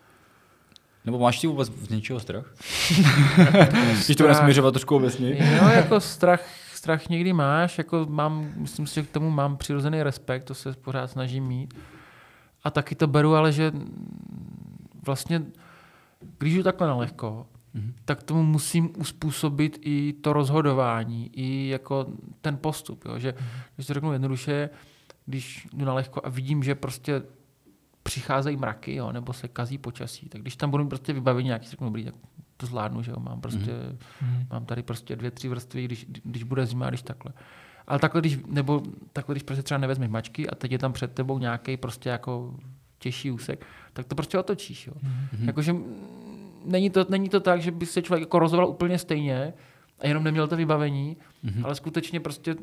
nebo máš ty vůbec z něčeho strach? Když to bude směřovat trošku obecně. No, jako strach někdy máš, jako myslím si, že k tomu mám přirozený respekt, to se pořád snažím mít. A taky to beru, ale že vlastně, když jdu takhle nalehko, tak tomu musím uspůsobit i to rozhodování, i jako ten postup. Jo? Že, když to řeknu jednoduše, když jdu nalehko a vidím, že prostě přicházejí mraky, jo, nebo se kazí počasí, tak když tam budu prostě vybavit nějaký, řeknu, dobrý, tak to zvládnu, že jo, mám tady prostě 2-3 vrstvy, když bude zima, když takhle. Ale takhle, když prostě třeba nevezmeš mačky a teď je tam před tebou nějaký prostě jako těžší úsek, tak to prostě otočíš, jo. Jakože není to tak, že by se člověk jako rozhodoval úplně stejně a jenom neměl to vybavení, ale skutečně prostě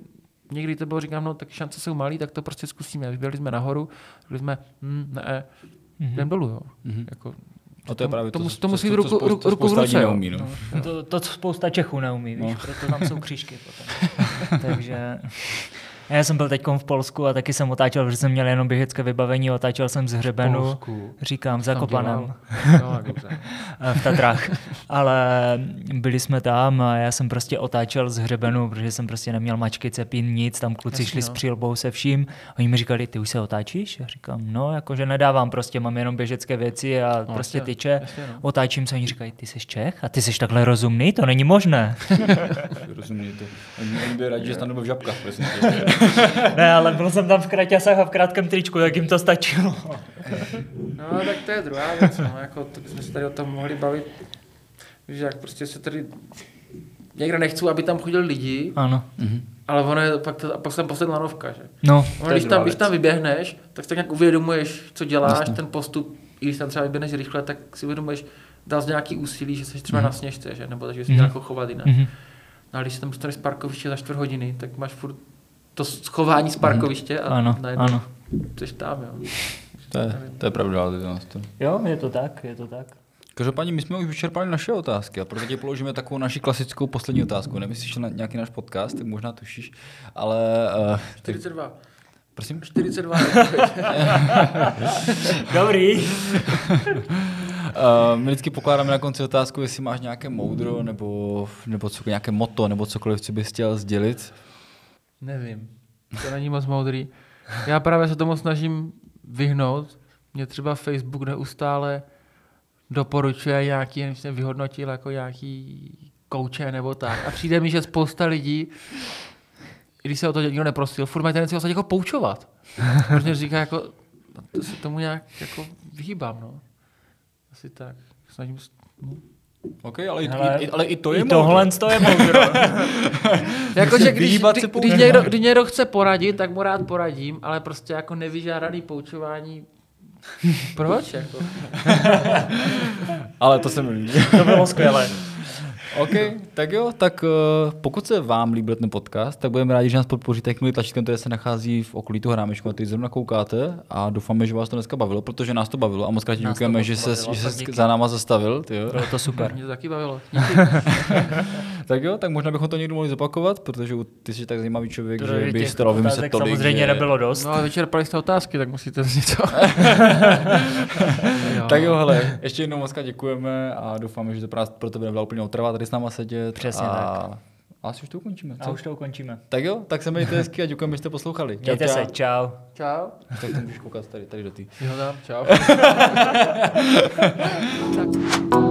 někdy to bylo, říkám, no tak šance jsou malý, tak to prostě zkusíme. Vyběhli jsme nahoru, řekli jsme, jdem dolů, jo. Jako, a to je právě to musí ruku v ruce, neumí, no. To spousta Čechů neumí, víš, proto tam jsou křížky potom. Takže... Já jsem byl teďkom v Polsku a taky jsem otáčel, protože jsem měl jenom běžecké vybavení, otáčel jsem z hřebenu, říkám, v Zakopaném, v Tatrách. Ale byli jsme tam a já jsem prostě otáčel z hřebenu, protože jsem prostě neměl mačky, cepín, nic, tam kluci šli s přilbou se vším. Oni mi říkali, ty už se otáčíš? Já říkám, no, jakože nedávám, prostě mám jenom běžecké věci a prostě tyče. Otáčím se, oni říkají, ty jsi Čech a ty jsi takhle rozumný? To není možné. Rozumný to. Oni by rádi, že jsi tam nebyl v žabkách, prosím. Ne, ale byl jsem tam v kraťasách a v krátkém tričku, jak jim to stačilo. No, tak to je druhá věc, no, jako to bychom se tady o tom mohli bavit, že jak prostě se tady, někde nechci, aby tam chodili lidi, ano. Ale ono je pak jsem poslední lanovka, že? No, když tam vyběhneš, tak nějak uvědomuješ, co děláš, ten postup, i když tam třeba vyběhneš rychle, tak si uvědomuješ, dal jsi nějaký úsilí, že jsi třeba na sněžce, že? Nebo že jsi měl jako chovat jinak. No, a když se tam dostaneš z parkoviště za 4 hodiny, tak máš furt to schování z parkoviště a najednou jsi tam, jo. To je pravda. Jo, je to tak. Každopádně my jsme už vyčerpali naše otázky a proto ti položíme takovou naši klasickou poslední otázku. Nemyslíš na nějaký náš podcast, tak možná tušíš, ale... 42. Prosím? 42. Dobrý. My vždycky pokládáme na konci otázku, jestli máš nějaké moudro nebo nějaké motto nebo cokoliv, co bys chtěl sdělit. Nevím, to není moc moudrý. Já právě se tomu snažím vyhnout. Mě třeba Facebook neustále doporučuje nějaký, nevím, jsem vyhodnotil jako nějaký kouče nebo tak. A přijde mi, že spousta lidí, když se o to někdo neprosil, furt mají tendenci vlastně jako poučovat. Protože říká jako, to se tomu nějak jako vyhýbám, no. Asi tak. Snažím se... OK, ale i to je moudro. Tohle to je moudro. Jakože když někdo chce poradit, tak mu rád poradím, ale prostě jako nevyžádaný poučování. Proč? Jako? Ale to se mi líbí. To bylo skvělé. OK, tak jo, tak pokud se vám líbil ten podcast, tak budeme rádi, že nás podpoříte jakmile tlačítkem, které se nachází v okolí toho rámečku, na který zrovna koukáte a doufáme, že vás to dneska bavilo, protože nás to bavilo a moc krát děkujeme, že se za náma zastavil. Tyjo. Bylo to super. Mě to taky bavilo. Tak jo, tak možná bychom to někdy mohli zopakovat, protože ty jsi tak zajímavý člověk, že bys to vymyslet tolik. Samozřejmě nebylo dost. No ale vyčerpali jste otázky, tak musíte něco. Tak jo, hele, ještě jednou moc děkujeme a doufáme, že to pro tebe nebyla úplně otrava tady s náma sedět. Přesně tak. A asi už to ukončíme. A už to ukončíme. Tak jo, tak se mějte hezky a děkujeme, že jste poslouchali. Mějte se, čau. Čau. Tak to můžeš koukat tady do ty. Jo, dám, čau. Tak.